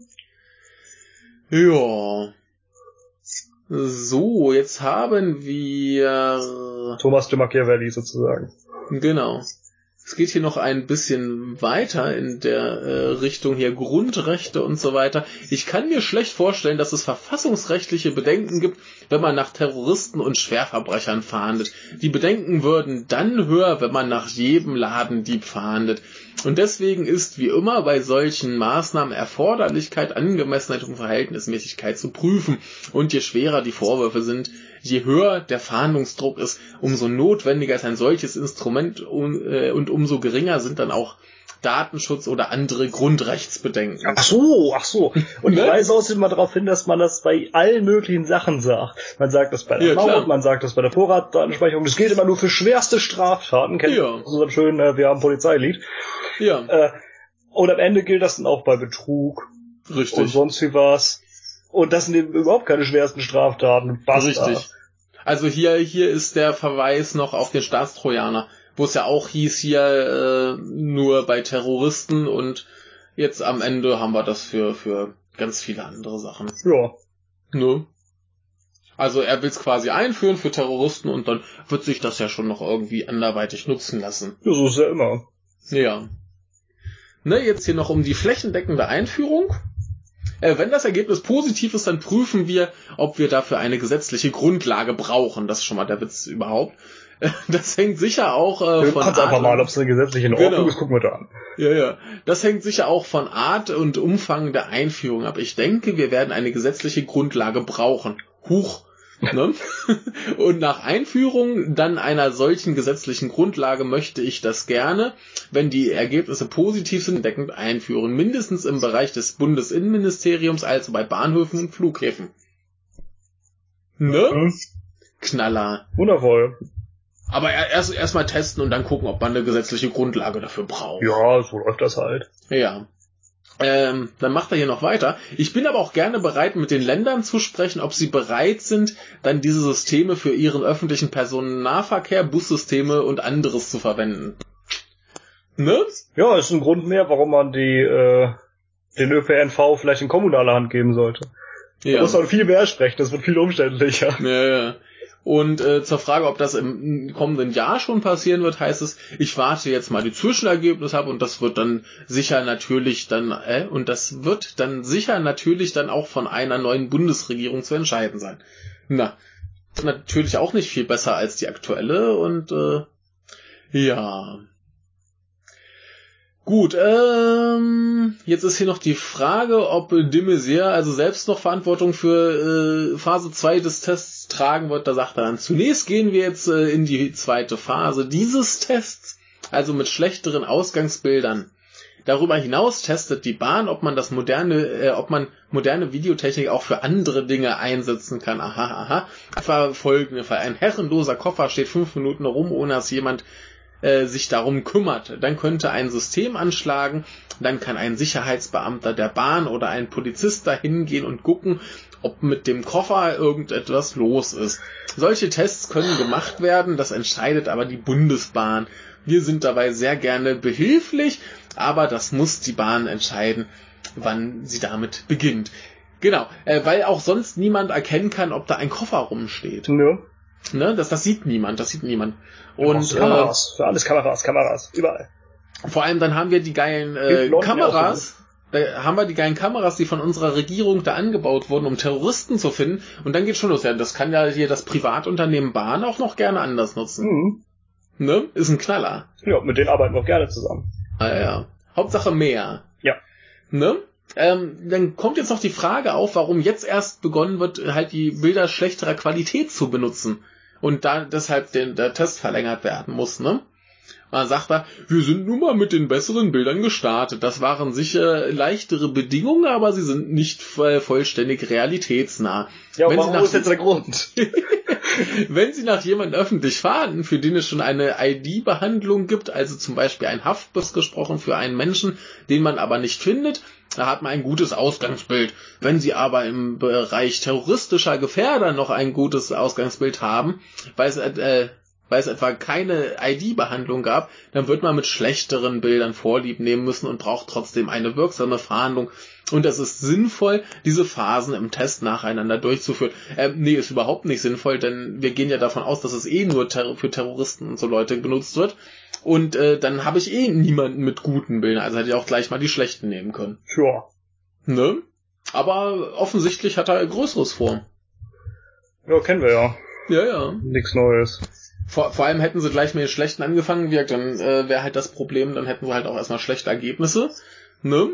Ja. So, jetzt haben wir Thomas de Machiavelli sozusagen. Genau. Es geht hier noch ein bisschen weiter in der Richtung hier Grundrechte und so weiter. Ich kann mir schlecht vorstellen, dass es verfassungsrechtliche Bedenken gibt, wenn man nach Terroristen und Schwerverbrechern fahndet. Die Bedenken würden dann höher, wenn man nach jedem Ladendieb fahndet. Und deswegen ist wie immer bei solchen Maßnahmen Erforderlichkeit, Angemessenheit und Verhältnismäßigkeit zu prüfen. Und je schwerer die Vorwürfe sind, je höher der Fahndungsdruck ist, umso notwendiger ist ein solches Instrument und umso geringer sind dann auch Datenschutz oder andere Grundrechtsbedenken. Ach so. Und ich weise außerdem mal darauf hin, dass man das bei allen möglichen Sachen sagt. Man sagt das bei der Maut, man sagt das bei der Vorratsdatenspeicherung. Das gilt immer nur für schwerste Straftaten. Kennt ihr so ein schön, wir haben Polizeilied. Ja. Und am Ende gilt das dann auch bei Betrug. Richtig. Und sonst wie was. Und das sind eben überhaupt keine schwersten Straftaten. Basta. Richtig. Also hier ist der Verweis noch auf den Staatstrojaner, wo es ja auch hieß, hier nur bei Terroristen, und jetzt am Ende haben wir das für ganz viele andere Sachen. Ja. Ne? Also er will es quasi einführen für Terroristen, und dann wird sich das ja schon noch irgendwie anderweitig nutzen lassen. Ja, so ist ja immer. Ja. Ne, jetzt hier noch um die flächendeckende Einführung. Wenn das Ergebnis positiv ist, dann prüfen wir, ob wir dafür eine gesetzliche Grundlage brauchen. Das ist schon mal der Witz überhaupt. Das hängt sicher auch von Art. Einfach mal, ob es eine gesetzliche Ordnung ist, gucken wir da an. Ja. Das hängt sicher auch von Art und Umfang der Einführung ab. Ich denke, wir werden eine gesetzliche Grundlage brauchen. Ne? Und nach Einführung dann einer solchen gesetzlichen Grundlage möchte ich das gerne, wenn die Ergebnisse positiv sind, deckend einführen. Mindestens im Bereich des Bundesinnenministeriums, also bei Bahnhöfen und Flughäfen. Ne? Knaller. Wundervoll. Aber erst mal testen und dann gucken, ob man eine gesetzliche Grundlage dafür braucht. Ja, so läuft das halt. Ja. Dann macht er hier noch weiter. Ich bin aber auch gerne bereit, mit den Ländern zu sprechen, ob sie bereit sind, dann diese Systeme für ihren öffentlichen Personennahverkehr, Bussysteme und anderes zu verwenden. Ne? Ja, ist ein Grund mehr, warum man den ÖPNV vielleicht in kommunale Hand geben sollte. Ja. Da muss man viel mehr sprechen, das wird viel umständlicher. Ja. Und zur Frage, ob das im kommenden Jahr schon passieren wird, heißt es, ich warte jetzt mal die Zwischenergebnisse ab, und das wird dann sicher natürlich dann auch von einer neuen Bundesregierung zu entscheiden sein. Na, natürlich auch nicht viel besser als die aktuelle, und ja. Gut, jetzt ist hier noch die Frage, ob de Maizière also selbst noch Verantwortung für Phase 2 des Tests tragen wird. Da sagt er dann, zunächst gehen wir jetzt in die zweite Phase dieses Tests, also mit schlechteren Ausgangsbildern. Darüber hinaus testet die Bahn, ob man moderne Videotechnik auch für andere Dinge einsetzen kann. Aha. Etwa folgende Fall. Ein herrenloser Koffer steht 5 Minuten rum, ohne dass jemand sich darum kümmert. Dann könnte ein System anschlagen, dann kann ein Sicherheitsbeamter der Bahn oder ein Polizist da hingehen und gucken, ob mit dem Koffer irgendetwas los ist. Solche Tests können gemacht werden, das entscheidet aber die Bundesbahn. Wir sind dabei sehr gerne behilflich, aber das muss die Bahn entscheiden, wann sie damit beginnt. Genau, weil auch sonst niemand erkennen kann, ob da ein Koffer rumsteht. Ja. Ne, das sieht niemand. Und Kameras, für alles Kameras, überall. Vor allem dann haben wir die geilen Kameras, die von unserer Regierung da angebaut wurden, um Terroristen zu finden. Und dann geht schon los. Ja, das kann ja hier das Privatunternehmen Bahn auch noch gerne anders nutzen. Mhm. Ne? Ist ein Knaller. Ja, mit denen arbeiten wir auch gerne zusammen. Ja. Hauptsache mehr. Ja. Ne? Dann kommt jetzt noch die Frage auf, warum jetzt erst begonnen wird, halt die Bilder schlechterer Qualität zu benutzen. Und da deshalb der Test verlängert werden muss, ne? Man sagt da, wir sind nun mal mit den besseren Bildern gestartet. Das waren sicher leichtere Bedingungen, aber sie sind nicht vollständig realitätsnah. Ja, warum ist jetzt der Grund? Wenn Sie nach jemandem öffentlich fahnden, für den es schon eine ID-Behandlung gibt, also zum Beispiel ein Haftbefehl gesprochen für einen Menschen, den man aber nicht findet, da hat man ein gutes Ausgangsbild. Wenn Sie aber im Bereich terroristischer Gefährder noch ein gutes Ausgangsbild haben, weil es etwa keine ID-Behandlung gab, dann wird man mit schlechteren Bildern Vorlieb nehmen müssen und braucht trotzdem eine wirksame Fahndung. Und es ist sinnvoll, diese Phasen im Test nacheinander durchzuführen. Nee, ist überhaupt nicht sinnvoll, denn wir gehen ja davon aus, dass es nur für Terroristen und so Leute benutzt wird. Und dann habe ich niemanden mit guten Bildern, also hätte ich auch gleich mal die schlechten nehmen können. Ja. Ne? Aber offensichtlich hat er Größeres vor. Ja, kennen wir ja. Ja. Nichts Neues. Vor allem hätten sie gleich mit den schlechten angefangen, dann wäre halt das Problem, dann hätten sie halt auch erstmal schlechte Ergebnisse. Ne?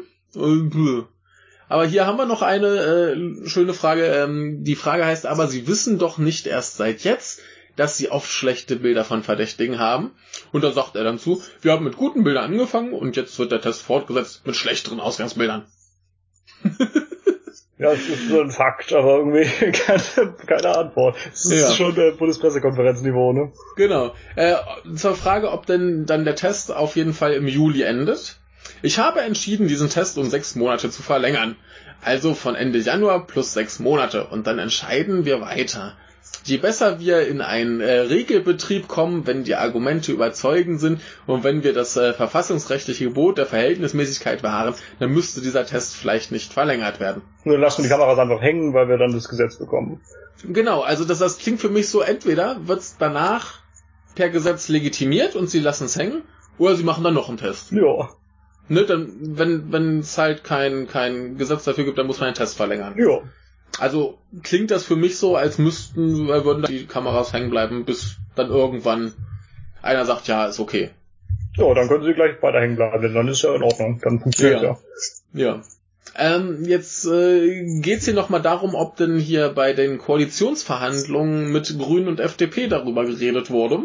Aber hier haben wir noch eine schöne Frage. Die Frage heißt aber, Sie wissen doch nicht erst seit jetzt, dass Sie oft schlechte Bilder von Verdächtigen haben. Und da sagt er dann zu, wir haben mit guten Bildern angefangen und jetzt wird der Test fortgesetzt mit schlechteren Ausgangsbildern. Ja, das ist so ein Fakt, aber irgendwie keine Antwort. Das ist schon Bundespressekonferenzniveau, ne? Genau. Zur Frage, ob denn dann der Test auf jeden Fall im Juli endet. Ich habe entschieden, diesen Test um 6 Monate zu verlängern. Also von Ende Januar plus 6 Monate. Und dann entscheiden wir weiter. Je besser wir in einen Regelbetrieb kommen, wenn die Argumente überzeugend sind und wenn wir das verfassungsrechtliche Gebot der Verhältnismäßigkeit wahren, dann müsste dieser Test vielleicht nicht verlängert werden. Nur lassen die Kameras einfach hängen, weil wir dann das Gesetz bekommen. Genau, also das klingt für mich so, entweder wird es danach per Gesetz legitimiert und sie lassen es hängen, oder sie machen dann noch einen Test. Ja. Ne, dann, wenn es halt kein Gesetz dafür gibt, dann muss man den Test verlängern. Ja. Also klingt das für mich so, als würden die Kameras hängen bleiben, bis dann irgendwann einer sagt, ja, ist okay. Ja, dann können sie gleich weiter hängen bleiben, dann ist ja in Ordnung, dann funktioniert ja. Ja. Jetzt geht's hier nochmal darum, ob denn hier bei den Koalitionsverhandlungen mit Grünen und FDP darüber geredet wurde.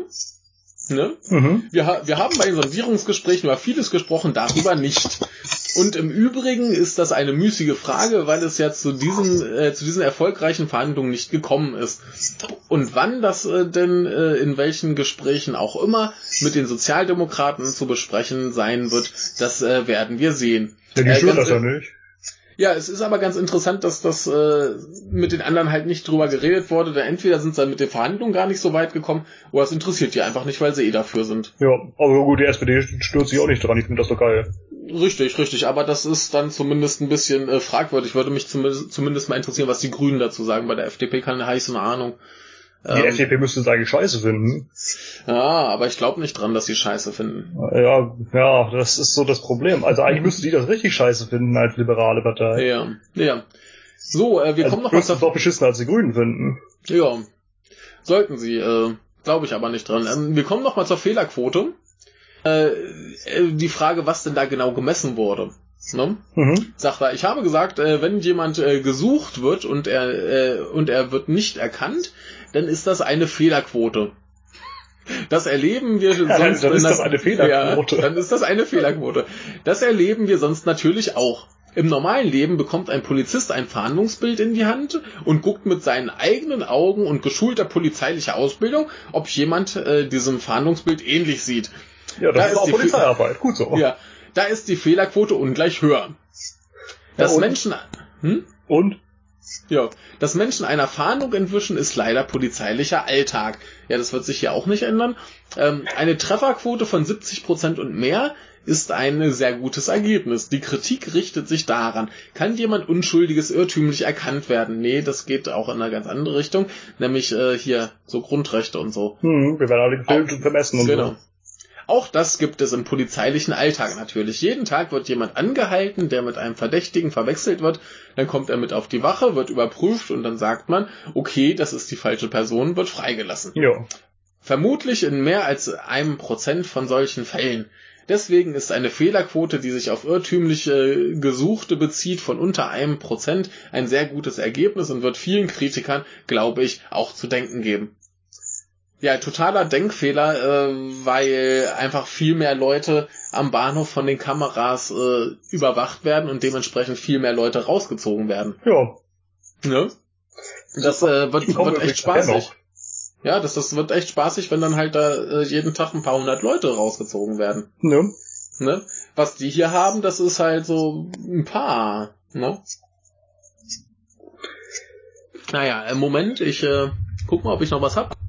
Ne? Mhm. Wir haben bei den Sondierungsgesprächen über vieles gesprochen, darüber nicht. Und im Übrigen ist das eine müßige Frage, weil es ja zu diesen erfolgreichen Verhandlungen nicht gekommen ist. Und wann das denn in welchen Gesprächen auch immer mit den Sozialdemokraten zu besprechen sein wird, das werden wir sehen. Ja, die spüren das ja nicht. Ja, es ist aber ganz interessant, dass das mit den anderen halt nicht drüber geredet wurde, denn entweder sind sie dann mit den Verhandlungen gar nicht so weit gekommen, oder es interessiert die einfach nicht, weil sie dafür sind. Ja, aber gut, die SPD stürzt sich auch nicht dran, ich finde das doch geil. Richtig, aber das ist dann zumindest ein bisschen fragwürdig. Würde mich zumindest mal interessieren, was die Grünen dazu sagen. Bei der FDP habe ich so eine Ahnung. Die FDP müsste es eigentlich scheiße finden. Ja, aber ich glaube nicht dran, dass sie scheiße finden. Ja, das ist so das Problem. Also eigentlich müsste die das richtig scheiße finden als liberale Partei. Ja. So, wir kommen noch mal zur... doch beschissen als die Grünen finden. Ja, sollten sie, glaube ich aber nicht dran. Wir kommen noch mal zur Fehlerquote. die Frage, was denn da genau gemessen wurde. Ne? Sagt er, ich habe gesagt, wenn jemand gesucht wird und er wird nicht erkannt, dann ist das eine Fehlerquote. Das erleben wir sonst... Dann ist das eine Fehlerquote. Ja, dann ist das eine Fehlerquote. Das erleben wir sonst natürlich auch. Im normalen Leben bekommt ein Polizist ein Fahndungsbild in die Hand und guckt mit seinen eigenen Augen und geschulter polizeilicher Ausbildung, ob jemand diesem Fahndungsbild ähnlich sieht. Ja, das ist auch Polizeiarbeit. Gut so. Ja, da ist die Fehlerquote ungleich höher. Dass Menschen... Ja, dass Menschen einer Fahndung entwischen, ist leider polizeilicher Alltag. Ja, das wird sich hier auch nicht ändern. Eine Trefferquote von 70% und mehr ist ein sehr gutes Ergebnis. Die Kritik richtet sich daran, kann jemand Unschuldiges irrtümlich erkannt werden? Nee, das geht auch in eine ganz andere Richtung, nämlich hier so Grundrechte und so. Wir werden alle gefilmt und vermessen und genau. so. Auch das gibt es im polizeilichen Alltag natürlich. Jeden Tag wird jemand angehalten, der mit einem Verdächtigen verwechselt wird. Dann kommt er mit auf die Wache, wird überprüft und dann sagt man, okay, das ist die falsche Person, wird freigelassen. Ja. Vermutlich in mehr als 1% von solchen Fällen. Deswegen ist eine Fehlerquote, die sich auf irrtümliche Gesuchte bezieht, von unter 1% ein sehr gutes Ergebnis und wird vielen Kritikern, glaube ich, auch zu denken geben. Ja, totaler Denkfehler, weil einfach viel mehr Leute am Bahnhof von den Kameras überwacht werden und dementsprechend viel mehr Leute rausgezogen werden. Ja. Ne? Das wird echt spaßig. Ja, das wird echt spaßig, wenn dann halt da jeden Tag ein paar hundert Leute rausgezogen werden. Ne? Ne? Was die hier haben, das ist halt so ein paar. Ne? Naja, im Moment, ich guck mal, ob ich noch was hab.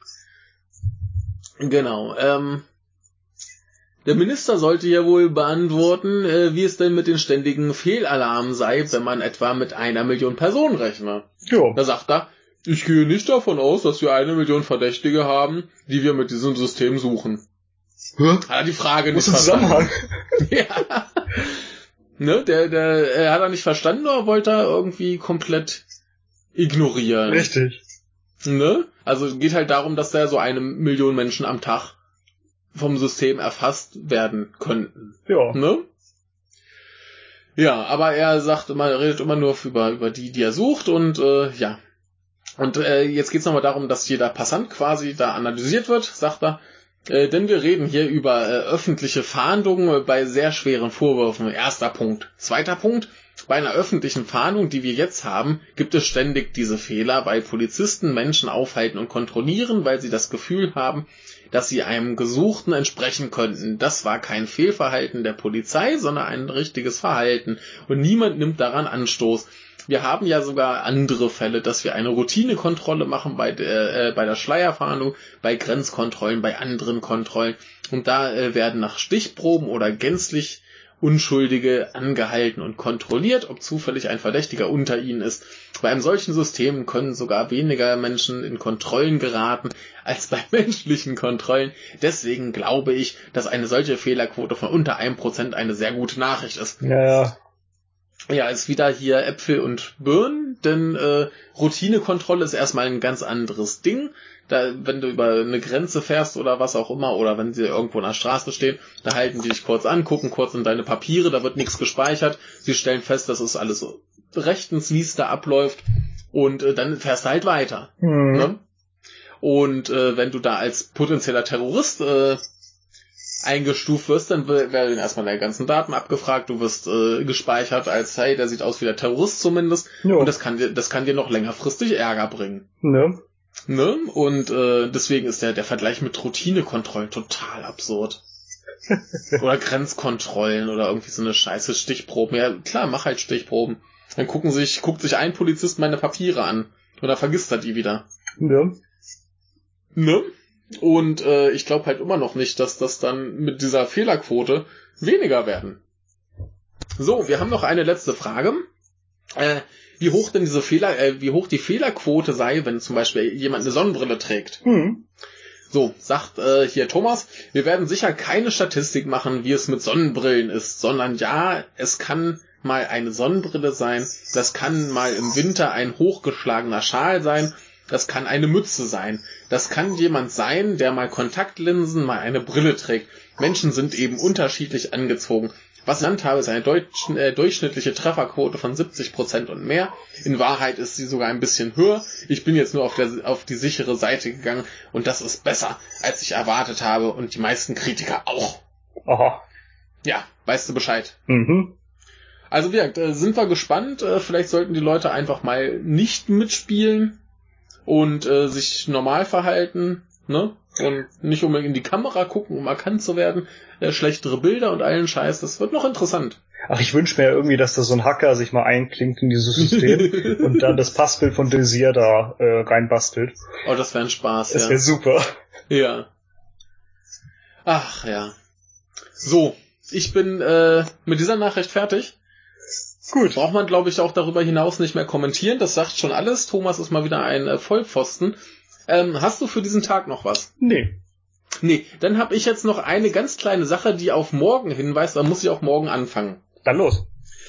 Genau, der Minister sollte ja wohl beantworten, wie es denn mit den ständigen Fehlalarmen sei, wenn man etwa mit 1 Million Personen rechne. Jo. Da sagt er, ich gehe nicht davon aus, dass wir 1 Million Verdächtige haben, die wir mit diesem System suchen. Hat er die Frage nicht verstanden. Ja. Ne, er hat er nicht verstanden oder wollte er irgendwie komplett ignorieren? Richtig. Ne? Also geht halt darum, dass da so 1 Million Menschen am Tag vom System erfasst werden könnten. Ja. Ne? Ja, aber er redet immer nur über die er sucht und ja. Und jetzt geht's nochmal darum, dass jeder Passant quasi da analysiert wird, sagt er. Denn wir reden hier über öffentliche Fahndungen bei sehr schweren Vorwürfen. Erster Punkt. Zweiter Punkt. Bei einer öffentlichen Fahndung, die wir jetzt haben, gibt es ständig diese Fehler, weil Polizisten Menschen aufhalten und kontrollieren, weil sie das Gefühl haben, dass sie einem Gesuchten entsprechen könnten. Das war kein Fehlverhalten der Polizei, sondern ein richtiges Verhalten. Und niemand nimmt daran Anstoß. Wir haben ja sogar andere Fälle, dass wir eine Routinekontrolle machen bei der Schleierfahndung, bei Grenzkontrollen, bei anderen Kontrollen. Und da werden nach Stichproben oder gänzlich Unschuldige angehalten und kontrolliert, ob zufällig ein Verdächtiger unter ihnen ist. Bei einem solchen System können sogar weniger Menschen in Kontrollen geraten als bei menschlichen Kontrollen. Deswegen glaube ich, dass eine solche Fehlerquote von unter 1% eine sehr gute Nachricht ist. Ja. Ja, ist wieder hier Äpfel und Birnen, denn Routinekontrolle ist erstmal ein ganz anderes Ding. Da, wenn du über eine Grenze fährst oder was auch immer, oder wenn sie irgendwo an der Straße stehen, da halten die dich kurz an, gucken kurz in deine Papiere, da wird nichts gespeichert. Sie stellen fest, das ist alles so rechtens, wie es da abläuft, und dann fährst du halt weiter. Ne? Und wenn du da als potenzieller Terrorist eingestuft wirst, dann werden erstmal deine ganzen Daten abgefragt, du wirst gespeichert als, hey, der sieht aus wie der Terrorist zumindest, jo. Und das kann dir noch längerfristig Ärger bringen. Ne? Und deswegen ist der Vergleich mit Routinekontrollen total absurd. Oder Grenzkontrollen oder irgendwie so eine scheiße Stichproben. Ja, klar, mach halt Stichproben. Dann guckt sich ein Polizist meine Papiere an. Oder vergisst er die wieder. Ja. Ne? Und ich glaube halt immer noch nicht, dass das dann mit dieser Fehlerquote weniger werden. So, wir haben noch eine letzte Frage. Wie hoch die Fehlerquote sei, wenn zum Beispiel jemand eine Sonnenbrille trägt. So, sagt hier Thomas, wir werden sicher keine Statistik machen, wie es mit Sonnenbrillen ist, sondern ja, es kann mal eine Sonnenbrille sein, das kann mal im Winter ein hochgeschlagener Schal sein, Das kann eine Mütze sein. Das kann jemand sein, der mal Kontaktlinsen, mal eine Brille trägt. Menschen sind eben unterschiedlich angezogen. Was ich genannt habe, ist eine durchschnittliche Trefferquote von 70% und mehr. In Wahrheit ist sie sogar ein bisschen höher. Ich bin jetzt nur auf die sichere Seite gegangen und das ist besser, als ich erwartet habe und die meisten Kritiker auch. Aha. Ja, weißt du Bescheid. Mhm. Also wie gesagt, sind wir gespannt. Vielleicht sollten die Leute einfach mal nicht mitspielen und sich normal verhalten, ne? Und nicht unbedingt in die Kamera gucken, um erkannt zu werden. Schlechtere Bilder und allen Scheiß. Das wird noch interessant. Ach, ich wünsche mir ja irgendwie, dass da so ein Hacker sich mal einklingt in dieses System und dann das Passbild von Desir da reinbastelt. Oh, das wäre ein Spaß, Das wäre super. Ja. Ach, ja. So, ich bin mit dieser Nachricht fertig. Gut. Braucht man, glaube ich, auch darüber hinaus nicht mehr kommentieren. Das sagt schon alles. Thomas ist mal wieder ein Vollpfosten. Hast du für diesen Tag noch was? Nee, dann habe ich jetzt noch eine ganz kleine Sache, die auf morgen hinweist. Da muss ich auch morgen anfangen. Dann los.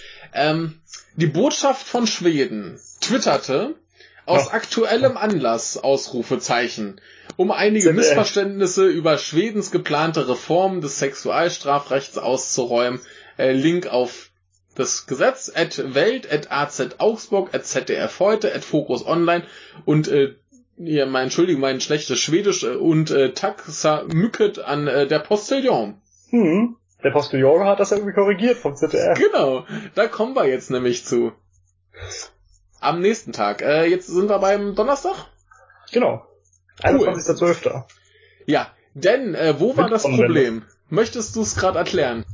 Die Botschaft von Schweden twitterte aus aktuellem Anlass, Ausrufezeichen, um einige Missverständnisse über Schwedens geplante Reform des Sexualstrafrechts auszuräumen. Link auf das Gesetz, @Welt, @AZ Augsburg, @ZDF heute, @Focus Online und mein schlechtes Schwedisch und Taxa Mycket an der Postillon. Der Postillon hat das irgendwie korrigiert vom ZDF. Genau, da kommen wir jetzt nämlich zu. Am nächsten Tag. Jetzt sind wir beim Donnerstag? Genau. 21.12. Ja, denn wo war das Problem? Möchtest du es gerade erklären?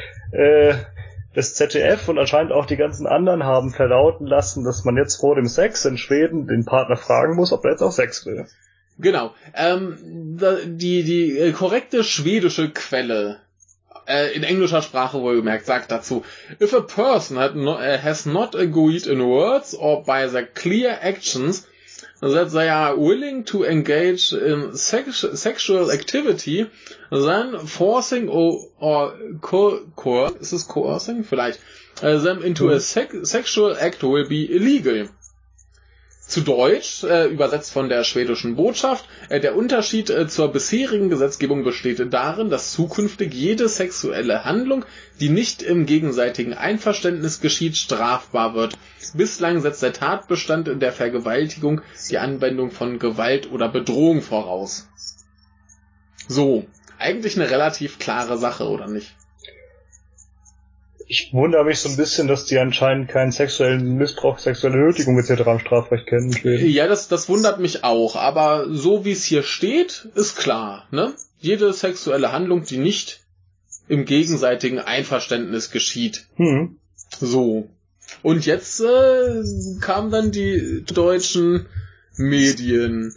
Das ZDF und anscheinend auch die ganzen anderen haben verlauten lassen, dass man jetzt vor dem Sex in Schweden den Partner fragen muss, ob er jetzt auch Sex will. Genau. Die korrekte schwedische Quelle, in englischer Sprache wohlgemerkt, sagt dazu: If a person has not agreed in words or by their clear actions that they are willing to engage in sexual activity, then forcing or coercing vielleicht them into a sexual act will be illegal. Zu Deutsch, übersetzt von der schwedischen Botschaft, der Unterschied zur bisherigen Gesetzgebung besteht darin, dass zukünftig jede sexuelle Handlung, die nicht im gegenseitigen Einverständnis geschieht, strafbar wird. Bislang setzt der Tatbestand der Vergewaltigung die Anwendung von Gewalt oder Bedrohung voraus. So, eigentlich eine relativ klare Sache, oder nicht? Ich wundere mich so ein bisschen, dass die anscheinend keinen sexuellen Missbrauch, sexuelle Nötigung etc. im Strafrecht kennen. Ja, das wundert mich auch, aber so wie es hier steht, ist klar, ne? Jede sexuelle Handlung, die nicht im gegenseitigen Einverständnis geschieht. So. Und jetzt kamen dann die deutschen Medien.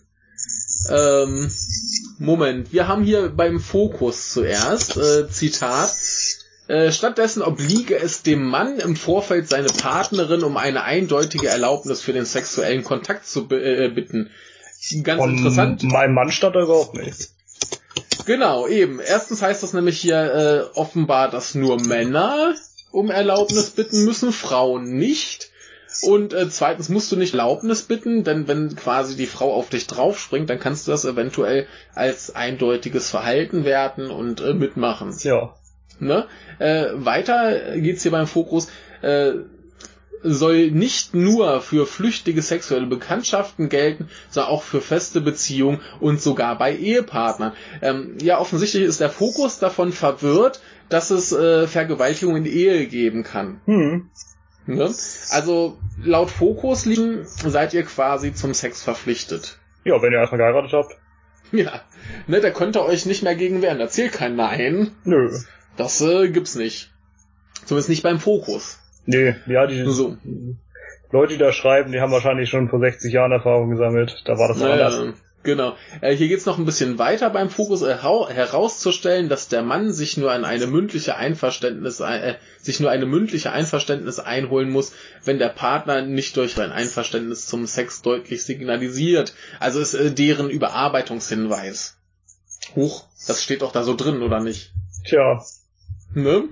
Moment, wir haben hier beim Focus zuerst, Zitat: Stattdessen obliege es dem Mann, im Vorfeld seine Partnerin um eine eindeutige Erlaubnis für den sexuellen Kontakt zu bitten. Ganz interessant. Mein Mann stand da überhaupt nicht. Genau, eben. Erstens heißt das nämlich hier offenbar, dass nur Männer um Erlaubnis bitten müssen, Frauen nicht. Und zweitens musst du nicht Erlaubnis bitten, denn wenn quasi die Frau auf dich draufspringt, dann kannst du das eventuell als eindeutiges Verhalten werten und mitmachen. Ja. Ne? Weiter geht's hier beim Fokus, soll nicht nur für flüchtige sexuelle Bekanntschaften gelten, sondern auch für feste Beziehungen und sogar bei Ehepartnern. Ja, offensichtlich ist der Fokus davon verwirrt, dass es Vergewaltigung in Ehe geben kann. Ne? Also laut Fokus seid ihr quasi zum Sex verpflichtet. Ja, wenn ihr erstmal geheiratet habt. Ja, ne, da könnt ihr euch nicht mehr gegen wehren. Da zählt kein Nein. Nö. Das gibt's nicht. Zumindest nicht beim Fokus. Nee, ja, die Leute, die da schreiben, die haben wahrscheinlich schon vor 60 Jahren Erfahrung gesammelt. Da war das anders. Genau. Hier geht's noch ein bisschen weiter beim Fokus, herauszustellen, dass der Mann sich nur eine mündliche Einverständnis einholen muss, wenn der Partner nicht durch ein Einverständnis zum Sex deutlich signalisiert. Also ist deren Überarbeitungshinweis. Huch, das steht doch da so drin, oder nicht? Tja. Ne?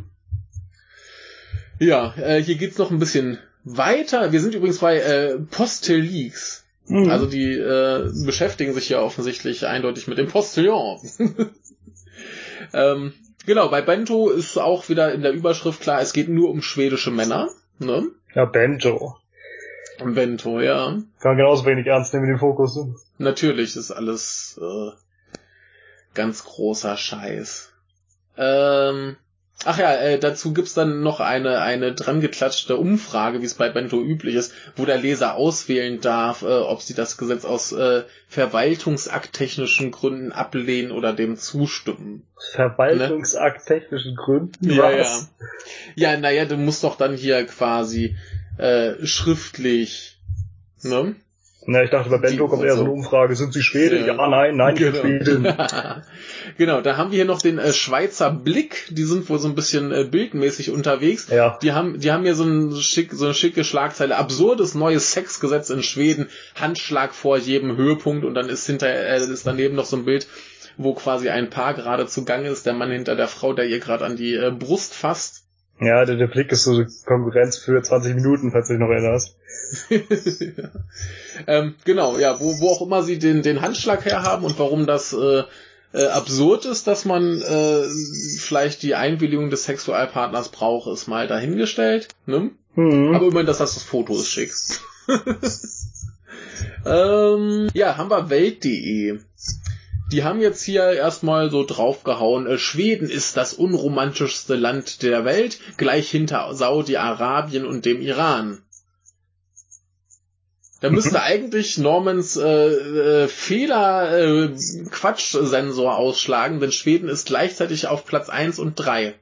Ja, hier geht's noch ein bisschen weiter. Wir sind übrigens bei Posteleaks. Mhm. Also die beschäftigen sich ja offensichtlich eindeutig mit dem Postillon. Genau, bei Bento ist auch wieder in der Überschrift klar, es geht nur um schwedische Männer. Ne? Ja, Bento. Bento, ja. Kann genauso wenig ernst nehmen wie den Fokus. Natürlich ist alles ganz großer Scheiß. Dazu gibt's dann noch eine dran geklatschte Umfrage, wie es bei Bento üblich ist, wo der Leser auswählen darf, ob sie das Gesetz aus verwaltungsakttechnischen Gründen ablehnen oder dem zustimmen. Verwaltungsakttechnischen Gründen? Ja, was? ja. Naja, du musst doch dann hier quasi schriftlich, ne? Na, ich dachte, bei Bento kommt eher so eine Umfrage, sind Sie Schwede? Ja, nein, genau. Ich bin Schwedin. Genau, da haben wir hier noch den Schweizer Blick, die sind wohl so ein bisschen bildmäßig unterwegs. Ja. Die haben hier so eine schicke Schlagzeile, absurdes neues Sexgesetz in Schweden, Handschlag vor jedem Höhepunkt, und dann ist ist daneben noch so ein Bild, wo quasi ein Paar gerade zugange ist, der Mann hinter der Frau, der ihr gerade an die Brust fasst. Ja, der Blick ist so Konkurrenz für 20 Minuten, falls du dich noch erinnerst. Genau, ja, wo auch immer sie den Handschlag herhaben und warum das absurd ist, dass man vielleicht die Einwilligung des Sexualpartners braucht, ist mal dahingestellt. Ne? Aber immerhin, dass das Foto ist schick. Haben wir Welt.de. Die haben jetzt hier erstmal so draufgehauen, Schweden ist das unromantischste Land der Welt, gleich hinter Saudi-Arabien und dem Iran. Da müsste eigentlich Normans Fehler-Quatsch-Sensor ausschlagen, denn Schweden ist gleichzeitig auf Platz 1 und 3.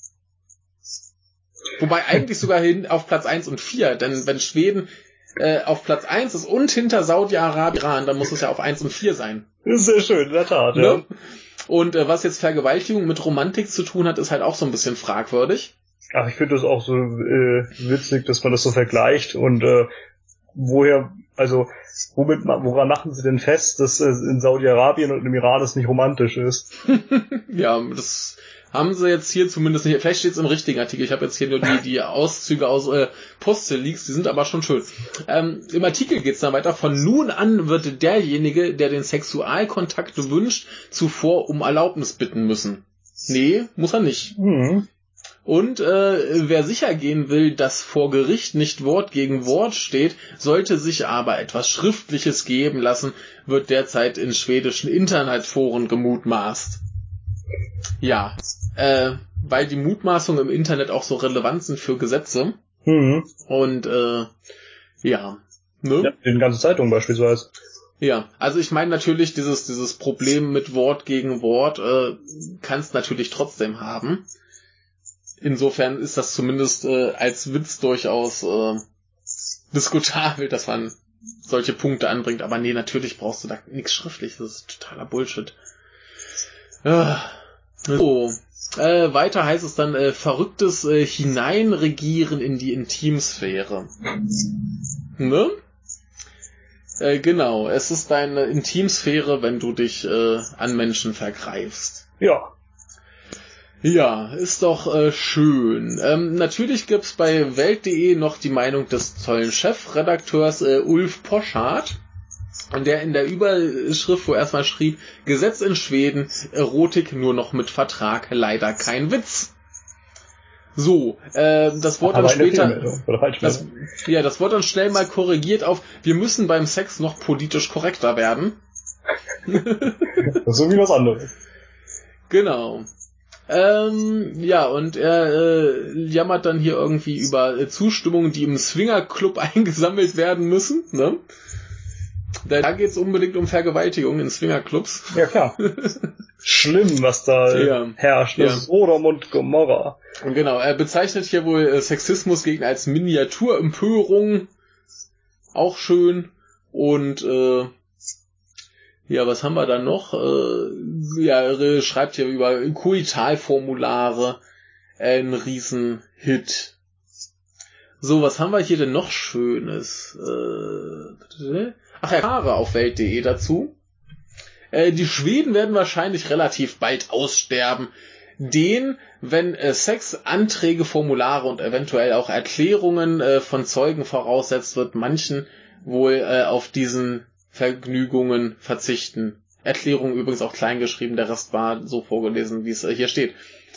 Wobei eigentlich sogar auf Platz 1 und 4, denn wenn Schweden auf Platz 1 ist und hinter Saudi-Arabien, Iran, dann muss es ja auf 1 und 4 sein. Das ist sehr schön, in der Tat, ne? Ja. Und was jetzt Vergewaltigung mit Romantik zu tun hat, ist halt auch so ein bisschen fragwürdig. Ach, ich finde das auch so witzig, dass man das so vergleicht und woran machen sie denn fest, dass in Saudi-Arabien und im Iran es nicht romantisch ist? Ja, das haben sie jetzt hier zumindest nicht. Vielleicht steht es im richtigen Artikel. Ich habe jetzt hier nur die Auszüge aus Postel-Leaks, die sind aber schon schön. Im Artikel geht's dann weiter. Von nun an wird derjenige, der den Sexualkontakt wünscht, zuvor um Erlaubnis bitten müssen. Nee, muss er nicht. Und wer sicher gehen will, dass vor Gericht nicht Wort gegen Wort steht, sollte sich aber etwas Schriftliches geben lassen, wird derzeit in schwedischen Internetforen gemutmaßt. Ja, weil die Mutmaßungen im Internet auch so relevant sind für Gesetze. Und ja. Ne? Ja, in den ganzen Zeitungen beispielsweise. Ja, also ich meine natürlich, dieses Problem mit Wort gegen Wort kannst natürlich trotzdem haben. Insofern ist das zumindest als Witz durchaus diskutabel, dass man solche Punkte anbringt. Aber nee, natürlich brauchst du da nichts Schriftliches. Das ist totaler Bullshit. So, weiter heißt es dann verrücktes Hineinregieren in die Intimsphäre. Ne? Genau, es ist deine Intimsphäre, wenn du dich an Menschen vergreifst. Ja. Ja, ist doch schön. Natürlich gibt's bei Welt.de noch die Meinung des tollen Chefredakteurs Ulf Poschardt, der in der Überschrift, wo erstmal schrieb, Gesetz in Schweden, Erotik nur noch mit Vertrag, leider kein Witz. So, das Wort dann später, das Wort dann schnell mal korrigiert auf, wir müssen beim Sex noch politisch korrekter werden. Das ist irgendwie was anderes. Genau. Ja, und er jammert dann hier irgendwie über Zustimmungen, die im Swingerclub eingesammelt werden müssen, ne? Da geht's unbedingt um Vergewaltigung in Swingerclubs. Ja, klar. Schlimm, was da herrscht. Das ist Sodom und Gomorra. Und genau, er bezeichnet hier wohl Sexismus als Miniaturempörung. Auch schön. Und ja, was haben wir da noch? Er schreibt hier über Koitalformulare. Ein Riesenhit. So, was haben wir hier denn noch Schönes? Haare auf Welt.de dazu. Die Schweden werden wahrscheinlich relativ bald aussterben. Wenn Sex, Anträge, Formulare und eventuell auch Erklärungen von Zeugen voraussetzt, wird manchen wohl auf diesen Vergnügungen verzichten. Erklärung übrigens auch klein geschrieben, der Rest war so vorgelesen, wie es hier steht.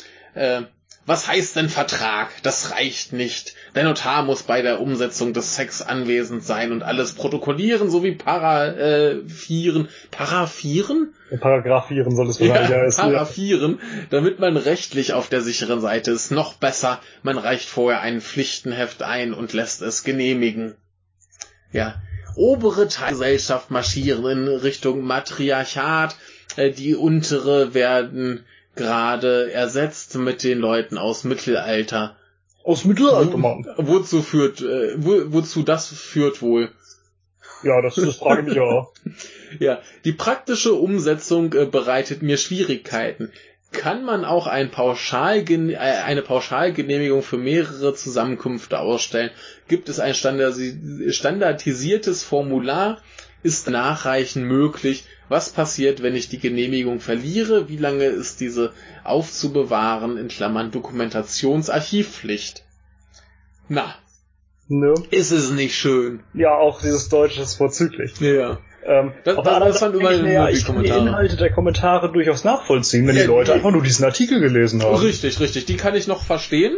Was heißt denn Vertrag? Das reicht nicht. Der Notar muss bei der Umsetzung des Sex anwesend sein und alles protokollieren, sowie paraphieren. Paraphieren? Paraphieren soll es wahrscheinlich heißen. Paraphieren, damit man rechtlich auf der sicheren Seite ist. Noch besser, man reicht vorher ein Pflichtenheft ein und lässt es genehmigen. Ja. Obere Teilgesellschaft marschieren in Richtung Matriarchat. Die untere werden gerade ersetzt mit den Leuten aus Mittelalter. Aus Mittelalter, Mann. Wozu das führt wohl? Ja, das frage ich mich auch. Ja, die praktische Umsetzung bereitet mir Schwierigkeiten. Kann man auch eine Pauschalgenehmigung für mehrere Zusammenkünfte ausstellen? Gibt es ein standardisiertes Formular? Ist Nachreichen möglich? Was passiert, wenn ich die Genehmigung verliere? Wie lange ist diese aufzubewahren, in Klammern Dokumentationsarchivpflicht? Na, ne? Ist es nicht schön? Ja, auch dieses Deutsche ist vorzüglich. Ja. Das fand ich kann die Inhalte der Kommentare durchaus nachvollziehen, wenn die Leute einfach nur diesen Artikel gelesen haben. Richtig. Die kann ich noch verstehen.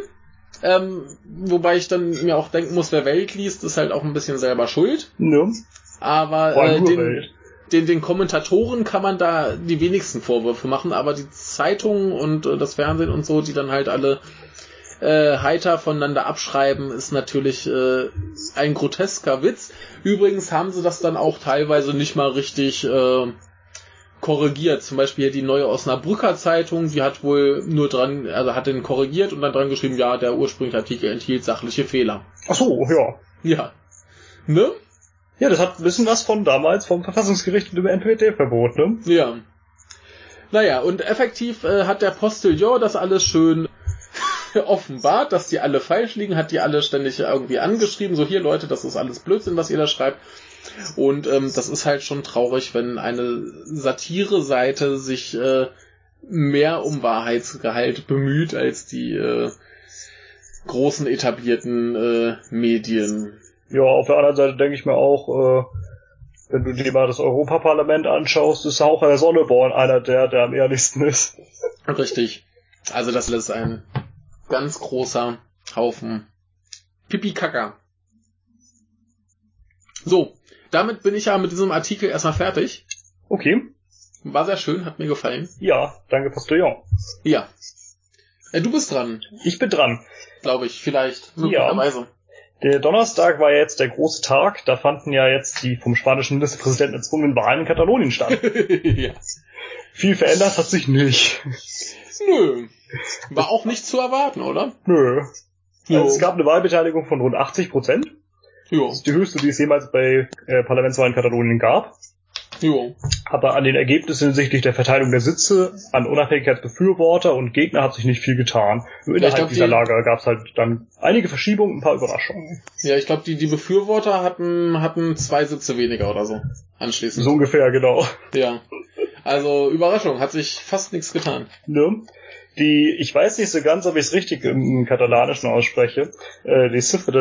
Wobei ich dann mir auch denken muss, wer Welt liest, ist halt auch ein bisschen selber schuld. Ne? Aber den Kommentatoren kann man da die wenigsten Vorwürfe machen, aber die Zeitungen und das Fernsehen und so, die dann halt alle heiter voneinander abschreiben, ist natürlich ein grotesker Witz. Übrigens haben sie das dann auch teilweise nicht mal richtig korrigiert. Zum Beispiel die neue Osnabrücker Zeitung, die hat wohl nur hat den korrigiert und dann dran geschrieben, ja, der ursprüngliche Artikel enthielt sachliche Fehler. Ach so, ja. Ja. Ne? Ja, das hat ein bisschen was von damals vom Verfassungsgericht und dem NPD-Verbot, ne? Ja. Naja, und effektiv hat der Postillon das alles schön offenbart, dass die alle falsch liegen, hat die alle ständig irgendwie angeschrieben, so hier Leute, das ist alles Blödsinn, was ihr da schreibt. Und das ist halt schon traurig, wenn eine Satire-Seite sich mehr um Wahrheitsgehalt bemüht als die großen etablierten Medien. Ja, auf der anderen Seite denke ich mir auch, wenn du dir mal das Europaparlament anschaust, ist auch Herr Sonneborn einer der am ehrlichsten ist. Richtig. Also das ist ein ganz großer Haufen Pipi-Kaka. So, damit bin ich ja mit diesem Artikel erstmal fertig. Okay. War sehr schön, hat mir gefallen. Ja, danke Postillon. Ja. Du bist dran. Ich bin dran. Glaube ich, vielleicht. Möglicherweise. Ja. Der Donnerstag war jetzt der große Tag. Da fanden ja jetzt die vom spanischen Ministerpräsidenten erzwungenen Wahlen in Katalonien statt. Ja. Viel verändert hat sich nicht. Nö. War auch nicht zu erwarten, oder? Nö. Also es gab eine Wahlbeteiligung von rund 80%. Jo. Das ist die höchste, die es jemals bei Parlamentswahlen in Katalonien gab. Jo. Aber an den Ergebnissen hinsichtlich der Verteilung der Sitze an Unabhängigkeitsbefürworter und Gegner hat sich nicht viel getan. Nur innerhalb dieser Lager gab es halt dann einige Verschiebungen, ein paar Überraschungen. Ja, ich glaube, die Befürworter hatten 2 Sitze weniger oder so anschließend. So ungefähr, genau. Ja. Also Überraschung, hat sich fast nichts getan. Ne? Ich weiß nicht so ganz, ob ich es richtig im Katalanischen ausspreche, die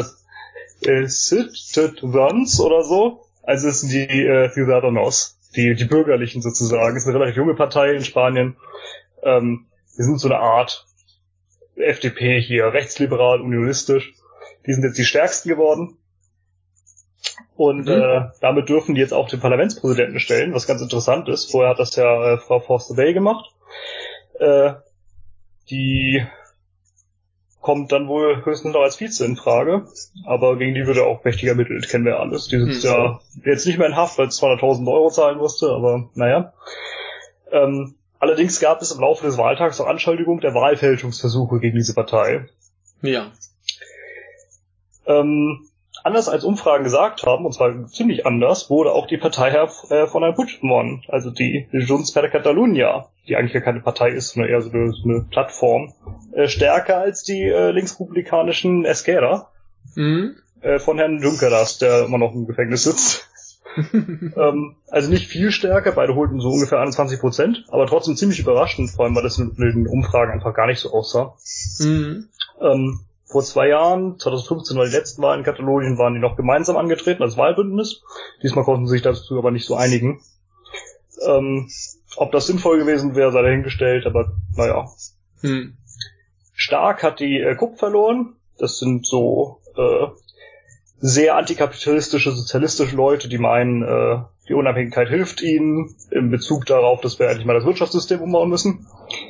Ciutadans oder so. Also es sind die Ciudadanos, die Bürgerlichen sozusagen. Es ist eine relativ junge Partei in Spanien. Wir sind so eine Art FDP hier, rechtsliberal, unionistisch. Die sind jetzt die stärksten geworden. Und damit dürfen die jetzt auch den Parlamentspräsidenten stellen, was ganz interessant ist. Vorher hat das ja Frau Forster-Bay gemacht. Die kommt dann wohl höchstens noch als Vize in Frage, aber gegen die wird er auch mächtig ermittelt, kennen wir alles. Die sitzt ja jetzt nicht mehr in Haft, weil es 200.000 Euro zahlen musste, aber naja. Allerdings gab es im Laufe des Wahltags auch Anschuldigungen der Wahlfälschungsversuche gegen diese Partei. Ja. Anders als Umfragen gesagt haben, und zwar ziemlich anders, wurde auch die Partei von einem Putsch gewonnen. Also die Junts per Catalunya, die eigentlich ja keine Partei ist, sondern eher so eine Plattform, stärker als die linksrepublikanischen Esquerra von Herrn Junqueras, der immer noch im Gefängnis sitzt. Also nicht viel stärker, beide holten so ungefähr 21%, aber trotzdem ziemlich überraschend, vor allem weil das in den Umfragen einfach gar nicht so aussah. vor 2 Jahren, 2015 war die letzten Wahlen in Katalonien, waren die noch gemeinsam angetreten als Wahlbündnis. Diesmal konnten sie sich dazu aber nicht so einigen. Ob das sinnvoll gewesen wäre, sei dahingestellt, aber naja. Stark hat die KUP verloren. Das sind so sehr antikapitalistische, sozialistische Leute, die meinen, die Unabhängigkeit hilft ihnen, in Bezug darauf, dass wir endlich mal das Wirtschaftssystem umbauen müssen.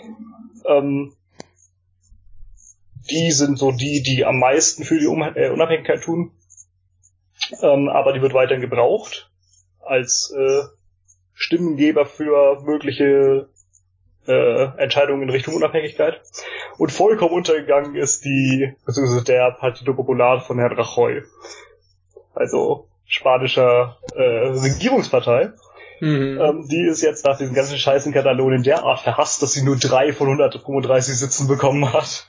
Die sind so die am meisten für die Unabhängigkeit tun. Aber die wird weiterhin gebraucht als Stimmengeber für mögliche Entscheidungen in Richtung Unabhängigkeit. Und vollkommen untergegangen ist beziehungsweise der Partido Popular von Herrn Rajoy. Also spanischer Regierungspartei. Die ist jetzt nach diesem ganzen Scheiß in Katalonien derart verhasst, dass sie nur 3 von 135 Sitzen bekommen hat.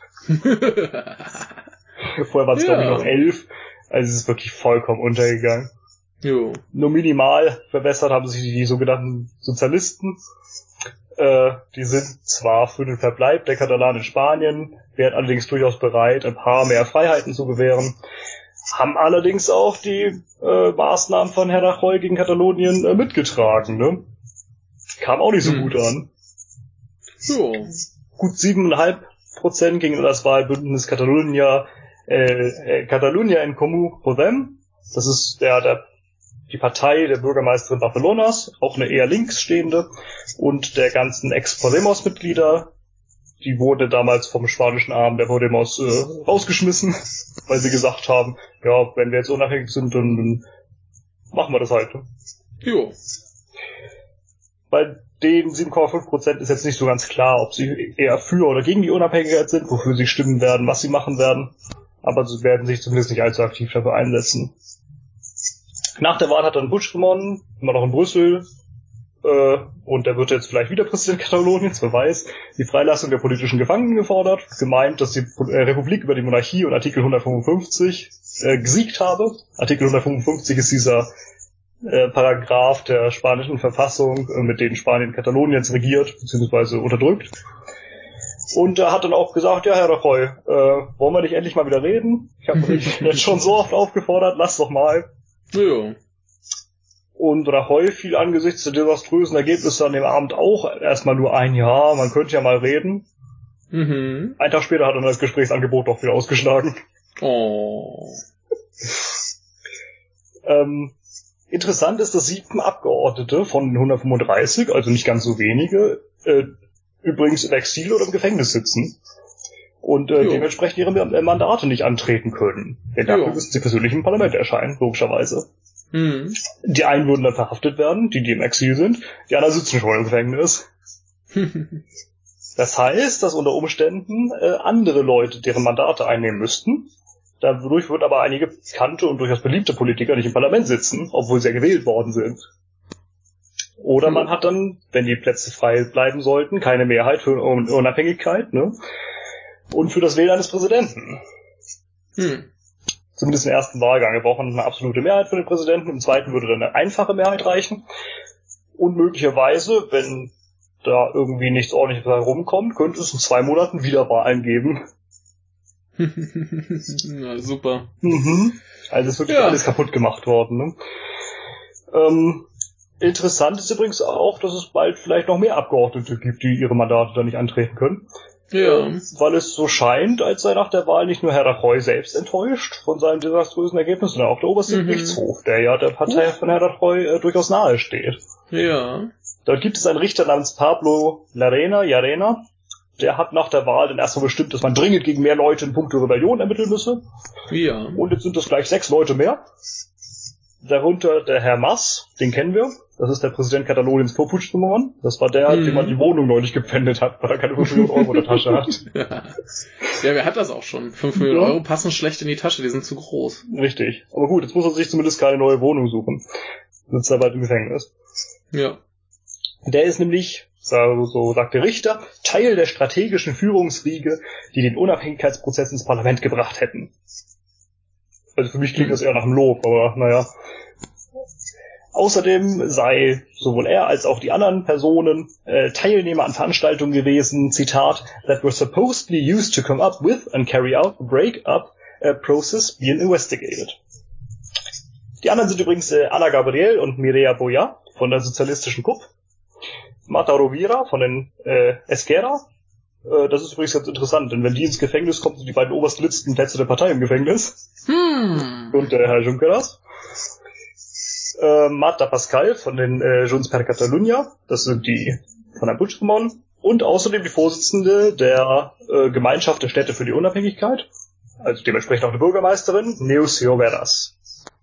Vorher waren es, glaube ich, noch 11. Also es ist wirklich vollkommen untergegangen. Jo. Nur minimal verbessert haben sich die sogenannten Sozialisten. Die sind zwar für den Verbleib der Katalanen in Spanien, wären allerdings durchaus bereit, ein paar mehr Freiheiten zu gewähren, haben allerdings auch die Maßnahmen von Herrn Rajoy gegen Katalonien mitgetragen. Ne? Kam auch nicht so gut an. Jo. Gut 7,5% gegen das Wahlbündnis Catalunya en Comú Podem. Das ist die Partei der Bürgermeisterin Barcelonas, auch eine eher links stehende, und der ganzen Ex-Podemos-Mitglieder. Die wurde damals vom spanischen Arm der Podemos rausgeschmissen, weil sie gesagt haben, ja, wenn wir jetzt unabhängig sind, dann machen wir das halt. Jo. Bei den 7,5% ist jetzt nicht so ganz klar, ob sie eher für oder gegen die Unabhängigkeit sind, wofür sie stimmen werden, was sie machen werden. Aber sie werden sich zumindest nicht allzu aktiv dafür einsetzen. Nach der Wahl hat dann Bush gewonnen, immer noch in Brüssel, und er wird jetzt vielleicht wieder Präsident Kataloniens, wer weiß, die Freilassung der politischen Gefangenen gefordert, gemeint, dass die Republik über die Monarchie und Artikel 155 gesiegt habe. Artikel 155 ist dieser Paragraph der spanischen Verfassung, mit dem Spanien Katalonien jetzt regiert, beziehungsweise unterdrückt. Und er hat dann auch gesagt, ja, Herr Rajoy, wollen wir nicht endlich mal wieder reden? Ich habe mich jetzt schon so oft aufgefordert, lass doch mal. Ja. Und Rajoy fiel angesichts der desaströsen Ergebnisse an dem Abend auch erstmal nur ein Jahr, man könnte ja mal reden. Einen Tag später hat er das Gesprächsangebot doch wieder ausgeschlagen. Oh. Interessant ist, dass 7 Abgeordnete von den 135, also nicht ganz so wenige, übrigens im Exil oder im Gefängnis sitzen und dementsprechend ihre Mandate nicht antreten können. Denn dafür müssen sie persönlich im Parlament erscheinen, logischerweise. Die einen würden dann verhaftet werden, die im Exil sind, die anderen sitzen schon im Gefängnis. Das heißt, dass unter Umständen andere Leute deren Mandate einnehmen müssten. Dadurch wird aber einige bekannte und durchaus beliebte Politiker nicht im Parlament sitzen, obwohl sie ja gewählt worden sind. Oder man hat dann, wenn die Plätze frei bleiben sollten, keine Mehrheit für Unabhängigkeit, ne? Und für das Wählen eines Präsidenten. Zumindest im ersten Wahlgang. Wir brauchen eine absolute Mehrheit für den Präsidenten. Im zweiten würde dann eine einfache Mehrheit reichen. Und möglicherweise, wenn da irgendwie nichts Ordentliches herumkommt, könnte es in 2 Monaten wieder Wahlen geben. Na, super. Also ist wirklich alles kaputt gemacht worden. Ne? Interessant ist übrigens auch, dass es bald vielleicht noch mehr Abgeordnete gibt, die ihre Mandate da nicht antreten können. Ja. Weil es so scheint, als sei nach der Wahl nicht nur Herr Rajoy selbst enttäuscht von seinem desaströsen Ergebnis, sondern auch der oberste Gerichtshof, der ja der Partei von Herrn Rajoy durchaus nahe steht. Ja. Dort gibt es einen Richter namens Pablo Llarena, der hat nach der Wahl dann erstmal bestimmt, dass man dringend gegen mehr Leute in puncto Rebellion ermitteln müsse. Ja. Und jetzt sind das gleich 6 Leute mehr. Darunter der Herr Mas, den kennen wir. Das ist der Präsident Kataloniens vor Puigdemont. Das war der, dem man die Wohnung neulich gepfändet hat, weil er keine 5 Millionen Euro in der Tasche hat. Ja, wer hat das auch schon? 5 Millionen Euro passen schlecht in die Tasche, die sind zu groß. Richtig. Aber gut, jetzt muss er sich zumindest keine neue Wohnung suchen. Sitzt er bald im Gefängnis. Ja. Der ist nämlich, so sagt der Richter, Teil der strategischen Führungsriege, die den Unabhängigkeitsprozess ins Parlament gebracht hätten. Also für mich klingt das eher nach einem Lob, aber naja. Außerdem sei sowohl er als auch die anderen Personen Teilnehmer an Veranstaltungen gewesen, Zitat, that were supposedly used to come up with and carry out a break-up process being investigated. Die anderen sind übrigens Ana Gabriel und Mireia Boya von der sozialistischen KUP, Marta Rovira von den Esquerra. Das ist übrigens ganz interessant, denn wenn die ins Gefängnis kommen, sind die beiden obersten Listenplätze der Partei im Gefängnis. Und Herr Junqueras. Marta Pascal von den Junts per Catalunya, das sind die von der Puigdemont, und außerdem die Vorsitzende der Gemeinschaft der Städte für die Unabhängigkeit, also dementsprechend auch eine Bürgermeisterin, Neus Lloveras.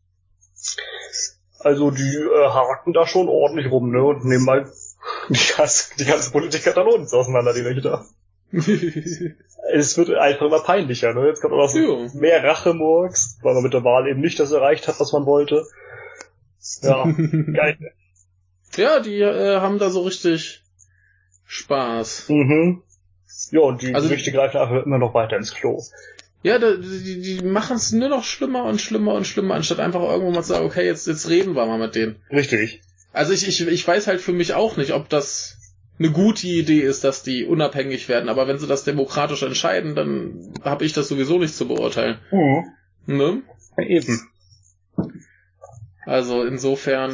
Also die haken da schon ordentlich rum, ne, und nehmen mal die ganze Politik Kataloniens auseinander, die welche da. Es wird einfach immer peinlicher, ne, jetzt kommt auch noch mehr Rachemurks, weil man mit der Wahl eben nicht das erreicht hat, was man wollte. Ja, geil. Ja, die haben da so richtig Spaß. Mhm. Ja, und die Gerüchte greifen einfach immer noch weiter ins Klo. Ja, die machen es nur noch schlimmer und schlimmer und schlimmer, anstatt einfach irgendwo mal zu sagen, okay, jetzt reden wir mal mit denen. Richtig. Also ich weiß halt für mich auch nicht, ob das eine gute Idee ist, dass die unabhängig werden, aber wenn sie das demokratisch entscheiden, dann habe ich das sowieso nicht zu beurteilen. Ne? Ja, eben. Also insofern,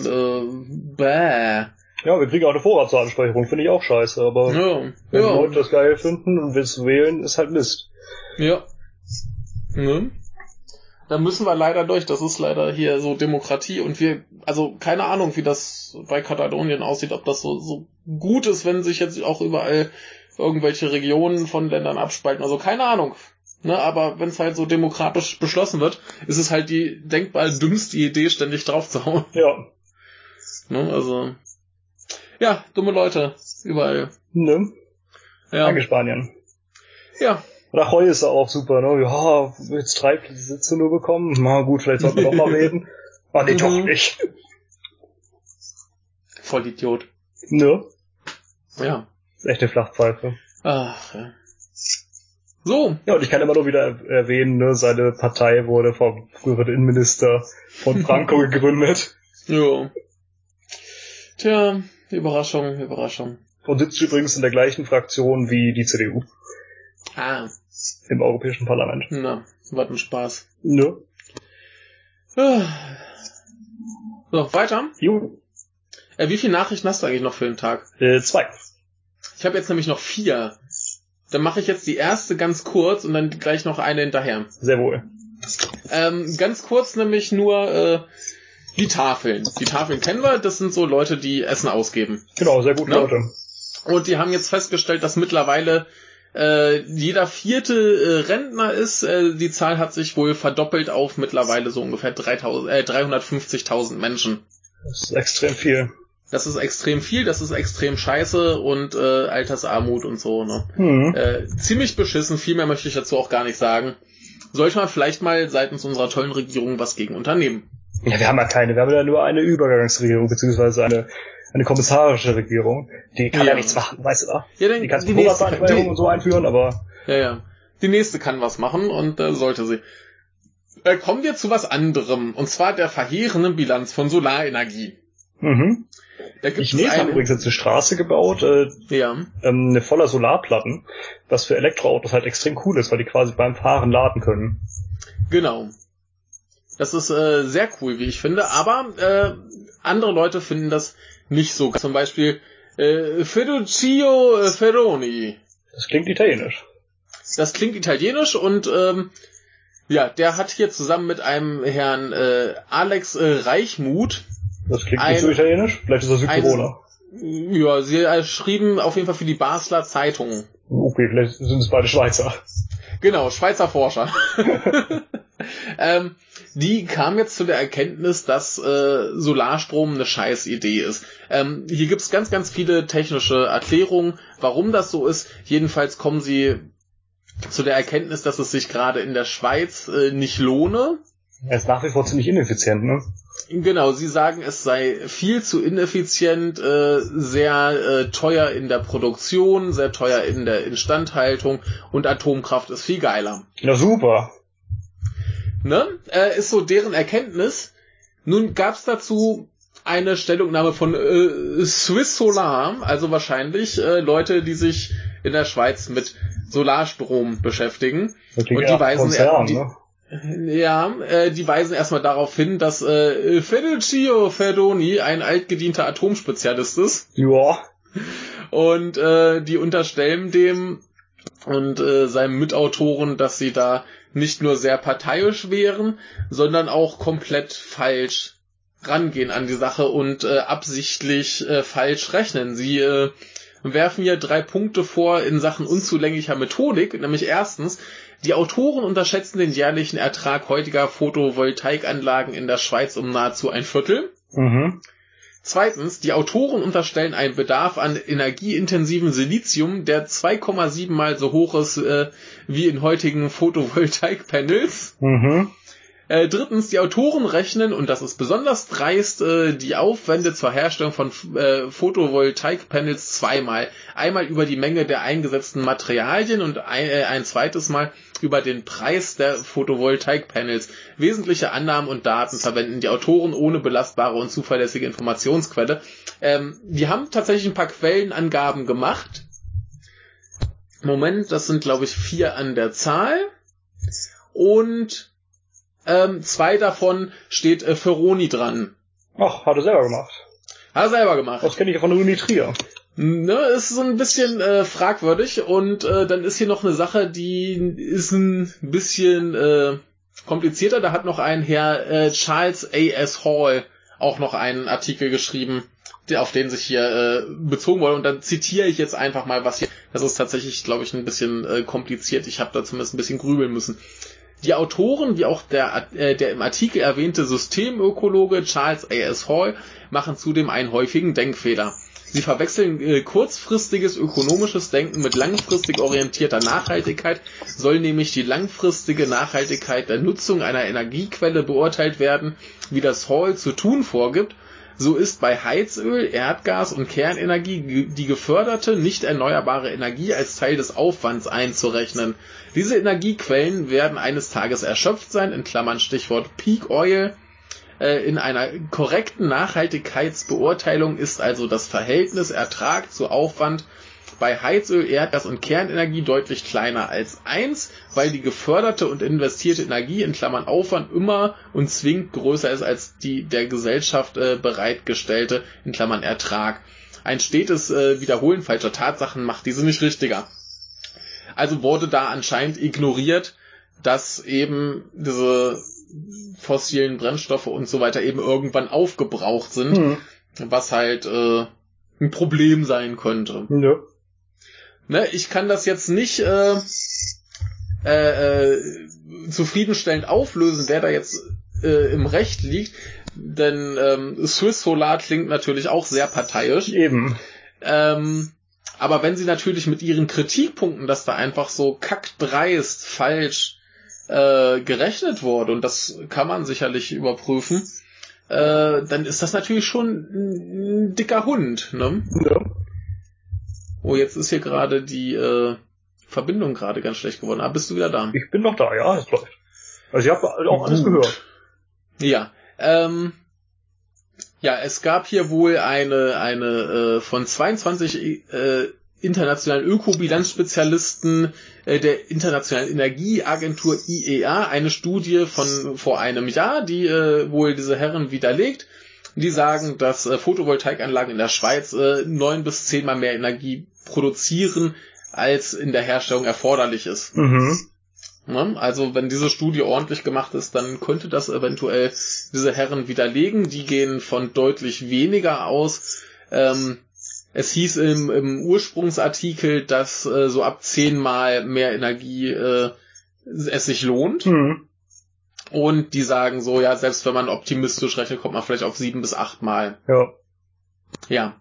Ja, wir kriegen auch eine Vorratsansprechung, finde ich auch scheiße, aber wenn die Leute das geil finden und wir es wählen, ist halt Mist. Ja. Ne? Da müssen wir leider durch, das ist leider hier so Demokratie und also keine Ahnung, wie das bei Katalonien aussieht, ob das so gut ist, wenn sich jetzt auch überall irgendwelche Regionen von Ländern abspalten, also keine Ahnung. Ne, aber wenn es halt so demokratisch beschlossen wird, ist es halt die denkbar dümmste Idee, ständig draufzuhauen. Ja. Ne, also, ja, dumme Leute, überall. Ne? Ja. Danke, Spanien. Ja. Rajoy ist auch super, ne? Ja, jetzt 3 Sitze nur bekommen. Na gut, vielleicht sollten wir doch mal reden. Ah, nee, doch nicht. Vollidiot. Ne? Ja. Ist echt eine Flachpfeife. Ach, ja. So. Ja, und ich kann immer nur wieder erwähnen, ne, seine Partei wurde vom früheren Innenminister von Franco gegründet. Jo. Tja, Überraschung, Überraschung. Und sitzt übrigens in der gleichen Fraktion wie die CDU. Ah. Im Europäischen Parlament. Na, was ein Spaß. Ne? So, weiter? Jo. Wie viele Nachrichten hast du eigentlich noch für den Tag? 2. Ich habe jetzt nämlich noch 4. Dann mache ich jetzt die erste ganz kurz und dann gleich noch eine hinterher. Sehr wohl. Ganz kurz nämlich nur die Tafeln. Die Tafeln kennen wir, das sind so Leute, die Essen ausgeben. Genau, sehr gute Leute. Und die haben jetzt festgestellt, dass mittlerweile jeder 4. Rentner ist. Die Zahl hat sich wohl verdoppelt auf mittlerweile so ungefähr 350.000 Menschen. Das ist extrem viel. Das ist extrem viel, das ist extrem scheiße und Altersarmut und so, ne? Ziemlich beschissen, viel mehr möchte ich dazu auch gar nicht sagen. Sollte man vielleicht mal seitens unserer tollen Regierung was gegen unternehmen? Ja, wir haben ja keine, wir haben ja nur eine Übergangsregierung, beziehungsweise eine kommissarische Regierung. Die kann ja nichts machen, weißt du da? Ja, die kann die Vorratsanspeicherung und so einführen, aber... Ja. Die nächste kann was machen und sollte sie. Kommen wir zu was anderem, und zwar der verheerenden Bilanz von Solarenergie. Da gibt die Chinesen haben übrigens jetzt eine Straße gebaut, eine voller Solarplatten, was für Elektroautos halt extrem cool ist, weil die quasi beim Fahren laden können. Genau. Das ist sehr cool, wie ich finde, aber andere Leute finden das nicht so. Zum Beispiel Ferruccio Ferroni. Das klingt italienisch. Das klingt italienisch und der hat hier zusammen mit einem Herrn Alex Reichmuth. Das klingt nicht so italienisch. Vielleicht ist er Südtiroler. Ja, sie schrieben auf jeden Fall für die Basler Zeitung. Okay, vielleicht sind es beide Schweizer. Genau, Schweizer Forscher. Die kamen jetzt zu der Erkenntnis, dass Solarstrom eine scheiß Idee ist. Hier gibt's ganz, ganz viele technische Erklärungen, warum das so ist. Jedenfalls kommen sie zu der Erkenntnis, dass es sich gerade in der Schweiz nicht lohne. Er ist nach wie vor ziemlich ineffizient, ne? Genau, sie sagen, es sei viel zu ineffizient, sehr teuer in der Produktion, sehr teuer in der Instandhaltung und Atomkraft ist viel geiler. Na super. Ne? Ist so deren Erkenntnis. Nun gab's dazu eine Stellungnahme von Swiss Solar, also wahrscheinlich Leute, die sich in der Schweiz mit Solarstrom beschäftigen. Und die weisen die weisen erstmal darauf hin, dass Federico Verdoni ein altgedienter Atomspezialist ist. Ja. Und die unterstellen dem und seinem Mitautoren, dass sie da nicht nur sehr parteiisch wären, sondern auch komplett falsch rangehen an die Sache und absichtlich falsch rechnen. Sie werfen hier 3 Punkte vor in Sachen unzulänglicher Methodik, nämlich erstens, die Autoren unterschätzen den jährlichen Ertrag heutiger Photovoltaikanlagen in der Schweiz um nahezu 1/4. Mhm. Zweitens, die Autoren unterstellen einen Bedarf an energieintensivem Silizium, der 2,7 mal so hoch ist wie in heutigen Photovoltaikpanels. Mhm. Drittens, die Autoren rechnen, und das ist besonders dreist, die Aufwände zur Herstellung von Photovoltaikpanels zweimal. Einmal über die Menge der eingesetzten Materialien und ein zweites Mal über den Preis der Photovoltaikpanels. Wesentliche Annahmen und Daten verwenden die Autoren ohne belastbare und zuverlässige Informationsquelle. Die haben tatsächlich ein paar Quellenangaben gemacht. Moment, das sind glaube ich 4 an der Zahl. Und 2 davon steht Ferroni dran. Ach, hat er selber gemacht. Hat er selber gemacht. Das kenne ich ja von der Uni Trier. Ne, ist so ein bisschen fragwürdig. Und dann ist hier noch eine Sache, die ist ein bisschen komplizierter. Da hat noch ein Herr Charles A.S. Hall auch noch einen Artikel geschrieben, auf den sich hier bezogen wurde. Und dann zitiere ich jetzt einfach mal was hier. Das ist tatsächlich, glaube ich, ein bisschen kompliziert. Ich habe da zumindest ein bisschen grübeln müssen. Die Autoren, wie auch der im Artikel erwähnte Systemökologe Charles A.S. Hall, machen zudem einen häufigen Denkfehler. Sie verwechseln kurzfristiges ökonomisches Denken mit langfristig orientierter Nachhaltigkeit, soll nämlich die langfristige Nachhaltigkeit der Nutzung einer Energiequelle beurteilt werden, wie das Hall zu tun vorgibt. So ist bei Heizöl, Erdgas und Kernenergie die geförderte, nicht erneuerbare Energie als Teil des Aufwands einzurechnen. Diese Energiequellen werden eines Tages erschöpft sein, in Klammern Stichwort Peak Oil. In einer korrekten Nachhaltigkeitsbeurteilung ist also das Verhältnis Ertrag zu Aufwand bei Heizöl, Erdgas und Kernenergie deutlich kleiner als 1, weil die geförderte und investierte Energie in Klammern Aufwand immer und zwingend größer ist als die der Gesellschaft bereitgestellte in Klammern Ertrag. Ein stetes Wiederholen falscher Tatsachen macht diese nicht richtiger. Also wurde da anscheinend ignoriert, dass eben diese fossilen Brennstoffe und so weiter eben irgendwann aufgebraucht sind, was halt ein Problem sein könnte. Ja. Ne, ich kann das jetzt nicht zufriedenstellend auflösen, wer da jetzt im Recht liegt, denn Swiss Solar klingt natürlich auch sehr parteiisch. Eben. Aber wenn sie natürlich mit ihren Kritikpunkten, dass da einfach so kackdreist falsch gerechnet wurde, und das kann man sicherlich überprüfen, dann ist das natürlich schon ein dicker Hund, ne? Ja. Oh, jetzt ist hier gerade die Verbindung gerade ganz schlecht geworden. Ah, bist du wieder da? Ich bin noch da, ja, es läuft. Also ich habe auch alles gehört. Ja, ja, es gab hier wohl eine von 22 internationalen Ökobilanzspezialisten der Internationalen Energieagentur IEA eine Studie von vor einem Jahr, die wohl diese Herren widerlegt. Die sagen, dass Photovoltaikanlagen in der Schweiz 9 bis 10 Mal mehr Energie produzieren, als in der Herstellung erforderlich ist. Mhm. Also wenn diese Studie ordentlich gemacht ist, dann könnte das eventuell diese Herren widerlegen. Die gehen von deutlich weniger aus. Es hieß im Ursprungsartikel, dass so ab 10 Mal mehr Energie es sich lohnt. Mhm. Und die sagen so, ja, selbst wenn man optimistisch rechnet, kommt man vielleicht auf 7 bis 8 Mal. Ja. Ja.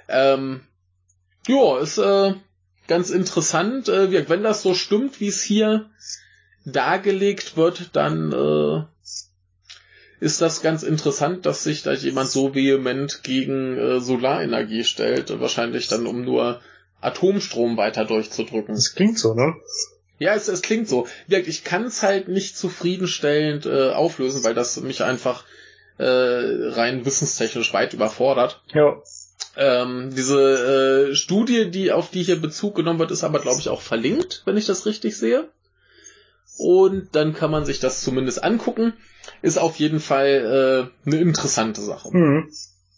Ja, ist ganz interessant. Wenn das so stimmt, wie es hier dargelegt wird, dann ist das ganz interessant, dass sich da jemand so vehement gegen Solarenergie stellt. Wahrscheinlich dann, um nur Atomstrom weiter durchzudrücken. Das klingt so, ne? Ja, es klingt so. Ich kann es halt nicht zufriedenstellend auflösen, weil das mich einfach rein wissenstechnisch weit überfordert. Ja. Diese Studie, auf die hier Bezug genommen wird, ist aber, glaube ich, auch verlinkt, wenn ich das richtig sehe. Und dann kann man sich das zumindest angucken. Ist auf jeden Fall eine interessante Sache. Mhm.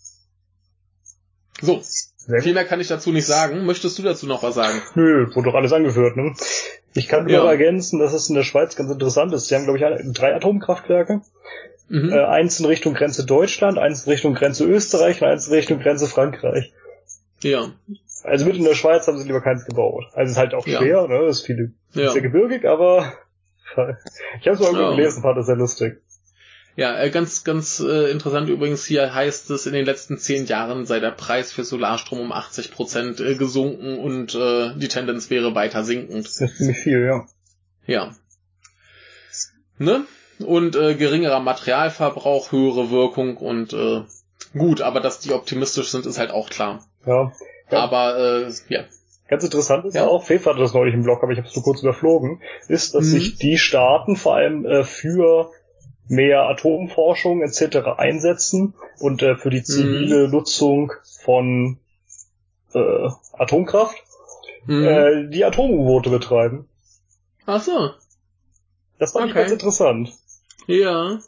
So, viel mehr kann ich dazu nicht sagen. Möchtest du dazu noch was sagen? Nö, wurde doch alles angeführt, ne? Ich kann nur ergänzen, dass es in der Schweiz ganz interessant ist. Sie haben, glaube ich, 3 Atomkraftwerke. Mhm. Eins in Richtung Grenze Deutschland, eins in Richtung Grenze Österreich und eins in Richtung Grenze Frankreich. Ja. Also mit in der Schweiz haben sie lieber keins gebaut. Also es ist halt auch schwer, ne? Das ist sehr gebirgig, aber ich habe es mal irgendwo gelesen, fand das sehr lustig. Ja, ganz, ganz interessant übrigens, hier heißt es, in den letzten 10 Jahren sei der Preis für Solarstrom um 80% gesunken und die Tendenz wäre weiter sinkend. Das ist ziemlich viel, ja. Ja. Ne? Und geringerer Materialverbrauch, höhere Wirkung und gut, aber dass die optimistisch sind, ist halt auch klar. Ja. Aber, ja. Ganz interessant ist auch, Fev hatte das neulich im Blog, aber ich habe es nur kurz überflogen, ist, dass sich die Staaten vor allem für mehr Atomforschung etc. einsetzen und für die zivile Nutzung von Atomkraft die Atom-U-Boote betreiben. Ach so. Das fand ich ganz interessant. Ja.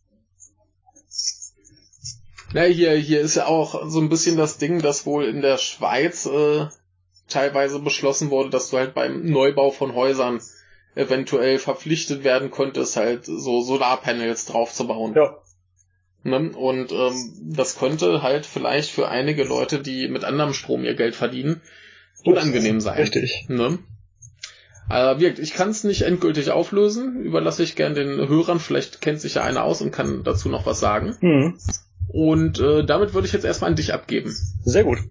Na, hier ist ja auch so ein bisschen das Ding, dass wohl in der Schweiz teilweise beschlossen wurde, dass du halt beim Neubau von Häusern eventuell verpflichtet werden könntest, halt so Solarpanels draufzubauen. Ja. Ne? Und das könnte halt vielleicht für einige Leute, die mit anderem Strom ihr Geld verdienen, unangenehm sein. Richtig. Ne? Aber ich kann es nicht endgültig auflösen, überlasse ich gern den Hörern, vielleicht kennt sich ja einer aus und kann dazu noch was sagen. Mhm. Und damit würde ich jetzt erstmal an dich abgeben. Sehr gut.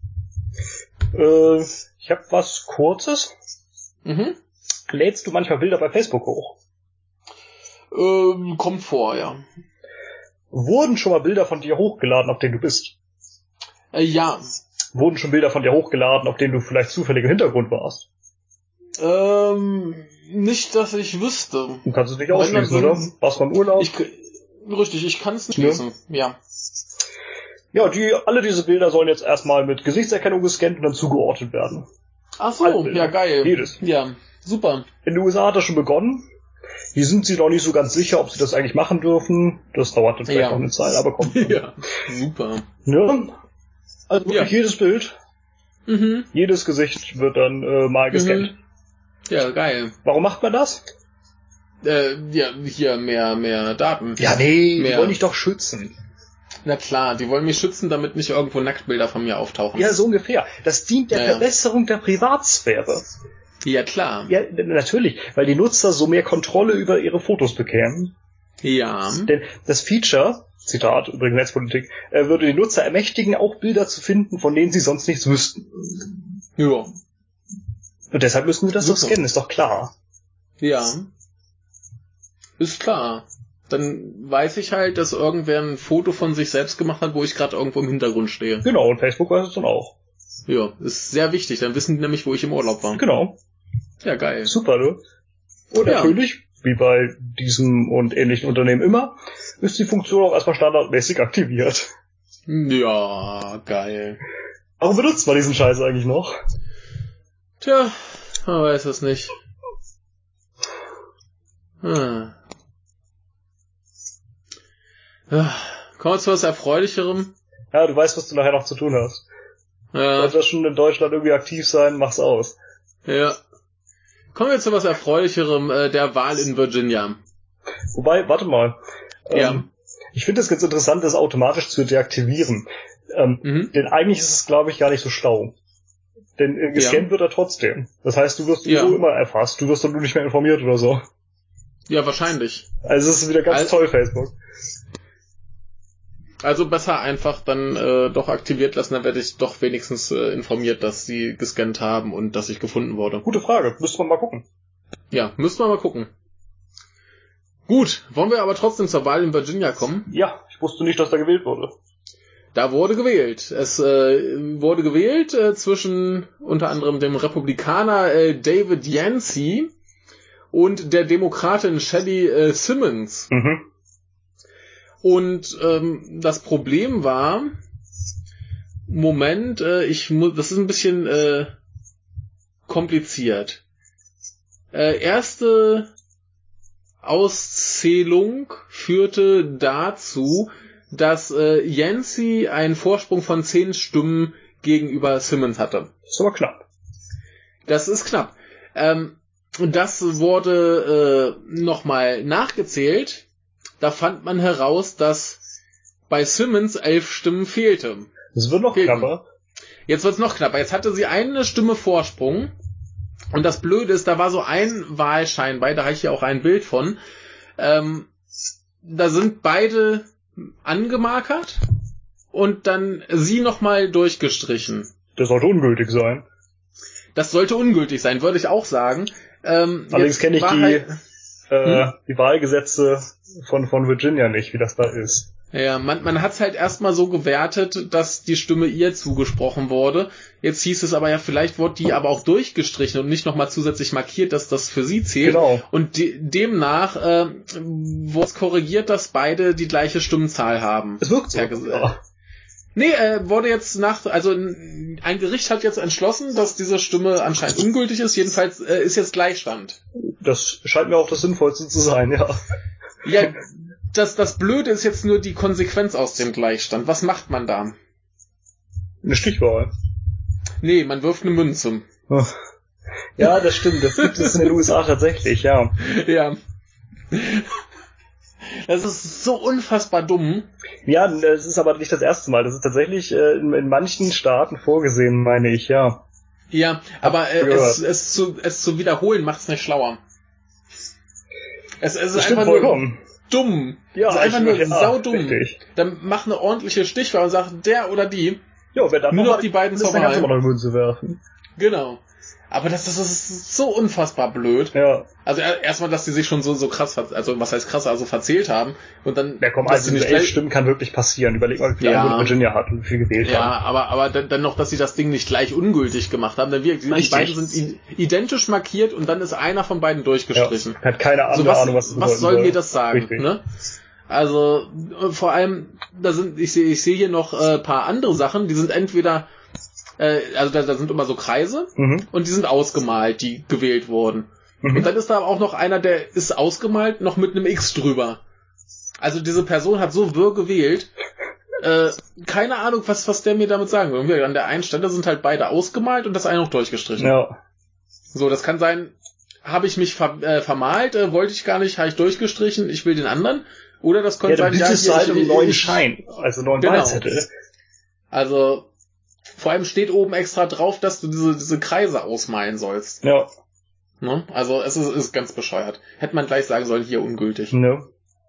Ich habe was Kurzes. Mhm. Lädst du manchmal Bilder bei Facebook hoch? Kommt vor, ja. Wurden schon mal Bilder von dir hochgeladen, auf denen du bist? Ja. Wurden schon Bilder von dir hochgeladen, auf denen du vielleicht zufällig im Hintergrund warst? Nicht, dass ich wüsste. Du kannst es nicht ausschließen, oder? Warst du im Urlaub? Richtig, ich kann es nicht schließen, ja. Ja, alle diese Bilder sollen jetzt erstmal mit Gesichtserkennung gescannt und dann zugeordnet werden. Ach so, ja geil. Jedes. Ja, super. In den USA hat das schon begonnen. Hier sind sie noch nicht so ganz sicher, ob sie das eigentlich machen dürfen. Das dauert dann vielleicht noch eine Zeit, aber kommt. Ja, super. Ja, also wirklich jedes Bild, jedes Gesicht wird dann mal gescannt. Ja, geil. Warum macht man das? Hier mehr Daten. Ja, nee, die wollen dich doch schützen. Na klar, die wollen mich schützen, damit nicht irgendwo Nacktbilder von mir auftauchen. Ja, so ungefähr. Das dient der Verbesserung der Privatsphäre. Ja, klar. Ja, natürlich, weil die Nutzer so mehr Kontrolle über ihre Fotos bekämen. Ja. Denn das Feature, Zitat, übrigens Netzpolitik, würde die Nutzer ermächtigen, auch Bilder zu finden, von denen sie sonst nichts wüssten. Ja. Und deshalb müssen wir das doch scannen, ist doch klar. Ja. Ist klar. Dann weiß ich halt, dass irgendwer ein Foto von sich selbst gemacht hat, wo ich gerade irgendwo im Hintergrund stehe. Genau, und Facebook weiß es dann auch. Ja, ist sehr wichtig. Dann wissen die nämlich, wo ich im Urlaub war. Genau. Ja, geil. Super, ne? Und natürlich, wie bei diesem und ähnlichen Unternehmen immer, ist die Funktion auch erstmal standardmäßig aktiviert. Ja, geil. Warum benutzt man diesen Scheiß eigentlich noch? Tja, man weiß es nicht. Kommen wir zu was Erfreulicherem. Ja, du weißt, was du nachher noch zu tun hast. Ja. Sollte das schon in Deutschland irgendwie aktiv sein, mach's aus. Ja. Kommen wir zu was Erfreulicherem, der Wahl in Virginia. Wobei, warte mal. Ich finde es ganz interessant, das automatisch zu deaktivieren. Denn eigentlich ist es, glaube ich, gar nicht so schlau. Denn gescannt wird er trotzdem. Das heißt, du wirst sowieso immer erfasst. Du wirst dann nur nicht mehr informiert oder so. Ja, wahrscheinlich. Also es ist wieder ganz toll, Facebook. Also besser einfach dann doch aktiviert lassen, dann werde ich doch wenigstens informiert, dass sie gescannt haben und dass ich gefunden wurde. Gute Frage, müsste man mal gucken. Ja, müsste man mal gucken. Gut, wollen wir aber trotzdem zur Wahl in Virginia kommen? Ja, ich wusste nicht, dass da gewählt wurde. Da wurde gewählt. Es wurde gewählt zwischen unter anderem dem Republikaner David Yancey und der Demokratin Shelley Simmons. Und das Problem war, Moment, das ist ein bisschen kompliziert. Erste Auszählung führte dazu, dass Yancey einen Vorsprung von 10 Stimmen gegenüber Simmons hatte. Das ist aber knapp. Das ist knapp. Das wurde nochmal nachgezählt. Da fand man heraus, dass bei Simmons 11 Stimmen fehlten. Das wird noch knapper. Jetzt wird's noch knapper. Jetzt hatte sie eine Stimme Vorsprung. Und das Blöde ist, da war so ein Wahlschein bei, da habe ich hier auch ein Bild von. Da sind beide angemarkert und dann sie nochmal durchgestrichen. Das sollte ungültig sein. Das sollte ungültig sein, würde ich auch sagen. Allerdings kenne ich die Wahlgesetze von Virginia nicht, wie das da ist. Ja, man hat's halt erstmal so gewertet, dass die Stimme ihr zugesprochen wurde. Jetzt hieß es aber ja, vielleicht wurde die aber auch durchgestrichen und nicht nochmal zusätzlich markiert, dass das für sie zählt. Genau. Und demnach wurde es korrigiert, dass beide die gleiche Stimmenzahl haben. Es wirkt so. Nee, wurde jetzt also ein Gericht hat jetzt entschlossen, dass diese Stimme anscheinend ungültig ist. Jedenfalls ist jetzt Gleichstand. Das scheint mir auch das Sinnvollste zu sein, ja. Ja, das Blöde ist jetzt nur die Konsequenz aus dem Gleichstand. Was macht man da? Eine Stichwahl. Nee, man wirft eine Münze. Ja, das stimmt. Das gibt es in den USA tatsächlich, ja. Ja. Das ist so unfassbar dumm. Ja, das ist aber nicht das erste Mal. Das ist tatsächlich in manchen Staaten vorgesehen, meine ich, ja. Ja, aber es zu wiederholen macht's nicht schlauer. Es ist das einfach vollkommen. Nur dumm. Ja, es ist einfach nur saudumm. Richtig. Dann mach eine ordentliche Stichwahl und sag, der oder die. Ja, wer dann nur noch die beiden zur Wahl. Dann kannst du noch eine Münze werfen. Genau. Aber das ist so unfassbar blöd. Ja. Also erstmal, dass die sich schon so krass, also was heißt krass, also verzählt haben und dann. Ja, komm, also diese 11 Stimmen kann wirklich passieren. Überleg mal, wie viel Einwohner Virginia hat und wie viel gewählt haben. Ja, aber dann noch, dass sie das Ding nicht gleich ungültig gemacht haben. Denn die beiden sind identisch markiert und dann ist einer von beiden durchgestrichen. Ja, hat keine Ahnung, was soll mir das sagen? Ne? Also vor allem, ich sehe hier noch paar andere Sachen, die sind entweder also da sind immer so Kreise und die sind ausgemalt, die gewählt wurden. Und dann ist da auch noch einer, der ist ausgemalt, noch mit einem X drüber. Also diese Person hat so wirr gewählt, keine Ahnung, was der mir damit sagen will. An der einen Stelle sind halt beide ausgemalt und das eine noch durchgestrichen. Ja. So, das kann sein, habe ich mich vermalt, wollte ich gar nicht, habe ich durchgestrichen, ich will den anderen. Oder das könnte sein, ja, hier halt einen neuen Schein, also neuen Wahlzettel. Also vor allem steht oben extra drauf, dass du diese Kreise ausmalen sollst. Ja. Ne? Also es ist ganz bescheuert. Hätte man gleich sagen sollen, hier ungültig. Ne.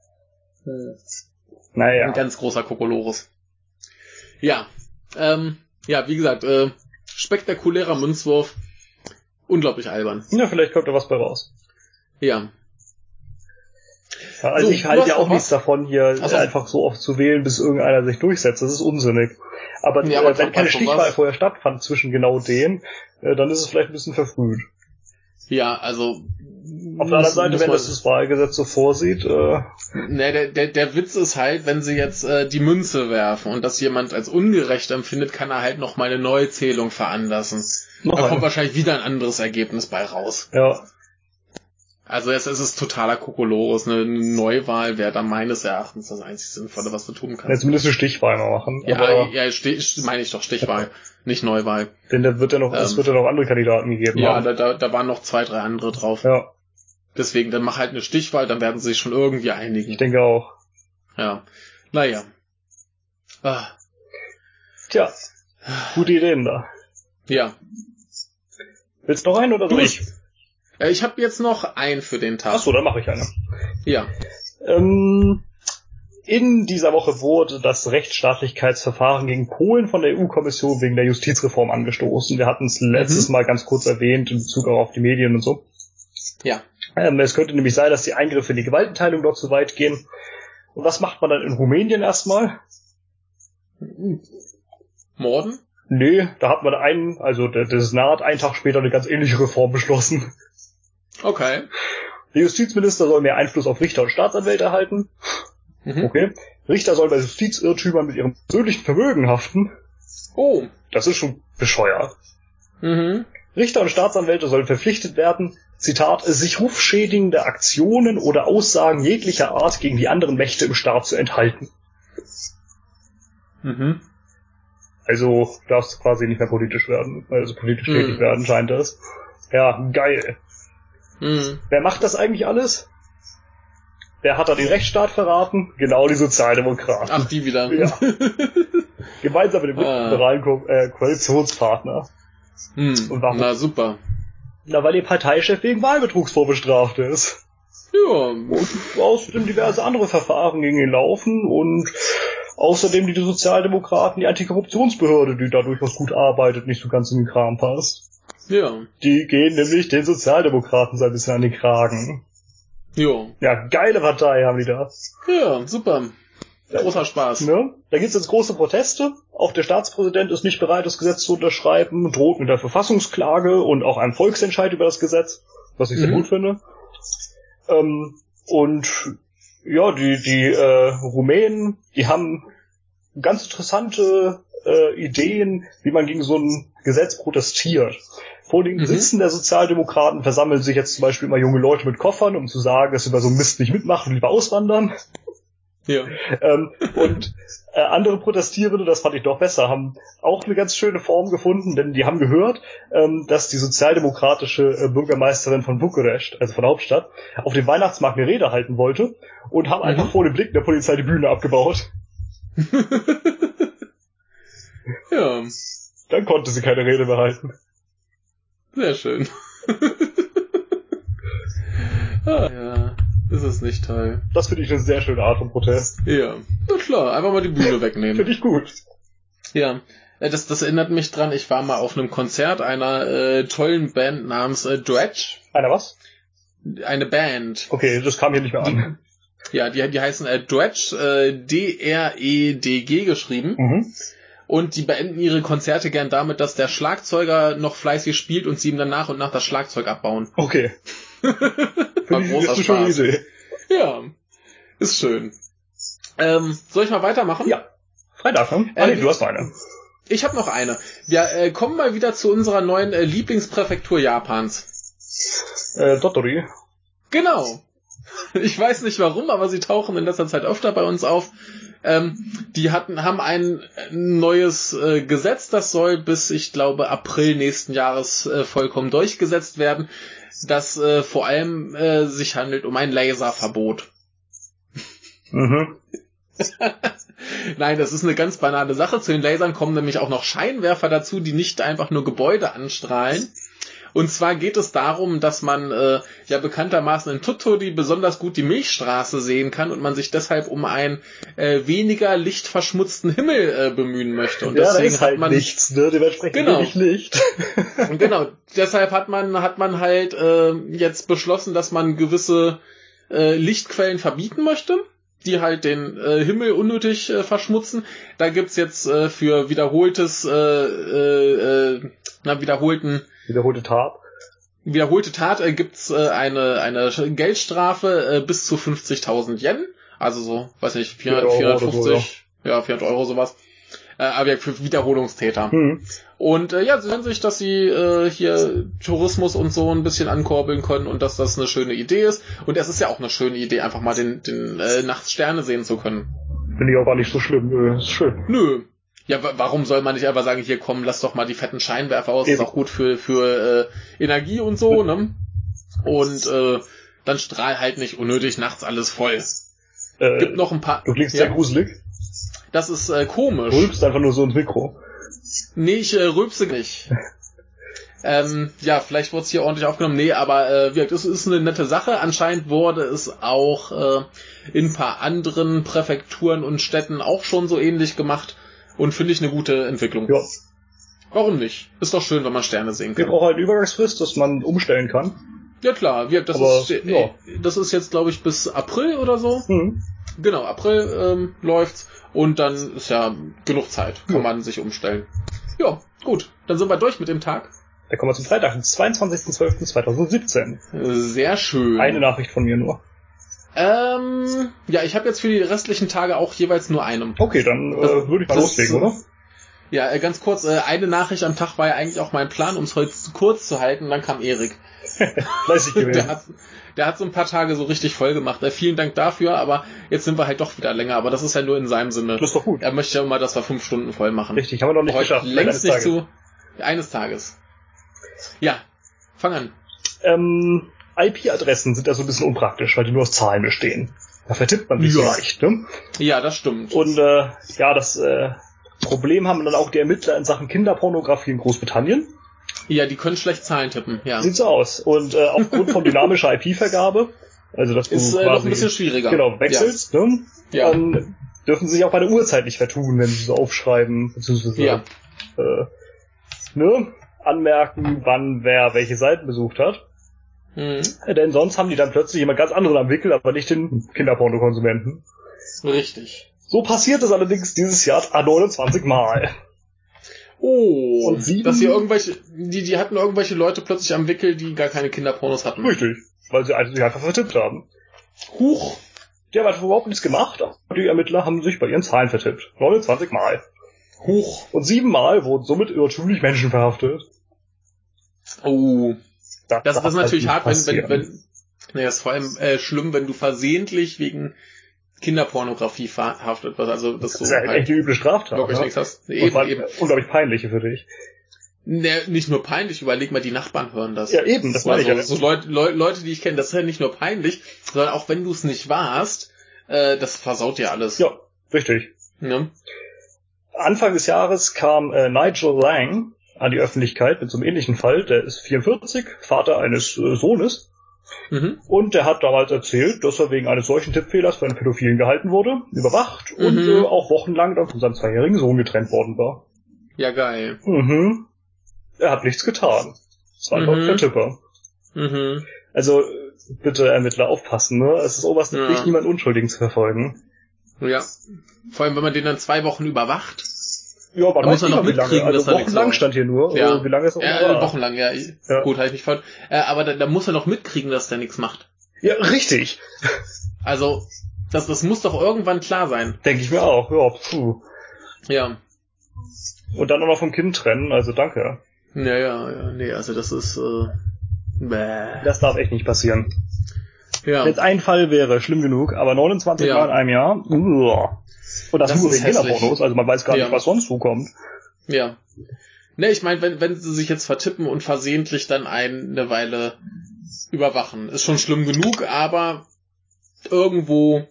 Naja. Ein ganz großer Kokolores. Ja. Wie gesagt, spektakulärer Münzwurf. Unglaublich albern. Ja, vielleicht kommt da was bei raus. Ja. Ja, also ich halte ja auch nichts davon, hier einfach so oft zu wählen, bis irgendeiner sich durchsetzt. Das ist unsinnig. Aber wenn keine Stichwahl vorher stattfand zwischen genau denen, dann ist es vielleicht ein bisschen verfrüht. Ja, also auf der anderen Seite, wenn das Wahlgesetz so vorsieht... der Witz ist halt, wenn sie jetzt die Münze werfen und das jemand als ungerecht empfindet, kann er halt noch mal eine Neuzählung veranlassen. Da kommt wahrscheinlich wieder ein anderes Ergebnis bei raus. Ja. Also es ist totaler Kokolores. Eine Neuwahl wäre dann meines Erachtens das einzig Sinnvolle, was du tun kannst. Ja, zumindest eine Stichwahl mal machen. Ja, meine ich doch Stichwahl, nicht Neuwahl. Denn es wird ja noch andere Kandidaten gegeben. Ja, da waren noch 2, 3 andere drauf. Ja. Deswegen, dann mach halt eine Stichwahl, dann werden sie sich schon irgendwie einigen. Ich denke auch. Ja. Naja. Tja. Gute Ideen da. Ja. Willst du noch einen oder soll ich? Ich habe jetzt noch einen für den Tag. Achso, dann mache ich eine. Ja. In dieser Woche wurde das Rechtsstaatlichkeitsverfahren gegen Polen von der EU-Kommission wegen der Justizreform angestoßen. Wir hatten es letztes Mal ganz kurz erwähnt in Bezug auch auf die Medien und so. Ja. Es könnte nämlich sein, dass die Eingriffe in die Gewaltenteilung dort zu weit gehen. Und was macht man dann in Rumänien erstmal? Morden? Nee, da hat man der Senat einen Tag später eine ganz ähnliche Reform beschlossen. Okay. Der Justizminister soll mehr Einfluss auf Richter und Staatsanwälte erhalten. Okay. Richter sollen bei Justizirrtümern mit ihrem persönlichen Vermögen haften. Oh. Das ist schon bescheuert. Mhm. Richter und Staatsanwälte sollen verpflichtet werden, Zitat, sich rufschädigende Aktionen oder Aussagen jeglicher Art gegen die anderen Mächte im Staat zu enthalten. Mhm. Also darfst du quasi nicht mehr politisch werden, also politisch tätig werden, scheint das. Ja, geil. Wer macht das eigentlich alles? Wer hat da den Rechtsstaat verraten? Genau die Sozialdemokraten. Ach, die wieder. Ja. Gemeinsam mit dem liberalen Koalitionspartner. Und warum? Na super. Na, weil ihr Parteichef wegen Wahlbetrugs vorbestraft ist. Ja. Und außerdem diverse andere Verfahren gegen ihn laufen und außerdem die Sozialdemokraten, die Antikorruptionsbehörde, die da durchaus gut arbeitet, nicht so ganz in den Kram passt. Ja. Die gehen nämlich den Sozialdemokraten so ein bisschen an den Kragen. Jo. Ja, geile Partei haben die da. Ja, super. Großer Spaß. Ne? Da gibt's jetzt große Proteste. Auch der Staatspräsident ist nicht bereit, das Gesetz zu unterschreiben, droht mit der Verfassungsklage und auch einem Volksentscheid über das Gesetz, was ich sehr gut finde. Und ja, die Rumänen, die haben ganz interessante Ideen, wie man gegen so ein Gesetz protestiert. Vor den Sitzen der Sozialdemokraten versammeln sich jetzt zum Beispiel immer junge Leute mit Koffern, um zu sagen, dass sie bei so einem Mist nicht mitmachen und lieber auswandern. Ja. Und andere Protestierende, das fand ich doch besser, haben auch eine ganz schöne Form gefunden, denn die haben gehört, dass die sozialdemokratische Bürgermeisterin von Bukarest, also von der Hauptstadt, auf dem Weihnachtsmarkt eine Rede halten wollte und haben einfach vor dem Blick der Polizei die Bühne abgebaut. Ja. Dann konnte sie keine Rede mehr halten. Sehr schön. Ja, ist es nicht toll. Das finde ich eine sehr schöne Art von Protest. Ja, na klar, einfach mal die Bühne wegnehmen. Finde ich gut. Ja, das erinnert mich dran, ich war mal auf einem Konzert einer tollen Band namens Dredge. Einer was? Eine Band. Okay, das kam hier nicht mehr an. Ja, die heißen Dredge, D-R-E-D-G geschrieben. Und die beenden ihre Konzerte gern damit, dass der Schlagzeuger noch fleißig spielt und sie ihm dann nach und nach das Schlagzeug abbauen. Okay. War großer Spaß. Schon eine Idee. Ja, ist schön. Soll ich mal weitermachen? Ja. Freitag, ne? Nee, du hast eine. Ich habe noch eine. Wir kommen mal wieder zu unserer neuen Lieblingspräfektur Japans. Tottori. Genau. Ich weiß nicht warum, aber sie tauchen in letzter Zeit öfter bei uns auf. Die haben ein neues Gesetz, das soll bis, ich glaube, April nächsten Jahres vollkommen durchgesetzt werden, das vor allem sich handelt um ein Laserverbot. Nein, das ist eine ganz banale Sache. Zu den Lasern kommen nämlich auch noch Scheinwerfer dazu, die nicht einfach nur Gebäude anstrahlen. Und zwar geht es darum, dass man ja bekanntermaßen in Tottori besonders gut die Milchstraße sehen kann und man sich deshalb um einen weniger lichtverschmutzten Himmel bemühen möchte. Und ja, deswegen da ist halt hat man nichts, ne? Dementsprechend wenig Licht. Genau, deshalb hat man halt jetzt beschlossen, dass man gewisse Lichtquellen verbieten möchte, die halt den Himmel unnötig verschmutzen. Da gibt's jetzt für wiederholte Tat gibt's eine Geldstrafe bis zu 50.000 Yen, also so, weiß nicht, 450, ja, 400 Euro sowas. Aber für Wiederholungstäter. Und ja, sie hören sich, dass sie hier Tourismus und so ein bisschen ankurbeln können und dass das eine schöne Idee ist. Und es ist ja auch eine schöne Idee, einfach mal den nachts Sterne sehen zu können. Finde ich auch gar nicht so schlimm. Ist schön. Nö. Ja, warum soll man nicht einfach sagen, hier komm, lass doch mal die fetten Scheinwerfer aus, ist auch gut für Energie und so, ne? Und dann strahl halt nicht unnötig nachts alles voll. Gibt noch ein paar... Du klingst sehr gruselig. Das ist komisch. Du rülpst einfach nur so ins Mikro. Nee, ich rülpse nicht. Ja, vielleicht wurde es hier ordentlich aufgenommen. Nee, aber das ist eine nette Sache. Anscheinend wurde es auch in ein paar anderen Präfekturen und Städten auch schon so ähnlich gemacht. Und finde ich eine gute Entwicklung. Ja. Warum nicht? Ist doch schön, wenn man Sterne sehen kann. Wir brauchen halt eine Übergangsfrist, dass man umstellen kann. Ja klar, das ist jetzt, glaube ich, bis April oder so. Genau, April läuft's. Und dann ist ja genug Zeit, kann man sich umstellen. Ja, gut. Dann sind wir durch mit dem Tag. Da kommen wir zum Freitag, den 22.12.2017. Sehr schön. Eine Nachricht von mir nur. Ja, ich habe jetzt für die restlichen Tage auch jeweils nur einen. Okay, dann würde ich mal loslegen, oder? Ja, ganz kurz, eine Nachricht am Tag war ja eigentlich auch mein Plan, um es heute kurz zu halten, dann kam Erik. Fleißig gewesen. Der hat so ein paar Tage so richtig voll gemacht. Vielen Dank dafür, aber jetzt sind wir halt doch wieder länger, aber das ist ja nur in seinem Sinne. Das ist doch gut. Er möchte ja immer, dass wir 5 Stunden voll machen. Richtig, haben wir noch nicht heute geschafft. Längst nicht zu. Eines Tages. Ja, fang an. IP-Adressen sind ja so ein bisschen unpraktisch, weil die nur aus Zahlen bestehen. Da vertippt man sich so leicht, ne? Ja, das stimmt. Und das Problem haben dann auch die Ermittler in Sachen Kinderpornografie in Großbritannien. Ja, die können schlecht Zahlen tippen, ja. Sieht so aus. Und aufgrund von dynamischer IP-Vergabe, also das ist quasi, noch ein bisschen schwieriger. Genau, wechselst, ja. Ne? Ja. Dann dürfen sie sich auch bei der Uhrzeit nicht vertun, wenn sie so aufschreiben, beziehungsweise anmerken, wann wer welche Seiten besucht hat. Mhm. Denn sonst haben die dann plötzlich jemand ganz anderen am Wickel, aber nicht den Kinderpornokonsumenten. Richtig. So passiert es allerdings dieses Jahr 29 Mal. Oh, und 7, dass hier irgendwelche, die hatten irgendwelche Leute plötzlich am Wickel, die gar keine Kinderpornos hatten. Richtig, weil sie sich einfach vertippt haben. Huch. Die haben einfach überhaupt nichts gemacht. Die Ermittler haben sich bei ihren Zahlen vertippt. 29 Mal. Huch. Und 7 Mal wurden somit irrtümlich Menschen verhaftet. Oh. Das ist natürlich hart, wenn das ist vor allem schlimm, wenn du versehentlich wegen Kinderpornografie verhaftet wirst. Also das ist ja echt eine üble Straftat. Wirklich nichts hast. Eben. Unglaublich peinliche für dich. Ne, nicht nur peinlich, überleg mal, die Nachbarn hören das. Ja, eben, das meine ich ja. So Leute, die ich kenne, das ist ja nicht nur peinlich, sondern auch wenn du es nicht warst, das versaut dir alles. Ja, richtig. Ja. Anfang des Jahres kam Nigel Lang an die Öffentlichkeit mit so einem ähnlichen Fall. Der ist 44, Vater eines Sohnes. Mhm. Und der hat damals erzählt, dass er wegen eines solchen Tippfehlers für einen Pädophilen gehalten wurde, überwacht und auch wochenlang dann von seinem 2-jährigen Sohn getrennt worden war. Ja, geil. Mhm. Er hat nichts getan. Das war einfach der Tipper. Mhm. Also, bitte Ermittler aufpassen, ne? Es ist oberste Pflicht, niemanden Unschuldigen zu verfolgen. Ja. Vor allem, wenn man den dann 2 Wochen überwacht. Ja, aber muss er noch mitkriegen, also wochenlang stand hier nur. Ja. Wie lange ist das wochenlang, ja. Gut, habe ich nicht voll. Aber da muss er noch mitkriegen, dass der nichts macht. Ja, richtig. Also, das muss doch irgendwann klar sein. Denke ich mir auch, ja, puh. Ja. Und dann auch noch vom Kind trennen, also danke. Ja, nee, also das ist, Das darf echt nicht passieren. Ja. Wenn es ein Fall wäre, schlimm genug, aber 29 Mal in einem Jahr, Und das nur wegen Kinderpornos, also man weiß gar nicht, was sonst zukommt. Ja. Ne, ich meine, wenn sie sich jetzt vertippen und versehentlich dann eine Weile überwachen, ist schon schlimm genug, aber irgendwo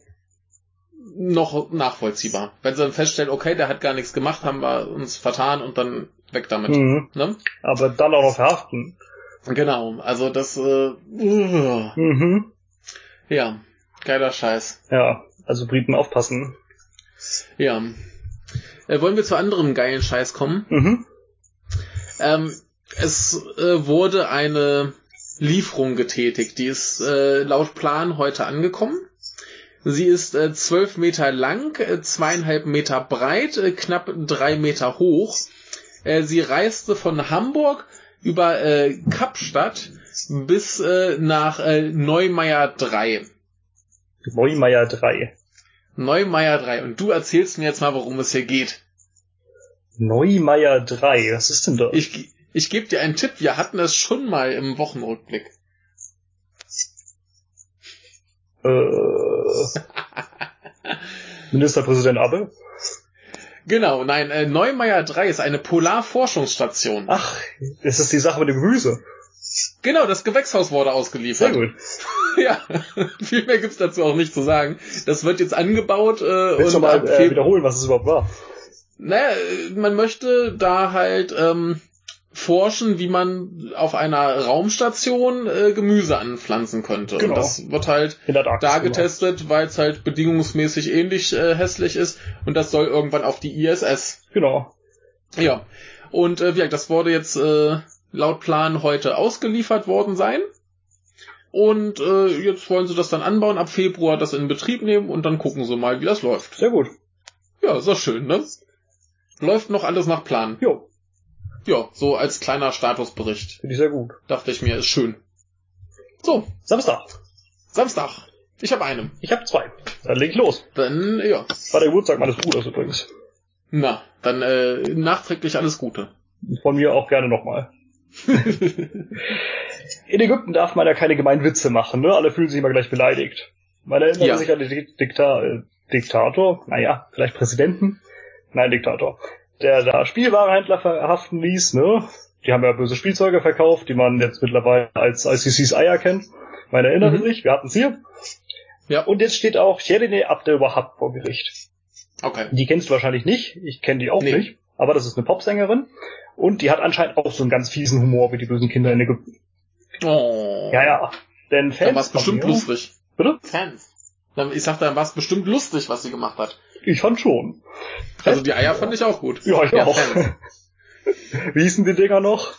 noch nachvollziehbar. Wenn sie dann feststellen, okay, der hat gar nichts gemacht, haben wir uns vertan und dann weg damit. Ne? Aber dann auch noch verhaften. Genau, also das ja, geiler Scheiß. Ja, also Briten aufpassen. Ja. Wollen wir zu anderem geilen Scheiß kommen? Mhm. Es wurde eine Lieferung getätigt. Die ist laut Plan heute angekommen. Sie ist 12 Meter lang, 2,5 Meter breit, knapp 3 Meter hoch. Sie reiste von Hamburg über Kapstadt bis nach Neumeier 3. Neumeier 3. Neumeier 3. Und du erzählst mir jetzt mal, worum es hier geht. Neumeier 3, was ist denn das? Ich gebe dir einen Tipp, wir hatten das schon mal im Wochenrückblick. Ministerpräsident Abbe? Genau, nein, Neumeier 3 ist eine Polarforschungsstation. Ach, ist das die Sache mit dem Gemüse? Genau, das Gewächshaus wurde ausgeliefert. Sehr gut. Ja, viel mehr gibt's dazu auch nicht zu sagen. Das wird jetzt angebaut. Willst du mal wiederholen, was es überhaupt war? Naja, man möchte da halt forschen, wie man auf einer Raumstation Gemüse anpflanzen könnte. Genau. Und das wird halt da getestet, weil es halt bedingungsmäßig ähnlich hässlich ist. Und das soll irgendwann auf die ISS. Genau. Ja. Und das wurde jetzt laut Plan heute ausgeliefert worden sein. Und jetzt wollen sie das dann anbauen, ab Februar das in Betrieb nehmen und dann gucken sie mal, wie das läuft. Sehr gut. Ja, ist doch schön, ne? Läuft noch alles nach Plan. Jo. Ja, so als kleiner Statusbericht. Finde ich sehr gut. Dachte ich mir, ist schön. So. Samstag. Ich habe eine. Ich habe 2. Dann leg ich los. Dann, ja. War der Geburtstag meines Bruders übrigens. Na, dann nachträglich alles Gute. Von mir auch gerne nochmal. In Ägypten darf man ja keine gemeinen Witze machen, ne? Alle fühlen sich immer gleich beleidigt. Man erinnert sich an den Diktator, naja, vielleicht Präsidenten? Nein, Diktator. Der da Spielwarenhändler verhaften ließ, ne? Die haben ja böse Spielzeuge verkauft, die man jetzt mittlerweile als ICC's Eier kennt. Man erinnert sich, wir hatten es hier. Ja. Und jetzt steht auch Shirin Abdel Wahab vor Gericht. Okay. Die kennst du wahrscheinlich nicht, ich kenne die auch nicht, aber das ist eine Popsängerin und die hat anscheinend auch so einen ganz fiesen Humor wie die bösen Kinder in Ägypten. Oh. Ja. Denn Fans. Dann war's bestimmt lustig. Bitte? Fans. Ich sag, dann war's bestimmt lustig, was sie gemacht hat. Ich fand schon. Also die Eier fand ich auch gut. Ja, ich auch. Wie hießen die Dinger noch?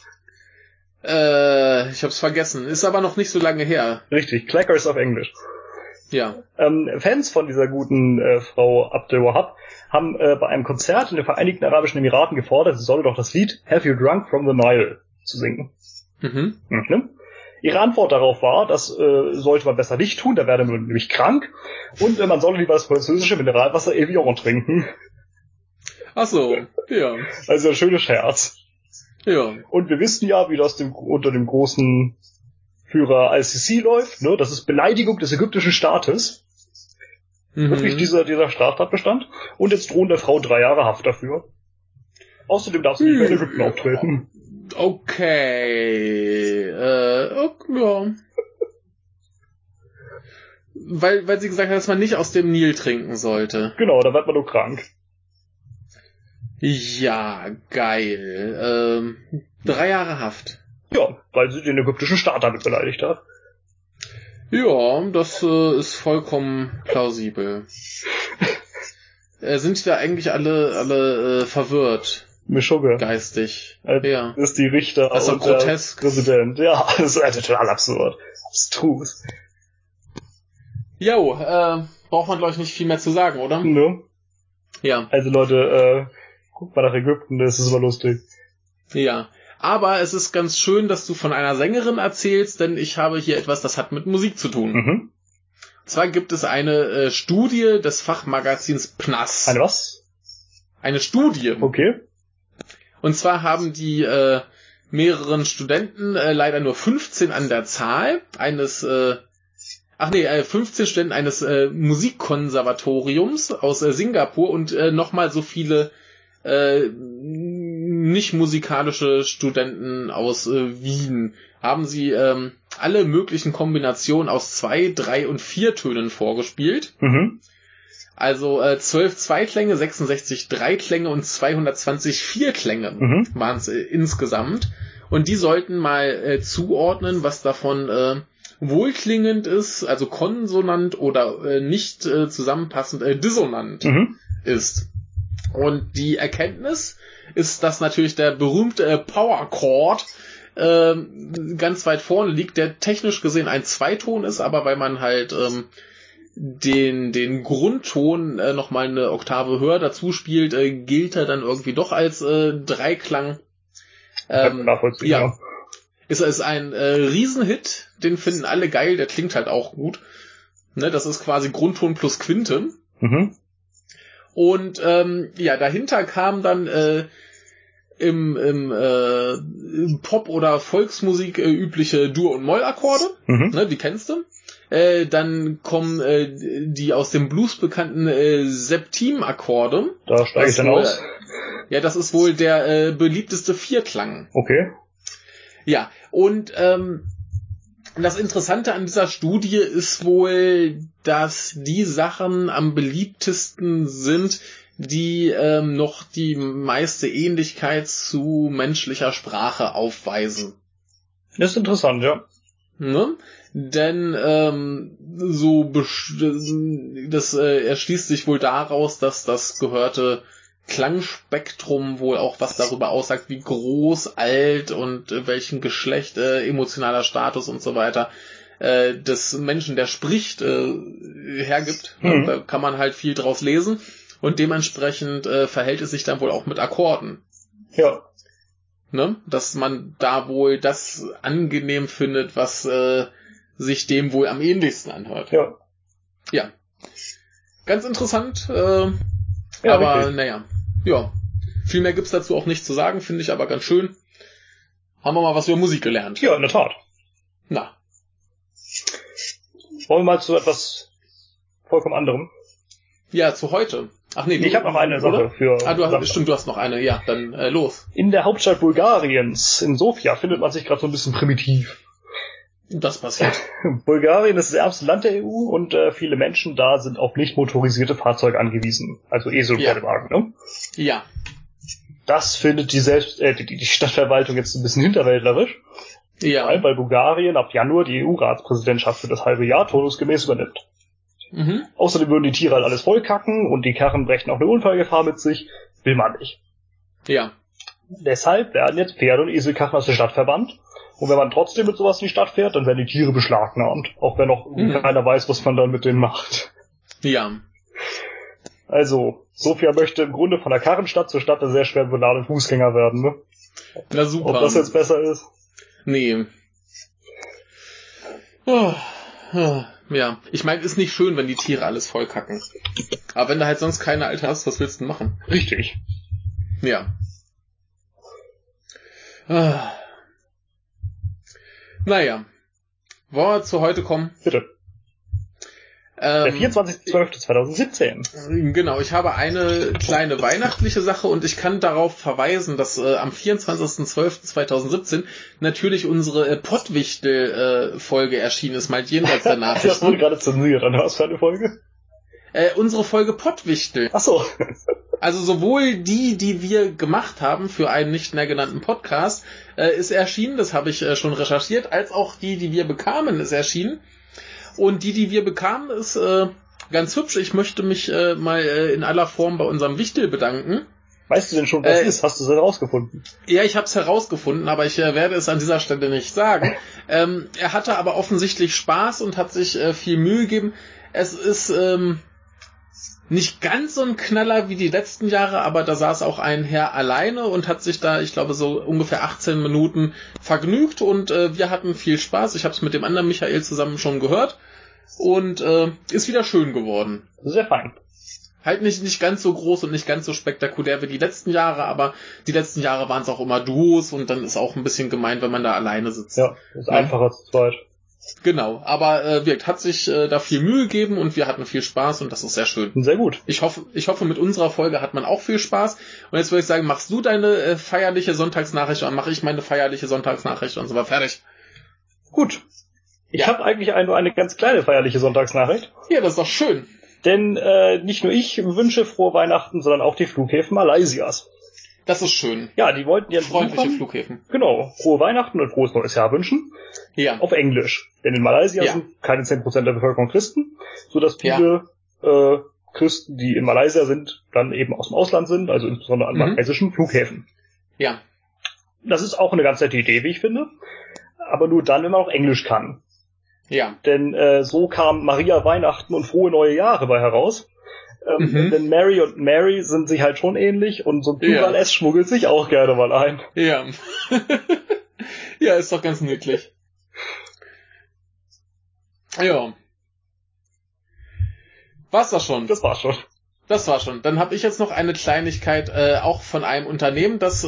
Ich hab's vergessen. Ist aber noch nicht so lange her. Richtig, Clackers auf Englisch. Ja. Fans von dieser guten Frau Abdel Wahab haben bei einem Konzert in den Vereinigten Arabischen Emiraten gefordert, sie solle doch das Lied Have You Drunk from the Nile zu singen. Mhm. Ihre Antwort darauf war, das sollte man besser nicht tun, da werde man nämlich krank und man solle lieber das französische Mineralwasser Evian trinken. Ach so, ja. Also ein schöner Scherz. Ja. Und wir wissen ja, wie das unter dem großen Führer al-Sisi läuft, ne? Das ist Beleidigung des ägyptischen Staates. Wirklich dieser Straftatbestand. Und jetzt drohen der Frau 3 Jahre Haft dafür. Außerdem darf sie nicht mehr in Ägypten auftreten. Okay. Ja. Weil sie gesagt hat, dass man nicht aus dem Nil trinken sollte. Genau, da wird man nur krank. Ja, geil. 3 Jahre Haft. Ja, weil sie den ägyptischen Staat damit beleidigt hat. Ja, das ist vollkommen plausibel. Sind da eigentlich alle verwirrt? Mischugge. Geistig. Ja. Das ist die Richter das ist und grotesk. Der Präsident. Ja, das ist total absurd. Abstrus. Jo, braucht man glaube ich nicht viel mehr zu sagen, oder? Ne? Ja. Also Leute, guckt mal nach Ägypten, das ist immer lustig. Ja. Aber es ist ganz schön, dass du von einer Sängerin erzählst, denn ich habe hier etwas, das hat mit Musik zu tun. Und zwar gibt es eine Studie des Fachmagazins PNAS. Eine was? Eine Studie. Okay. Und zwar haben die mehreren Studenten, leider nur 15 an der Zahl, 15 Studenten eines Musikkonservatoriums aus Singapur und nochmal so viele nicht musikalische Studenten aus Wien, haben sie alle möglichen Kombinationen aus 2, 3 und 4 Tönen vorgespielt. Also 12 Zweiklänge, 66 Dreiklänge und 220 Vierklänge waren es insgesamt. Und die sollten mal zuordnen, was davon wohlklingend ist, also konsonant oder nicht zusammenpassend dissonant ist. Und die Erkenntnis ist, dass natürlich der berühmte Power Chord ganz weit vorne liegt, der technisch gesehen ein Zweiton ist, aber weil man halt den Grundton nochmal eine Oktave höher dazu spielt, gilt er dann irgendwie doch als Dreiklang. Ja. Ist ein Riesenhit, den finden alle geil, der klingt halt auch gut. Ne, das ist quasi Grundton plus Quinte. Und dahinter kam dann im Pop- oder Volksmusik übliche Dur- und Moll-Akkorde, ne, die kennst du. Dann kommen die aus dem Blues bekannten Septim-Akkorde. Da steige ich dann aus. Ja, das ist wohl der beliebteste Vierklang. Okay. Ja, und das Interessante an dieser Studie ist wohl, dass die Sachen am beliebtesten sind, die noch die meiste Ähnlichkeit zu menschlicher Sprache aufweisen. Das ist interessant, ja. Ne? Denn das erschließt sich wohl daraus, dass das gehörte Klangspektrum wohl auch was darüber aussagt, wie groß, alt und welchen Geschlecht, emotionaler Status und so weiter des Menschen, der spricht, hergibt. Da kann man halt viel draus lesen und dementsprechend verhält es sich dann wohl auch mit Akkorden. Ja. Ne? Dass man da wohl das angenehm findet, was sich dem wohl am ähnlichsten anhört. Ja. Ja. Ganz interessant, Ja, aber richtig. naja, ja. Viel mehr gibt's dazu auch nicht zu sagen, finde ich aber ganz schön. Haben wir mal was über Musik gelernt. Ja, in der Tat. Na. Wollen wir mal zu etwas vollkommen anderem? Ja, zu heute. Ach nee, Ich habe noch eine Sache für... du hast noch eine. Ja, dann los. In der Hauptstadt Bulgariens, in Sofia, findet man sich gerade so ein bisschen primitiv. Das passiert. Bulgarien ist das ärmste Land der EU und viele Menschen da sind auf nicht motorisierte Fahrzeuge angewiesen. Also Eselpferdewagen, ne? Ja. Das findet die Stadtverwaltung jetzt ein bisschen hinterwäldlerisch. Ja. Weil Bulgarien ab Januar die EU-Ratspräsidentschaft für das halbe Jahr turnusgemäß übernimmt. Mhm. Außerdem würden die Tiere halt alles vollkacken und die Karren brächten auch eine Unfallgefahr mit sich. Will man nicht. Ja. Deshalb werden jetzt Pferde und Eselkarren aus der Stadt verbannt. Und wenn man trotzdem mit sowas in die Stadt fährt, dann werden die Tiere beschlagnahmt. Auch wenn noch keiner weiß, was man dann mit denen macht. Ja. Also, Sofia möchte im Grunde von der Karrenstadt zur Stadt der sehr schwer beladenen Fußgänger werden, ne? Na super. Ob das jetzt besser ist? Nee. Oh. Ja, ich meine, ist nicht schön, wenn die Tiere alles vollkacken. Aber wenn du halt sonst keine Alte hast, was willst du denn machen? Richtig. Ja. Naja. Wollen wir zu heute kommen? Bitte. Der 24.12.2017. Genau, ich habe eine kleine weihnachtliche Sache und ich kann darauf verweisen, dass am 24.12.2017 natürlich unsere Pottwichtel-Folge erschienen ist, mal jenseits der Nachrichten. Das wurde gerade zensiert. An was für eine Folge? Unsere Folge Pottwichtel. Ach so. Also sowohl die wir gemacht haben für einen nicht mehr genannten Podcast, ist erschienen, das habe ich schon recherchiert, als auch die wir bekamen, ist erschienen. Und die wir bekamen, ist ganz hübsch. Ich möchte mich mal in aller Form bei unserem Wichtel bedanken. Weißt du denn schon, was es ist? Hast du es herausgefunden? Ja, ich habe es herausgefunden, aber ich werde es an dieser Stelle nicht sagen. Er hatte aber offensichtlich Spaß und hat sich viel Mühe gegeben. Es ist nicht ganz so ein Knaller wie die letzten Jahre, aber da saß auch ein Herr alleine und hat sich da, ich glaube, so ungefähr 18 Minuten vergnügt und wir hatten viel Spaß. Ich habe es mit dem anderen Michael zusammen schon gehört und ist wieder schön geworden. Sehr fein. Halt nicht ganz so groß und nicht ganz so spektakulär wie die letzten Jahre, aber die letzten Jahre waren es auch immer Duos und dann ist auch ein bisschen gemein, wenn man da alleine sitzt. Ja, ist einfacher zu zweit. Genau, aber wirkt, hat sich da viel Mühe gegeben und wir hatten viel Spaß und das ist sehr schön. Sehr gut. Ich hoffe, mit unserer Folge hat man auch viel Spaß. Und jetzt würde ich sagen, machst du deine feierliche Sonntagsnachricht und mache ich meine feierliche Sonntagsnachricht und so war fertig. Gut. Ich habe eigentlich nur eine ganz kleine feierliche Sonntagsnachricht. Ja, das ist doch schön. Denn nicht nur ich wünsche frohe Weihnachten, sondern auch die Flughäfen Malaysias. Das ist schön. Ja, die wollten ja freundliche Flughäfen. Genau, frohe Weihnachten und frohes neues Jahr wünschen. Ja. Auf Englisch. Denn in Malaysia sind keine 10% der Bevölkerung Christen, sodass viele Christen, die in Malaysia sind, dann eben aus dem Ausland sind, also insbesondere an malaysischen Flughäfen. Ja. Das ist auch eine ganz nette Idee, wie ich finde. Aber nur dann, wenn man auch Englisch kann. Ja. Denn so kam Maria Weihnachten und frohe neue Jahre bei heraus. Denn Mary und Mary sind sich halt schon ähnlich und so ein Plural S schmuggelt sich auch gerne mal ein. Ja. Ja, ist doch ganz niedlich. Ja. War's das schon? Das war's schon. Das war schon. Dann habe ich jetzt noch eine Kleinigkeit, auch von einem Unternehmen, das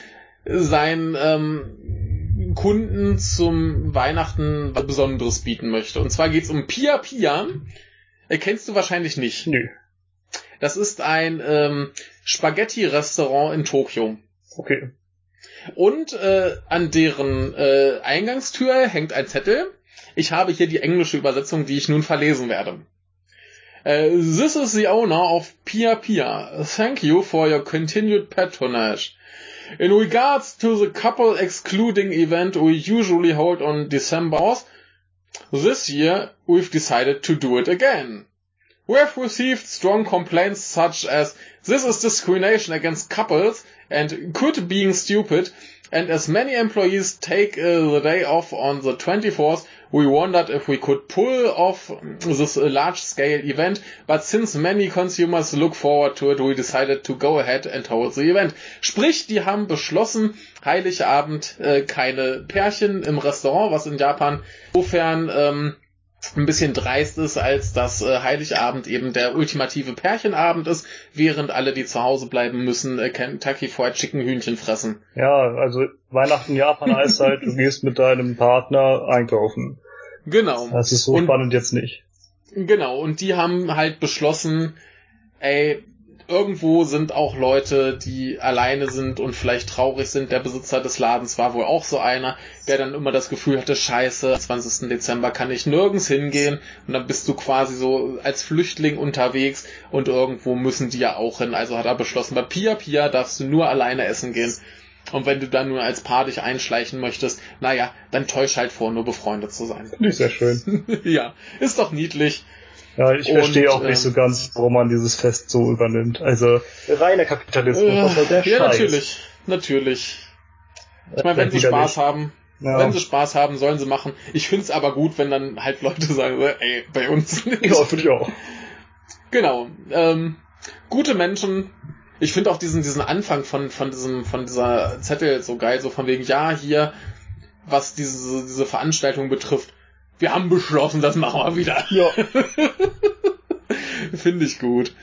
seinen Kunden zum Weihnachten was Besonderes bieten möchte. Und zwar geht's um Pia Pia. Kennst du wahrscheinlich nicht. Nö. Das ist ein Spaghetti-Restaurant in Tokio. Okay. Und an deren Eingangstür hängt ein Zettel. Ich habe hier die englische Übersetzung, die ich nun verlesen werde. This is the owner of Pia Pia. Thank you for your continued patronage. In regards to the couple excluding event we usually hold on December 4th, this year we've decided to do it again. We have received strong complaints such as this is discrimination against couples and quit being stupid, and as many employees take the day off on the 24th, we wondered if we could pull off this large-scale event, but since many consumers look forward to it, we decided to go ahead and hold the event. Sprich, die haben beschlossen, Heiligabend keine Pärchen im Restaurant, was in Japan insofern ein bisschen dreist ist, als dass Heiligabend eben der ultimative Pärchenabend ist, während alle, die zu Hause bleiben müssen, Kentucky Fried Chicken Hühnchen fressen. Ja, also Weihnachten in Japan heißt halt, du gehst mit deinem Partner einkaufen. Genau. Das ist so spannend jetzt nicht. Genau, und die haben halt beschlossen, irgendwo sind auch Leute, die alleine sind und vielleicht traurig sind. Der Besitzer des Ladens war wohl auch so einer, der dann immer das Gefühl hatte, scheiße, am 20. Dezember kann ich nirgends hingehen. Und dann bist du quasi so als Flüchtling unterwegs und irgendwo müssen die ja auch hin. Also hat er beschlossen, bei Pia darfst du nur alleine essen gehen. Und wenn du dann nur als Paar dich einschleichen möchtest, naja, dann täusch halt vor, nur befreundet zu sein. Finde ich sehr schön. Ja, ist doch niedlich. Ja, ich verstehe auch nicht so ganz, warum man dieses Fest so übernimmt. Also, reiner Kapitalismus, was soll der ja, Scheiß? natürlich. Ich meine, wenn sie Spaß haben, sollen sie machen. Ich find's aber gut, wenn dann halt Leute sagen, ey, bei uns nicht. Ja, finde ich auch. Genau. Gute Menschen. Ich finde auch diesen Anfang von dieser Zettel so geil, so von wegen, ja, hier, was diese Veranstaltung betrifft. Wir haben beschlossen, das machen wir wieder. Ja. Finde ich gut.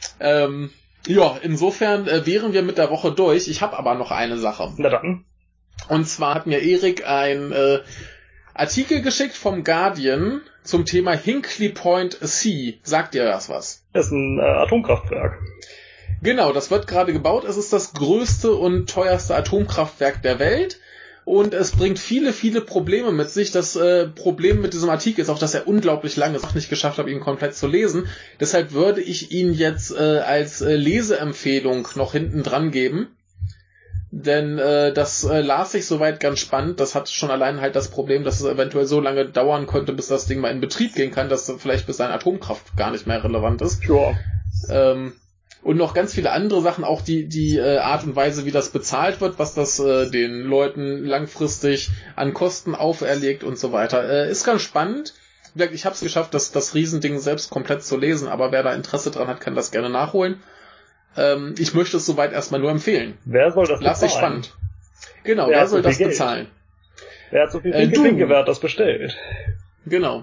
Ja, insofern wären wir mit der Woche durch. Ich habe aber noch eine Sache. Na dann. Und zwar hat mir Erik ein Artikel geschickt vom Guardian zum Thema Hinkley Point C. Sagt dir das was? Das ist ein Atomkraftwerk. Genau, das wird gerade gebaut. Es ist das größte und teuerste Atomkraftwerk der Welt. Und es bringt viele, viele Probleme mit sich. Das Problem mit diesem Artikel ist auch, dass er unglaublich lang ist. Ich habe nicht geschafft habe, ihn komplett zu lesen. Deshalb würde ich ihn jetzt als Leseempfehlung noch hinten dran geben. Denn das las ich soweit ganz spannend. Das hat schon allein halt das Problem, dass es eventuell so lange dauern könnte, bis das Ding mal in Betrieb gehen kann, dass vielleicht bis seine Atomkraft gar nicht mehr relevant ist. Sure. Und noch ganz viele andere Sachen, auch die Art und Weise, wie das bezahlt wird, was das den Leuten langfristig an Kosten auferlegt und so weiter. Ist ganz spannend. Ich habe es geschafft, das Riesending selbst komplett zu lesen, aber wer da Interesse dran hat, kann das gerne nachholen. Ich möchte es soweit erstmal nur empfehlen. Wer soll das bezahlen? Lass dich spannend. Genau, wer soll das bezahlen? Wer hat so viel Pinke, wer hat das bestellt? Genau.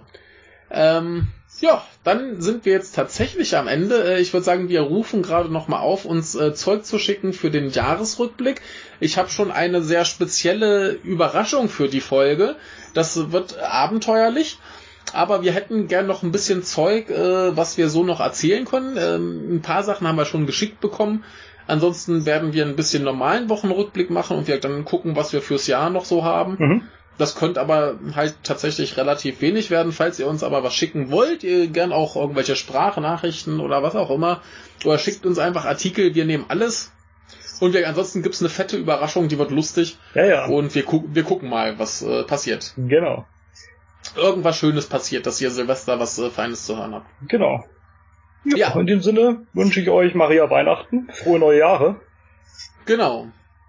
Ja, dann sind wir jetzt tatsächlich am Ende. Ich würde sagen, wir rufen gerade nochmal auf, uns Zeug zu schicken für den Jahresrückblick. Ich habe schon eine sehr spezielle Überraschung für die Folge. Das wird abenteuerlich. Aber wir hätten gern noch ein bisschen Zeug, was wir so noch erzählen können. Ein paar Sachen haben wir schon geschickt bekommen. Ansonsten werden wir ein bisschen normalen Wochenrückblick machen und wir dann gucken, was wir fürs Jahr noch so haben. Mhm. Das könnte aber halt tatsächlich relativ wenig werden. Falls ihr uns aber was schicken wollt, ihr gern auch irgendwelche Sprachnachrichten oder was auch immer, oder schickt uns einfach Artikel, wir nehmen alles. Und ansonsten gibt's eine fette Überraschung, die wird lustig. Ja. Und wir gucken mal, was passiert. Genau. Irgendwas Schönes passiert, dass ihr Silvester was Feines zu hören habt. Genau. Ja. In dem Sinne wünsche ich euch Maria Weihnachten, frohe neue Jahre. Genau.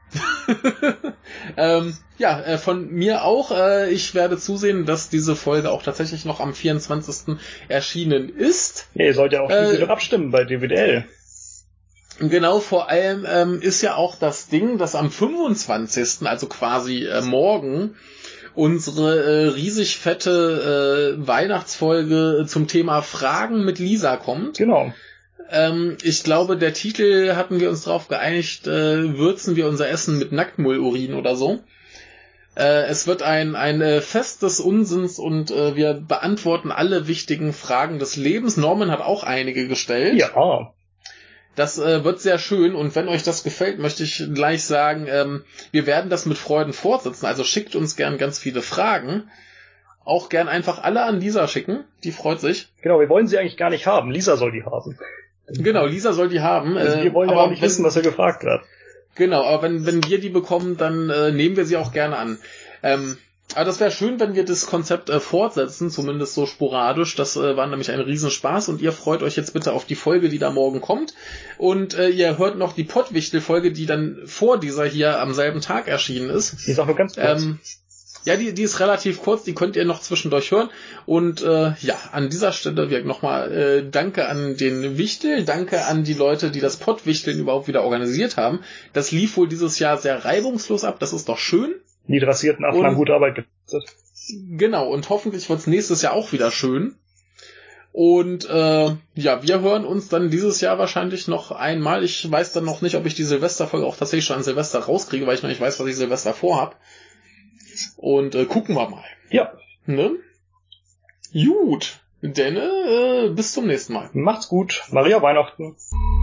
Von mir auch. Ich werde zusehen, dass diese Folge auch tatsächlich noch am 24. erschienen ist. Ja, ihr sollt ja auch schließlich noch abstimmen bei DWDL. Genau, vor allem ist ja auch das Ding, dass am 25., also quasi morgen, unsere riesig fette Weihnachtsfolge zum Thema Fragen mit Lisa kommt. Genau. Ich glaube, der Titel hatten wir uns drauf geeinigt, würzen wir unser Essen mit Nacktmullurin oder so. Es wird ein Fest des Unsinns und wir beantworten alle wichtigen Fragen des Lebens. Norman hat auch einige gestellt. Ja. Das wird sehr schön und wenn euch das gefällt, möchte ich gleich sagen, wir werden das mit Freuden fortsetzen. Also schickt uns gern ganz viele Fragen. Auch gern einfach alle an Lisa schicken. Die freut sich. Genau, wir wollen sie eigentlich gar nicht haben. Lisa soll die haben. Genau, Lisa soll die haben. Also wir wollen aber auch nicht wissen, was er gefragt hat. Genau, aber wenn wir die bekommen, dann nehmen wir sie auch gerne an. Aber das wäre schön, wenn wir das Konzept fortsetzen, zumindest so sporadisch. Das war nämlich ein Riesenspaß und ihr freut euch jetzt bitte auf die Folge, die da morgen kommt. Und ihr hört noch die Pottwichtel-Folge, die dann vor dieser hier am selben Tag erschienen ist. Die ist auch nur ganz kurz. Ja, die ist relativ kurz, die könnt ihr noch zwischendurch hören. Und an dieser Stelle nochmal danke an den Wichtel, danke an die Leute, die das Pottwichteln überhaupt wieder organisiert haben. Das lief wohl dieses Jahr sehr reibungslos ab, das ist doch schön. Die dressierten Affen haben gute Arbeit geleistet. Genau, und hoffentlich wird's nächstes Jahr auch wieder schön. Und ja, wir hören uns dann dieses Jahr wahrscheinlich noch einmal. Ich weiß dann noch nicht, ob ich die Silvesterfolge auch tatsächlich schon an Silvester rauskriege, weil ich noch nicht weiß, was ich Silvester vorhab. Und gucken wir mal. Ja. Ne? Gut, denn bis zum nächsten Mal. Macht's gut. Maria Weihnachten.